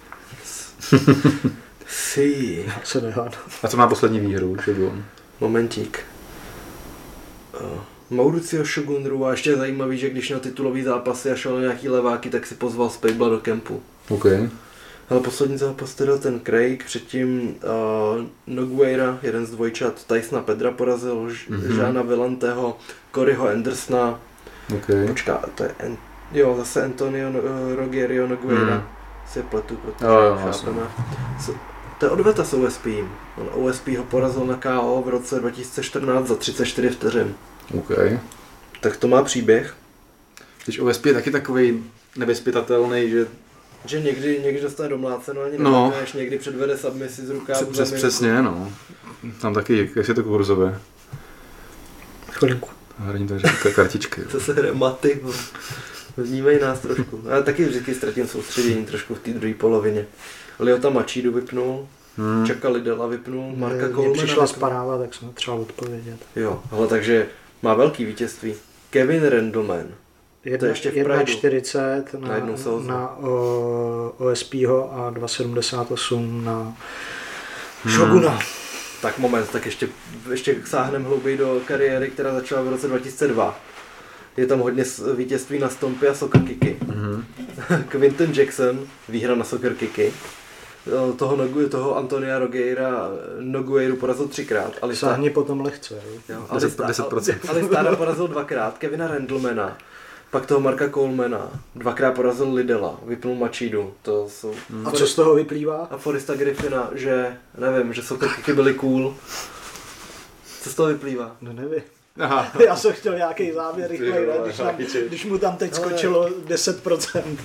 Si. Se nehádá. A co má poslední výhru, Shogun? Momentík. Uh. Mauricio Shogunru a ještě je zajímavý, že když měl titulový zápasy a šel na nějaký leváky, tak si pozval Spejbla do kempu. OK. Ale poslední zápas teda ten Craig, předtím uh, Nogueira, jeden z dvojčat Tysona Pedra porazil, mm-hmm. Žána Villanteho, Coryho Andersona. OK. Počká, to je, en, jo, zase Antonio uh, Rogerio Nogueira. Mm. Si je pletu, protože jo, jo, chápeme. So, to je odveta s O S P. On O S P ho porazil na K O v roce dva tisíce čtrnáct za třicet čtyři vteřin. OK. Tak to má příběh. Když O S P je taky takový nevyzpytatelný, že... Že někdy, někdy dostane domláceno, ani no. nemáš, někdy předvede submisi z rukávu. Přes, přesně, no. Tam taky, jak je to kurzové. Chvilinku. Hraní to říká kartičky. Co se hraje maty, vnímej nás trošku. Já taky vždycky ztratím soustředění trošku v té druhé polovině. Lyoto Machidu vypnul, Hmm. Chucka Liddella vypnul, Marka Colemana. Mně přišla zpráva, tak jsem třeba odpovědět. Jo, ale takže má velký vítězství. Kevin Randleman. To je ještě v jedna čtyřicet na, na, na o, OSPho a dva sedmdesát osm na Shoguna. Hmm. Tak moment, tak ještě, ještě sáhneme hlouběji do kariéry, která začala v roce dva tisíce dva. Je tam hodně vítězství na stompy a soccer kicky. Mm-hmm. Quinton Jackson, výhra na soccer kicky. Toho, Nogu, toho Antonia Nogueira, Nogueiru porazil třikrát. Sáhni potom lehce. Jo, Alistára porazil dvakrát, Kevina Randlemana. Pak toho Marka Colemana, dvakrát porazil Liddella, vypnul Machidu. To jsou... A co z toho vyplývá? A Foresta Griffina, že, nevím, že soccer kicky byly cool. Co z toho vyplývá? No nevím. Aha. Já jsem chtěl nějaký závěr rychlej, když, když mu tam teď skočilo deset procent.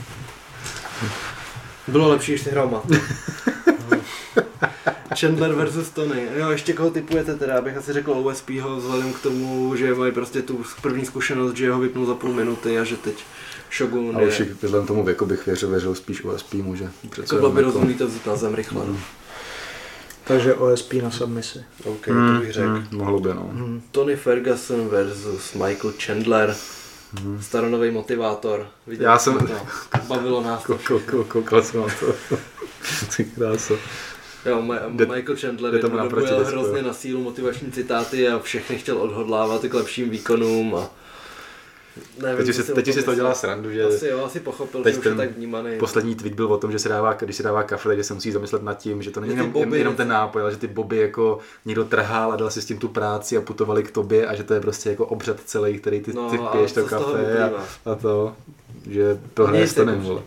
Bylo lepší, když si hrál mat. Chandler versus Tony. Jo, ještě koho typujete teda, abych asi řekl OSPho vzhledem k tomu, že mají prostě tu první zkušenost, že ho vypnul za půl minuty a že teď Shogun je... Ale už vzhledem tomu věku bych věřil, věřil spíš O S P může. Jako bylo by rozumný to vzít na zem rychle. Mm. Takže O S P na submisi. OK, mm, to bych řekl. Mm, mohlo by, no. Mm. Tony Ferguson versus Michael Chandler. Hmm. Staronový motivátor. Viděl Já jsem... To. Bavilo nás to. Koukal jsem na to. Ty krása. Jo, Ma- Michael Chandler je dojel hrozně na sílu motivační citáty a všechny chtěl odhodlávat k lepším výkonům a... Nevím, teď si, teď si to dělá srandu, že... Asi jo, asi pochopil, že už je tak vnímaný. Poslední tweet byl o tom, že se dává, když se dává kafe, takže se musí zamyslet nad tím, že to není jenom, boby, jenom ten nápoj, ale že ty boby jako někdo trhal a dal si s tím tu práci a putovali k tobě a že to je prostě jako obřad celý, který ty, no, ty piješ to kafe a, a to, že prohraje s Tonym, vole.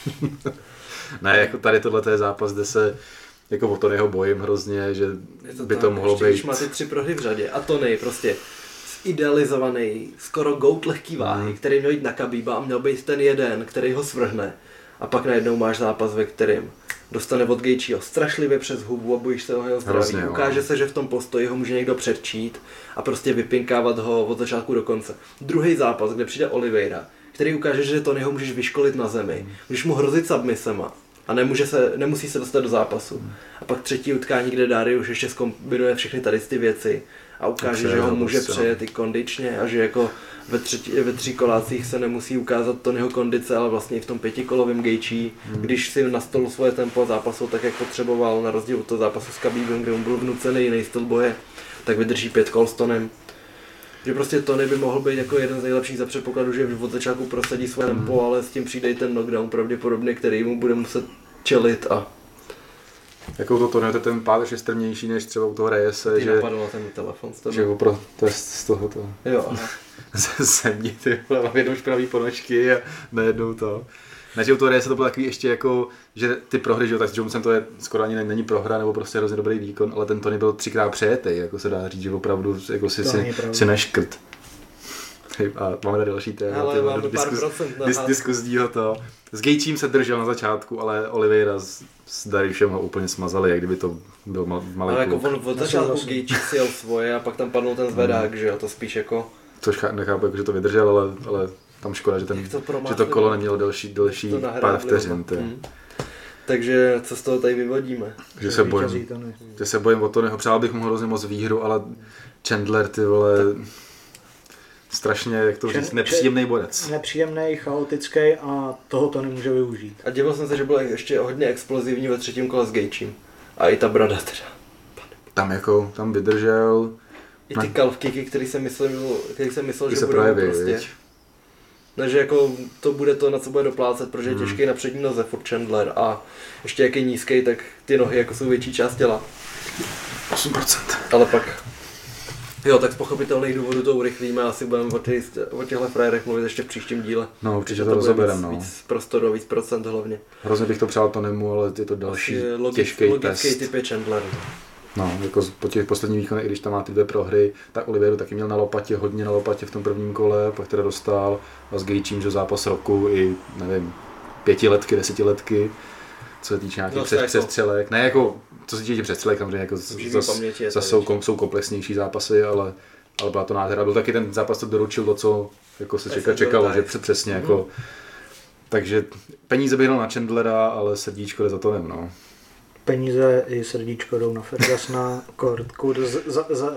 Ne, jako tady tohle je zápas, kde se jako o Tonyho bojím hrozně, že to by tak, to mohlo být... Když má ty tři prohry v řadě a Tony prostě idealizovaný, skoro goat lehký váhy, mm. který měl jít na Khabíba a měl být ten jeden, který ho svrhne. A pak najednou máš zápas, ve kterém dostane od Gaethjeho strašlivě přes hubu a bojíš se o jeho zdraví. Hrozně, ukáže se, že v tom postoji ho může někdo předčít a prostě vypinkávat ho od začátku do konce. Druhý zápas, kde přijde Oliveira, který ukáže, že Tony ho můžeš vyškolit na zemi, mm. můžeš mu hrozit submisema a nemůže se, nemusí se dostat do zápasu. Mm. A pak třetí utkání, kde Darius ještě zkombinuje všechny tady ty věci a ukáže, že ho může přejet i kondičně a že jako ve, třetí, ve tří kolácích se nemusí ukázat Tonyho kondice, ale vlastně i v tom pětikolovém Gaethje, hmm. když si nastolil svoje tempo a zápasu tak, jak potřeboval, na rozdíl od toho zápasu s Khabibem, kde mu byl vnucený jiný styl boje, tak vydrží pět kol s Tonem. Že prostě Tony by mohl být jako jeden z nejlepších za předpokladu, že od začátku prosadí svoje hmm. tempo, ale s tím přijde i ten knockdown pravděpodobně, který mu bude muset čelit a jako to Tony, to ten pád je strmější než třeba u toho Reyese, ty že... napadl na ten telefon z toho. Že opro, to je z toho to. Jo, aha. Ze země, ty vole, mám jednou špravý ponožky a najednou to. Ne, že u toho Reyese to bylo takový ještě jako, že ty prohry, že jo, tak s Jonesem to je skoro ani není prohra, nebo prostě hrozně dobrý výkon, ale ten Tony byl třikrát přejetej, jako se dá říct, že opravdu jako si, si, si neškrt. A máme tady další téma, ale máme diskus, pár procent na dis, diskuzního to. S Gaethjem se držel na začátku, ale Oliveira s, s Dariusem ho úplně smazali, jak kdyby to byl mal, malý ale kluk. Ale jako on od začátku Gaethje si jel svoje a pak tam padnul ten zvedák, mm. že jo, to spíš jako... Což nechápu, jako, že to vydržel, ale, ale tam škoda, že, ten, to, že to kolo nemělo delší, delší pár vteřin. Mm. Takže co z toho tady vyvodíme? Že se bojím, že se bojím o Tonyho, přál bych mu hrozně moc výhru, ale Chandler, ty vole... Strašně, jak to říct, nepříjemný bodec. Nepříjemný, chaotický a toho to nemůže využít. A díval jsem se, že byl ještě hodně explozivní ve třetím kole s Gaethjem. A i ta brada teda. Tam jako, tam vydržel. I ty calf kicky, který jsem myslel, který jsem myslel, že se budou projeví, prostě. Viď? Takže jako to bude to, na co bude doplácet, protože je hmm. těžký na přední noze furt Chandler a ještě jak je nízký, tak ty nohy jako jsou větší část těla. osm procent. Ale pak... Jo, tak z pochopitelných důvodů to urychlíme a asi budeme o, těch, o těchto frajerech mluvit ještě v příštím díle. No, určitě to rozobereme, no. Víc prostoru, víc procent hlavně. Hrozně bych to přál Tonymu, ale je to další těžký test. Logický typ je Chandler. No, jako po těch posledních výkonech, i když tam má ty dvě prohry, tak Oliveiru taky měl na lopatě, hodně na lopatě v tom prvním kole, pak teda dostal a s Gaethjem, že zápas roku i, nevím, pětiletky, desetiletky, co se týče nějakých přes, přestřelek. Ne, jako, co se týče přestřelek, samozřejmě jako zase jsou, jsou komplexnější zápasy, ale, ale byla to nádhera. Byl taky ten zápas, to doručil to, co jako se čeka, čekalo, že přesně jako. Hmm. Takže peníze bych dal na Chandlera, ale srdíčko jde za Tonem, no. peníze i srdíčko jdou na Fergusona, kort, kurz za, za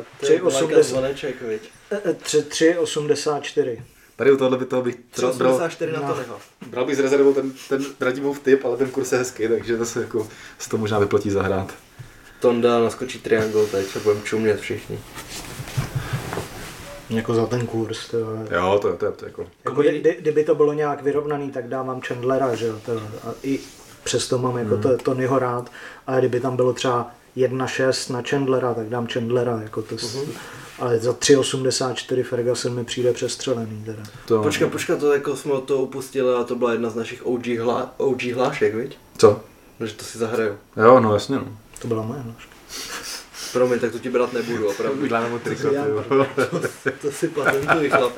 tři osmdesát čtyři. Tady u tohohle by toho bych tři osmdesát čtyři na to nechal. Bral bych z rezervou ten, ten Radimův typ, ale ten kurz je hezký, takže to se, jako, se to možná vyplatí zahrát. Tonda naskočí triangle, teď se budeme čumět všichni. Jako za ten kurz, to je... Jo, to je to, to jako... jako kdy, kdyby to bylo nějak vyrovnaný, tak dávám Chandlera, že jo, to, a i přesto mám jako hmm. to, Tonyho rád, a kdyby tam bylo třeba jedna šest na Chandlera, tak dám Chandlera, jako to, uh-huh. ale za tři osmdesát čtyři Ferguson mi přijde přestřelený teda. To... Počkat, počkat, to jako jsme od toho upustili a to byla jedna z našich O G, hla, O G hlášek, viď? Co? No, že to si zahraju. Jo, no jasně no. To byla moje hláška. Promiň, tak to ti brát nebudu, opravdu. Uděláme triko, to, to si patentuji, chlap.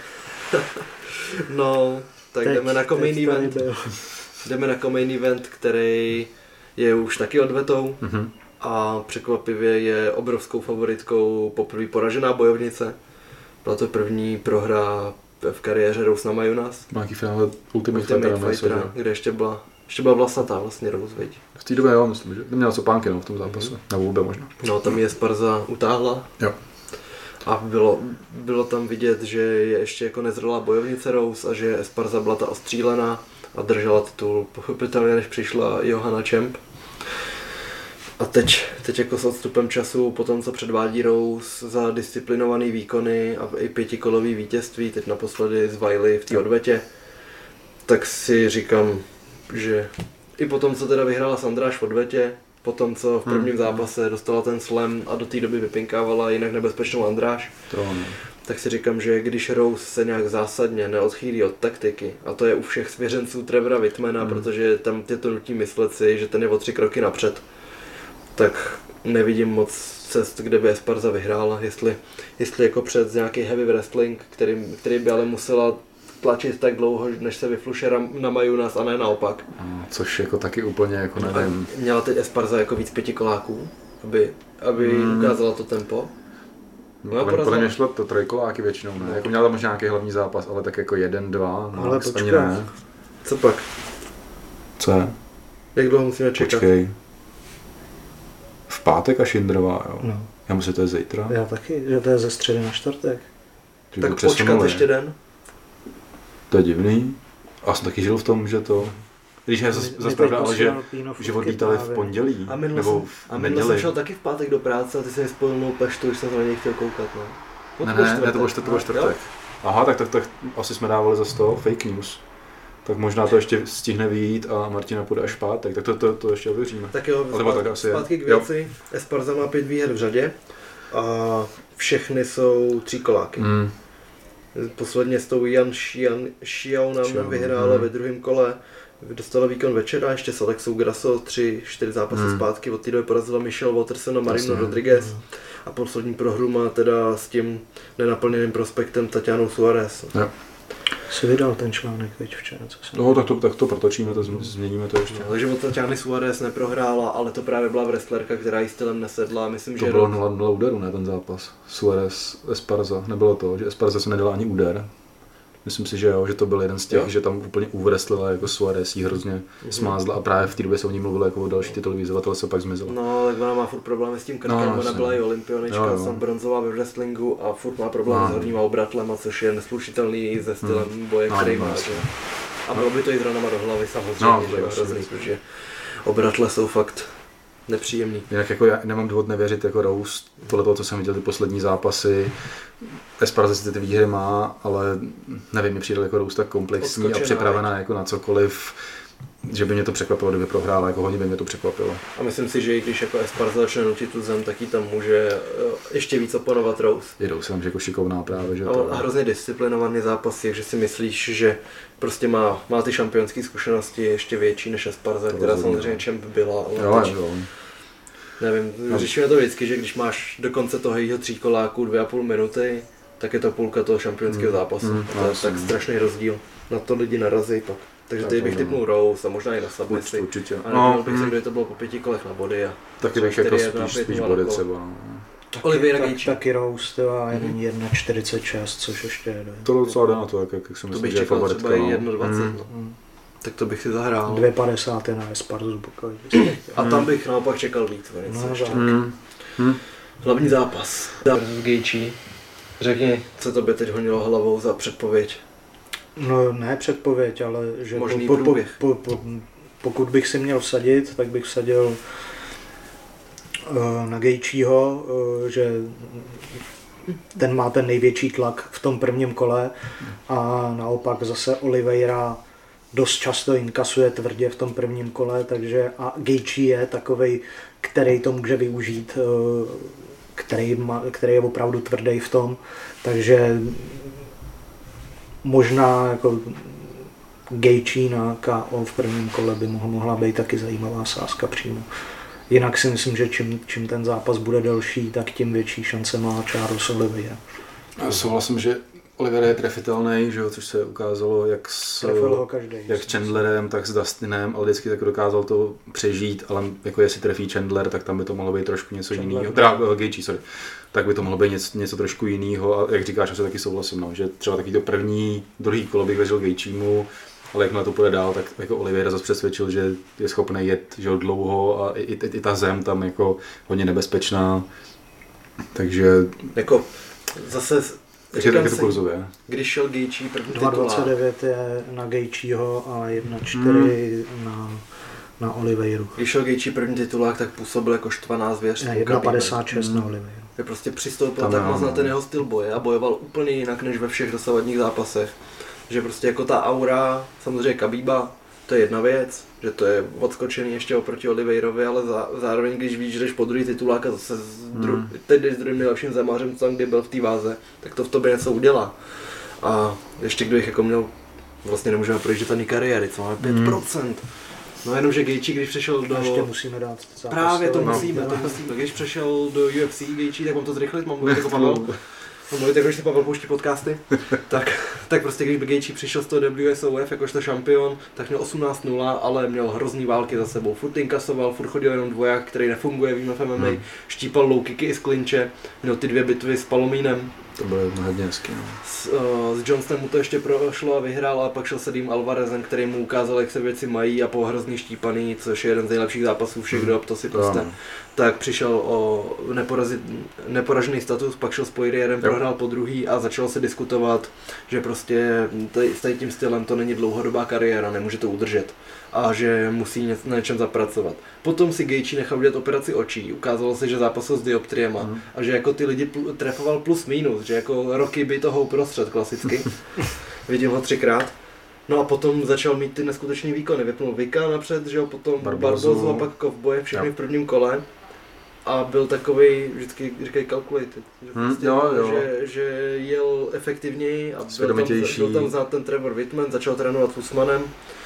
No, tak teď, jdeme na main event. Jdeme na main event, který je už taky odvetou. Mm-hmm. A překvapivě je obrovskou favoritkou poprvé poražená bojovnice. Byla to první prohra v kariéře Rose Namajunas. Má nějaký finále Ultimate, Ultimate Fightera, kde ještě byla, ještě byla vlasatá vlastně Rose, viď? V té době jo, myslím, že měla copánky no, v tom zápase, mm-hmm. nebo vůbec možná. No, tam je Esparza utáhla. Jo. A bylo, bylo tam vidět, že je ještě jako nezralá bojovnice Rose a že Esparza byla ta ostřílená a držela titul pochopitelně, než přišla Johanna Čemp. A teď, teď jako s odstupem času, po tom, co předvádí Rose za disciplinovaný výkony a i pětikolový vítězství, teď naposledy z Wiley v té odvetě, tak si říkám, že i po tom, co teda vyhrála Sandráš v odvetě, po tom, co v prvním zápase dostala ten slam a do té doby vypinkávala jinak nebezpečnou Andráš, tak si říkám, že když Rose se nějak zásadně neodchýlí od taktiky, a to je u všech svěřenců Trevora Whitmana, hmm. protože tam je to nutí myslet si, že ten je o tři kroky napřed, tak nevidím moc cest, kde by Esparza vyhrála, jestli, jestli jako před nějaký heavy wrestling, který, který by ale musela tlačit tak dlouho, než se vyfluše Namajunas a ne naopak. Což jako taky úplně jako nevím. Měla teď Esparza jako víc pětikoláků, aby, aby hmm. ukázala to tempo. No, podle mě šlo to trojkoláky většinou, ne? Jako měla tam možná nějaký hlavní zápas, ale tak jako jeden, dva, no, ale ani ne. Co pak? Co je? Jak dlouho musíme čekat? Počkej. V pátek a Šindrová, jo? No. Já myslím, že to je zítra. Já taky, že to je ze středy na čtvrtek. Že tak počkat ještě den. To je divný. A jsem taky žil v tom, že to... Když je zase pravda, ale že, že odlítali v pondělí, a nebo jsem, A minule jsem šel taky v pátek do práce a ty jsi mi spojil mnou peštu, už jsem se na něj chtěl koukat, ne? Ne, ne, ne, to bylo čtvrtek. Aha, tak, tak, tak asi jsme dávali zase toho fake news. Tak možná to ještě stihne vyjít a Martina půjde až pátek, tak to, to, to ještě ověříme. Tak jo, zpátky, tak asi zpátky k věci. Esparza má pět výher v řadě a všechny jsou tříkoláky. Mm. Posledně s tou Jan Xiaonan vyhrála mm. ve druhém kole, dostala výkon večera, ještě s Alexou Grasso, tři, čtyři zápasy mm. zpátky, od té doby porazila Michelle Watterson a Marino Jasně. Rodriguez. Mm. A poslední prohru má teda s tím nenaplněným prospektem Tatianou Suárez. Jo. Jsi vydal ten článek teď včera, co jsem... No, tak to, tak to protočíme, to změníme to ještě. No, takže od Tatiany Suárez neprohrála, ale to právě byla wrestlerka, která jí stylem nesedla. Myslím, to že bylo nula nula úderu, ne ten zápas. Suárez, Esparza, nebylo to, že Esparza se nedala ani úder. Myslím si, že jo, že to byl jeden z těch, jo. že tam úplně uvrestlila, jako Suárez jí hrozně mm-hmm. smázla a právě v té době se o ní mluvilo jako o další titulové se pak zmizela. No, tak ona má furt problémy s tím krkem, no, ona byla i olympionička, jsem bronzová ve wrestlingu a furt má problém no. s horníma obratlema, což je neslušitelný se stylem mm. boje, no, který no, má. No. A bylo by to jít ranama do hlavy samozřejmě, no, že jo, hrozný, protože obratle jsou fakt nepříjemný. Jinak jako já nemám důvod nevěřit jako Rose, podle toho, co jsem viděl ty poslední zápasy. Esparza si ty výhry má, ale nevím, mi přijde jako Rose tak komplexní Odskočená, a připravená jako na cokoliv, že by mě to překvapilo, kdyby prohrála, jako hodně by mě to překvapilo. A myslím si, že i když jako Esparza začne nutit tu zem, tak jí tam může ještě víc oponovat Rose. Je Rose jsem jako šikovná právě, že a, to... a hrozně disciplinovaný zápasy, že si myslíš, že prostě má, má ty šampionské zkušenosti ještě větší než Esparza, která rozhodně. Samozřejmě čemp byla, ale jo, teď, jo. nevím, no. řešíme to vždycky, že když máš do konce toho jejího tříkoláku dvě a půl minuty, tak je to půlka toho šampionského mm. zápasu. Mm, to je tak strašný rozdíl. Na to lidi narazí pak. Takže ty bych typnul Rose a možná i na submisi. Určitě. A nevěděl bych se, kdo to bylo po pěti kolech na body. A taky bych jako spíš, spíš body třeba. No. Olivier Gaethje. Taky Rose, to je jedna čtyřicet šest, což ještě jde. To docela jde na to, jak, jak jsem myslel, že je favoritka. To bych čekal třeba i jedna dvacet. tak to bych si zahrál. dvě padesát je na Esparzu, pokud A tam bych naopak čekal víc. No, ještě. Hmm. Hmm. Hlavní zápas. Versus Gaethje. Řekni, co tobě teď honilo hlavou za předpověď. No ne předpověď, ale že Možný po, po, průběh. po, po, pokud bych si měl vsadit, tak bych vsadil uh, na Gaethjeho, uh, že ten má ten největší tlak v tom prvním kole a naopak zase Oliveira dost často inkasuje tvrdě v tom prvním kole, takže a Gaethje je takovej, který to může využít, uh, který, má, který je opravdu tvrdý v tom, takže možná jako Gaethje na K O v prvním kole by mohla být taky zajímavá sázka přímo. Jinak si myslím, že čím, čím ten zápas bude delší, tak tím větší šance má Charles Oliveira. Já souhlasím, že Oliveira je trefitelný, že jo, což se ukázalo jak s, ho každý, jak s Chandlerem, tak s Dustinem, ale vždycky tak dokázal to přežít, ale jako jestli trefí Chandler, tak tam by to mohlo být trošku něco jiného. Teda uh, Gaethje, sorry. Tak by to mohlo být něco, něco trošku jiného a jak říkáš, já se taky souhlasím, no, že třeba taky to první, druhý kolo bych věřil Gaethjemu, ale jakmile to půjde dál, tak jako Oliveira zase přesvědčil, že je schopný jet, že jo, dlouho a i, i, i ta zem tam jako hodně nebezpečná, takže Jako zase takže taky to kurzově. Když šel Gaethje první dva dvacet titulák, devět je na Gaethjeho a jedna čtyři hmm. na, na Oliveiru. když šel Gaethje první titulák, tak působil jako štvaná zvěř. Ne, jedna padesát šest hmm. na Oliveiru. Je prostě přistoupil Tam tak já, moc na no. ten jeho styl boje a bojoval úplně jinak než ve všech dosavadních zápasech. Že prostě jako ta aura, samozřejmě Khabíba, to je jedna věc, že to je odskočený ještě oproti Oliveirovi, ale zá, zároveň když víš, že jdeš po druhý titulák a zase s dru, hmm. teď jdeš s druhým nejlepším zemařem, tam kdy byl v té váze, tak to v tobě něco udělá. A ještě kdybych jako měl, vlastně nemůžeme projíždět ani kariéry, co máme pět procent. Hmm. No jenom, že Gaethje, když přešel do... Ještě musíme dát zápas. Právě to no, musíme, no. to musíme. Když přešel do U F C Gaethje, tak mám to zrychlit, mám mluvit jako Pavel. Mám mluvit jako, když si Pavel pouští podcasty. tak, tak prostě když by Gaethje přišel z toho W S O F jakožto šampion, tak měl osmnáct nula, ale měl hrozný války za sebou. Furt inkasoval, furt chodil jenom dvoják, který nefunguje, víme v M M A, hmm. štípal low kicky i z klinče, měl ty dvě bitvy s Palomínem. To bylo hodně hezky, no. S, uh, s Johnsonem mu to ještě prošlo a vyhrál a pak šel se Dým Alvarezem, který mu ukázal, jak se věci mají a po hrozný štípaný, což je jeden z nejlepších zápasů všech hmm. dob, to si prostě. No. Tak přišel o neporazit, neporažený status, pak šel s Poirierem, prohrál po druhý a začalo se diskutovat, že prostě s tím stylem to není dlouhodobá kariéra, nemůže to udržet a že musí na něčem zapracovat. Potom si Gaethje nechal udělat operaci očí, ukázalo se, že zápasil s dioptriema mm. a že jako ty lidi pl- trefoval plus minus, že jako roky by toho uprostřed klasicky. Vidím ho třikrát. No a potom začal mít ty neskutečný výkony, vypnul Vika napřed, že jo, potom Barbozu a pak kovboje všechny v prvním kole. A byl takový, vždycky říkají calculated, že, hmm, prostě, jo, jo. Že, že jel efektivněji a byl tam, byl tam znát ten Trevor Whitman, začal trénovat s Usmanem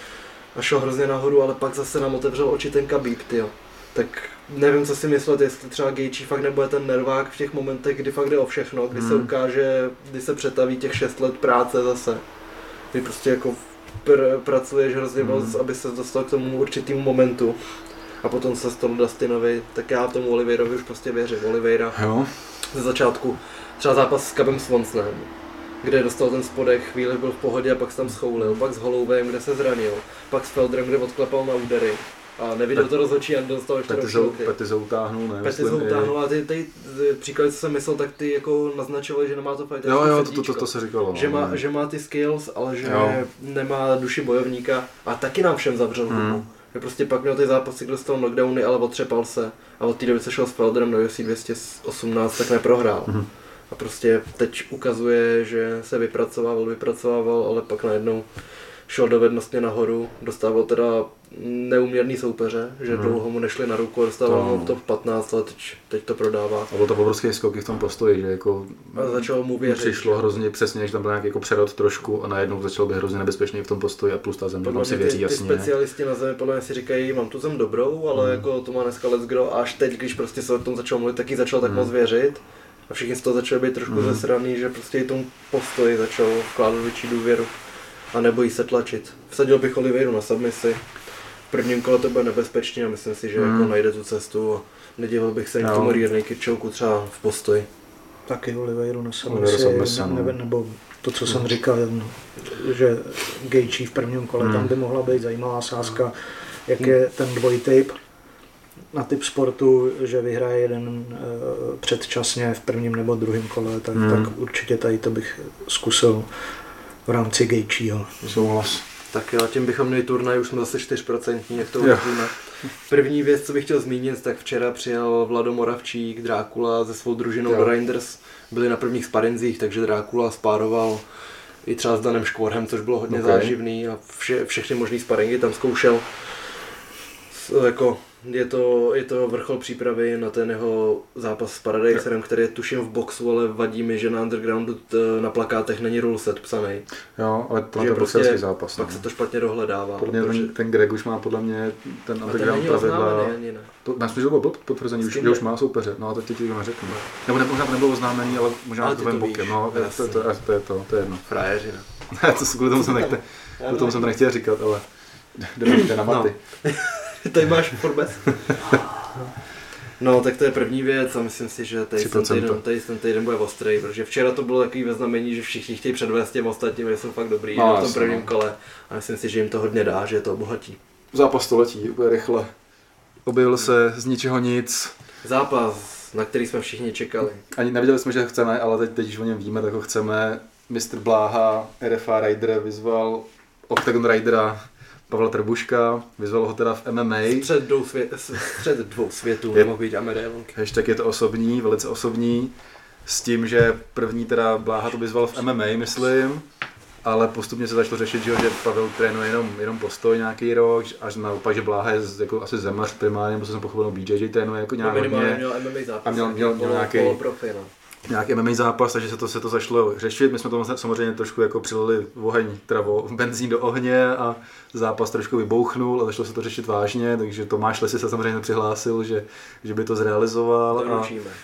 a šel hrozně nahoru, ale pak zase nám otevřel oči ten Khabib, tyjo. Tak nevím, co si myslet, jestli třeba Gaethje fakt nebude ten nervák v těch momentech, kdy fakt jde o všechno, kdy hmm. se ukáže, kdy se přetaví těch šest let práce zase. Kdy prostě jako pr- pracuješ hrozně moc, hmm. aby se dostal k tomu určitému momentu. A potom se stalo Dustinovi, tak já tomu Oliveirovi už prostě věřím. Oliveira jo. ze začátku, třeba zápas s Cabem Swansonem, kde dostal ten spodek, chvíli byl v pohodě a pak se tam schoulil, pak s Hollowayem, kde se zranil, pak s Felderem, kde odklepal na údery. A neviděl to rozhodčí a dostal ještě ročníky. Pety zoutáhnul, ne? Pety zoutáhnul a ty, ty, ty příklady, co jsem myslel, tak ty jako naznačovali, že nemá to fighterské Jo, jo, srdíčko. to, to, to se říkalo. Že má, že má ty skills, ale že jo. nemá duši bojovníka a taky nám všem zavřel hubu. Hmm. Že prostě pak měl ty zápasy, kde dostal knockdowny, ale otřepal se a od té doby se šel s Felderem do U F C dvě stě osmnáct, tak neprohrál. Mm-hmm. A prostě teď ukazuje, že se vypracovával, vypracovával, ale pak najednou šel dovednostně nahoru, dostával teda neuměrný soupeře, že mm. dlouho mu nešli na ruku a dostával mu top patnáct, ale teď, teď to prodává. A byl to obrovský skok v tom postoji, že jako a začal mu věřit. Přišlo hrozně přesně, že tam byl nějaký jako přerod trošku a najednou začal být hrozně nebezpečný v tom postoji a plus ta zem, tam si věří ty, jasně. Ty specialisti na zemi podle mě si říkají, mám tu zem dobrou, ale mm. jako to má dneska let's go a až teď, když prostě se o tom začal mluvit, taky začal tak mm. moc věřit. A všichni z toho začali být trošku mm. zesraný, že prostě i tomu postoji začal vkládat větší důvěru. A nebojí se tlačit. Vsadil bych Oliveiru na submisi. V prvním kole to bude nebezpečný a myslím si, že mm. jako najde tu cestu a nedíval bych se ani k tomu rear naked choke třeba v postoji. Taky Oliveiru na Oliveira Samesi, ne, ne, nebo to, co jsem říkal, že Gaethje v prvním kole, hmm. tam by mohla být zajímavá sázka, jak je ten dvojtyp na typ sportu, že vyhraje jeden uh, předčasně v prvním nebo druhém kole, tak, hmm. tak určitě tady to bych zkusil v rámci Gaethjeho. Souhlas. Tak jo, tím bychom měli turnaj, už jsme zase čtyři procenta, jak to uvidíme. První věc, co bych chtěl zmínit, tak včera přijel Vlado Moravčík, Drákula se svou družinou do Reinders. Byli na prvních sparinzích, takže Drákula spároval i třeba s Danem Škvorhem, což bylo hodně okay. záživný a vše, všechny možný sparingy tam zkoušel. S, jako, je, to, je to vrchol přípravy na ten jeho zápas s Paradiserem, který je tuším v boxu, ale vadí mi, že na Undergroundu t, na plakátech není ruleset psaný. Jo, ale to je prostě zápas. Pak ne? se to špatně dohledává. Podle mě protože... ten, ten Greg už má podle mě ten Underground ten pravidla. Ani ne. To, nás to bylo potvrzení, už, že už má soupeře, no a to ti to neřeknu. Nebo ne, možná to nebylo oznámení, ale možná ale to vem bokem, no, to, to, to, to je to, to je jedno. Frajeři, ne. to kvůli tomu jsem nechtěl, kvůli tomu jsem to nechtěl říkat, ale jde na maty. No. Tady máš Forbes. No, tak to je první věc a myslím si, že tady ten, týden, tady ten týden bude ostrý, protože včera to bylo takový ve znamení, že všichni chtějí předvést těm ostatním, že jsou fakt dobrý no, v tom prvním kole a myslím si, že jim to hodně dá, že je to obohatí. Zápas století, úplně rychle. Objevil se z ničeho nic. Zápas, na který jsme všichni čekali. Ani nevěděli jsme, že chceme, ale teď, teď už o něm víme, tak ho chceme. mistr Bláha, R F A Rider vyzval Octagon Ridera Pavla Trbuška, vyzval ho teda v M M A. Střed dvou, svě- střed dvou světů, nemohl být a medailonky. Hashtag je to osobní, velice osobní, s tím, že první teda Bláha to vyzval v M M A, myslím, ale postupně se začalo řešit, že Pavel trénuje jenom, jenom postoj nějaký rok, až naopak, že Bláha je jako asi zemař primárně, nebo jsem pochopil, B J J trénuje jako nějak hodně. Měl M M A zápas, a měl, měl, měl nějaký nějaký M M A zápas, takže se to, se to zašlo řešit. My jsme tomu samozřejmě trošku jako přilili oheň, teda benzín do ohně a zápas trošku vybouchnul a začalo se to řešit vážně, takže Tomáš Lesy se samozřejmě přihlásil, že, že by to zrealizoval a,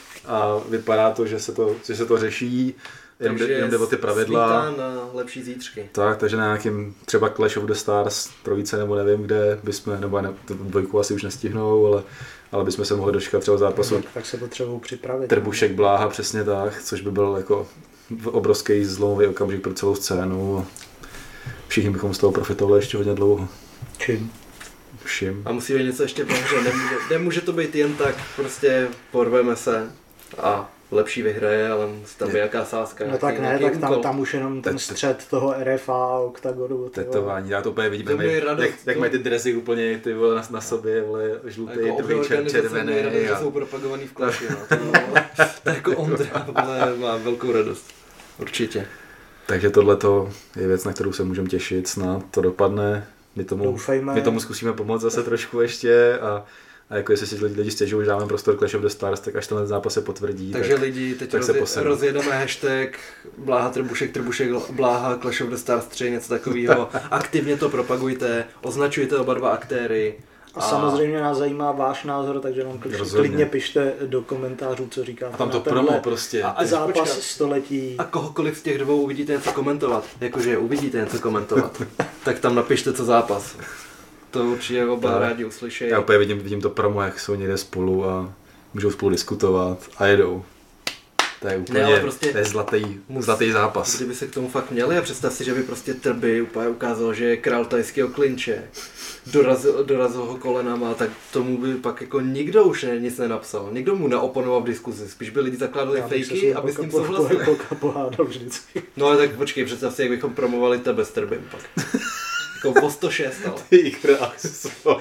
a vypadá to, že se to, že se to řeší. Jenom jde, jenom jde o ty pravidla. Na lepší zítřky. Tak, takže na nějakým třeba Clash of the Stars trojice nebo nevím kde bychom, nebo ne, dvojku asi už nestihnou, ale, ale bychom se mohli dočkat třeba zápasu. Tak, tak se potřebují připravit. Trbušek Bláha, přesně tak, což by byl jako obrovský zlomový okamžik pro celou scénu. Všichni bychom z toho profitovali ještě hodně dlouho. Čím? Všim. A musí být něco ještě pohře, nemůže, nemůže to být jen tak, prostě porveme se a lepší vyhraje, ale tam je jaká sázka. No tak ne, tak tam, tam už jenom ten střed toho R F A, Octagonu. Tetování, já to úplně vidím, jak, jak, jak mají ty dresy úplně ty vole na, na sobě, vole, žlutý, jako druhý čer, červený. Radost, a... jsou propagovaný v Clashi, no. To, to jako Ondra, vole, má velkou radost. Určitě. Takže tohleto je věc, na kterou se můžeme těšit, snad to dopadne. My tomu, my tomu zkusíme pomoct zase trošku ještě a A jako jestli si lidi, lidi stěžují, že dáme prostor Clash of the Stars, tak až tenhle zápas se potvrdí. Takže tak, lidi, teď tak rozje, rozjedeme hashtag Bláha Trbušek, Trbušek Bláha, Clash of the Stars tři, něco takového. Aktivně to propagujte, označujte oba dva aktéry. A, a samozřejmě nás zajímá váš názor, takže nám klidně pište do komentářů, co říkáte. A tam to promo prostě. A, a zápas počkat. století. A kohokoliv z těch dvou uvidíte něco komentovat, jakože uvidíte něco komentovat, tak tam napište, co zápas. To určitě oba no, rádi uslyšejí. Já úplně vidím, vidím to promo, jak jsou někde spolu a můžou spolu diskutovat a jedou. To je úplně, ne, prostě to je zlatý, mus, zlatý zápas. Kdyby se k tomu fakt měli a představ si, že by prostě Trby úplně ukázal, že je král tajského klinče. Dorazil, dorazil ho kolenama, tak tomu by pak jako nikdo už ne, nic nenapsal. Nikdo mu neoponoval v diskuzi, spíš by lidi zakládali fejky, aby s tím souhlasili. Pohádal vždycky. No ale tak počkej, představ si, jak bychom promovali tebe s Trbym pak. Jako o sto šest, ale. Ty kráso.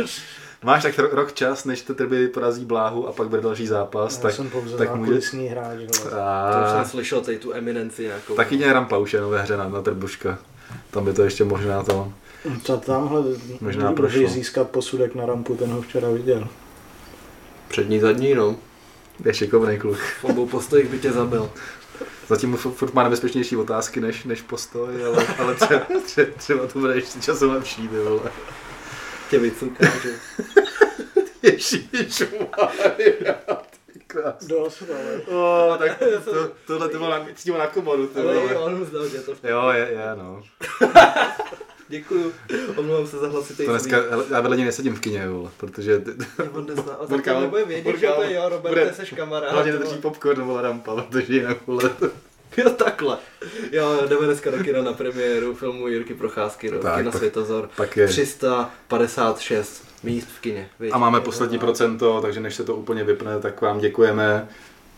Máš tak rok čas, než to Trby porazí Bláhu a pak bude další zápas. Já tak, jsem pouze tak zákulisní může... hráč. A... To už jsem slyšel tady tu eminenci nějakou. Taky mě rampa už jenom ve hře na, na Trbuška. Tam by to ještě možná to... To tamhle možná prošlo. Získat posudek na rampu, ten ho včera viděl. Přední, zadní, no. Je šikovnej kluk. V obou postojích by tě zabil. Zatím furt má nebezpečnější otázky než, než postoj, ale, ale třeba, třeba, třeba to bude ještě časem lepší, ty vole. Tě vycukážu. Ježišmarja, ty krás. Dost, ale. Oh, tak to, tohle to bylo na, na komoru, ty vole. Ale on uznal, že to v Jo, je, je, no. Děkuju. Omlouvám se za hlasitý To dneska, já vedle něj nesedím v kině, vole, protože... On nezná, a tak to nebude vědět, že to je jo, Roberte, seš kamarád. Hlavně nedrží popcorn, vole, Rampa, protože jinak, vole. Jo, takhle. Jo, jdeme dneska do kina na premiéru filmu Jirky Procházky, do Tak, kina pak- Světozor. pak je. tři sta padesát šest míst v kině. Víš? A máme poslední procento, takže než se to úplně vypne, tak vám děkujeme.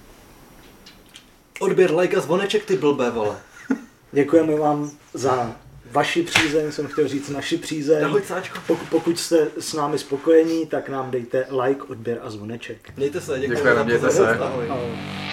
Odběr, like a zvoneček, ty blbé, vole. Děkujeme vám za vaši přízeň, jsem chtěl říct naši přízeň. Ahoj, sáčko. Pokud, pokud jste s námi spokojení, tak nám dejte like, odběr a zvoneček. Mějte se, děkujeme Děkujeme, za mějte pozornost, se. ahoj. Ahoj.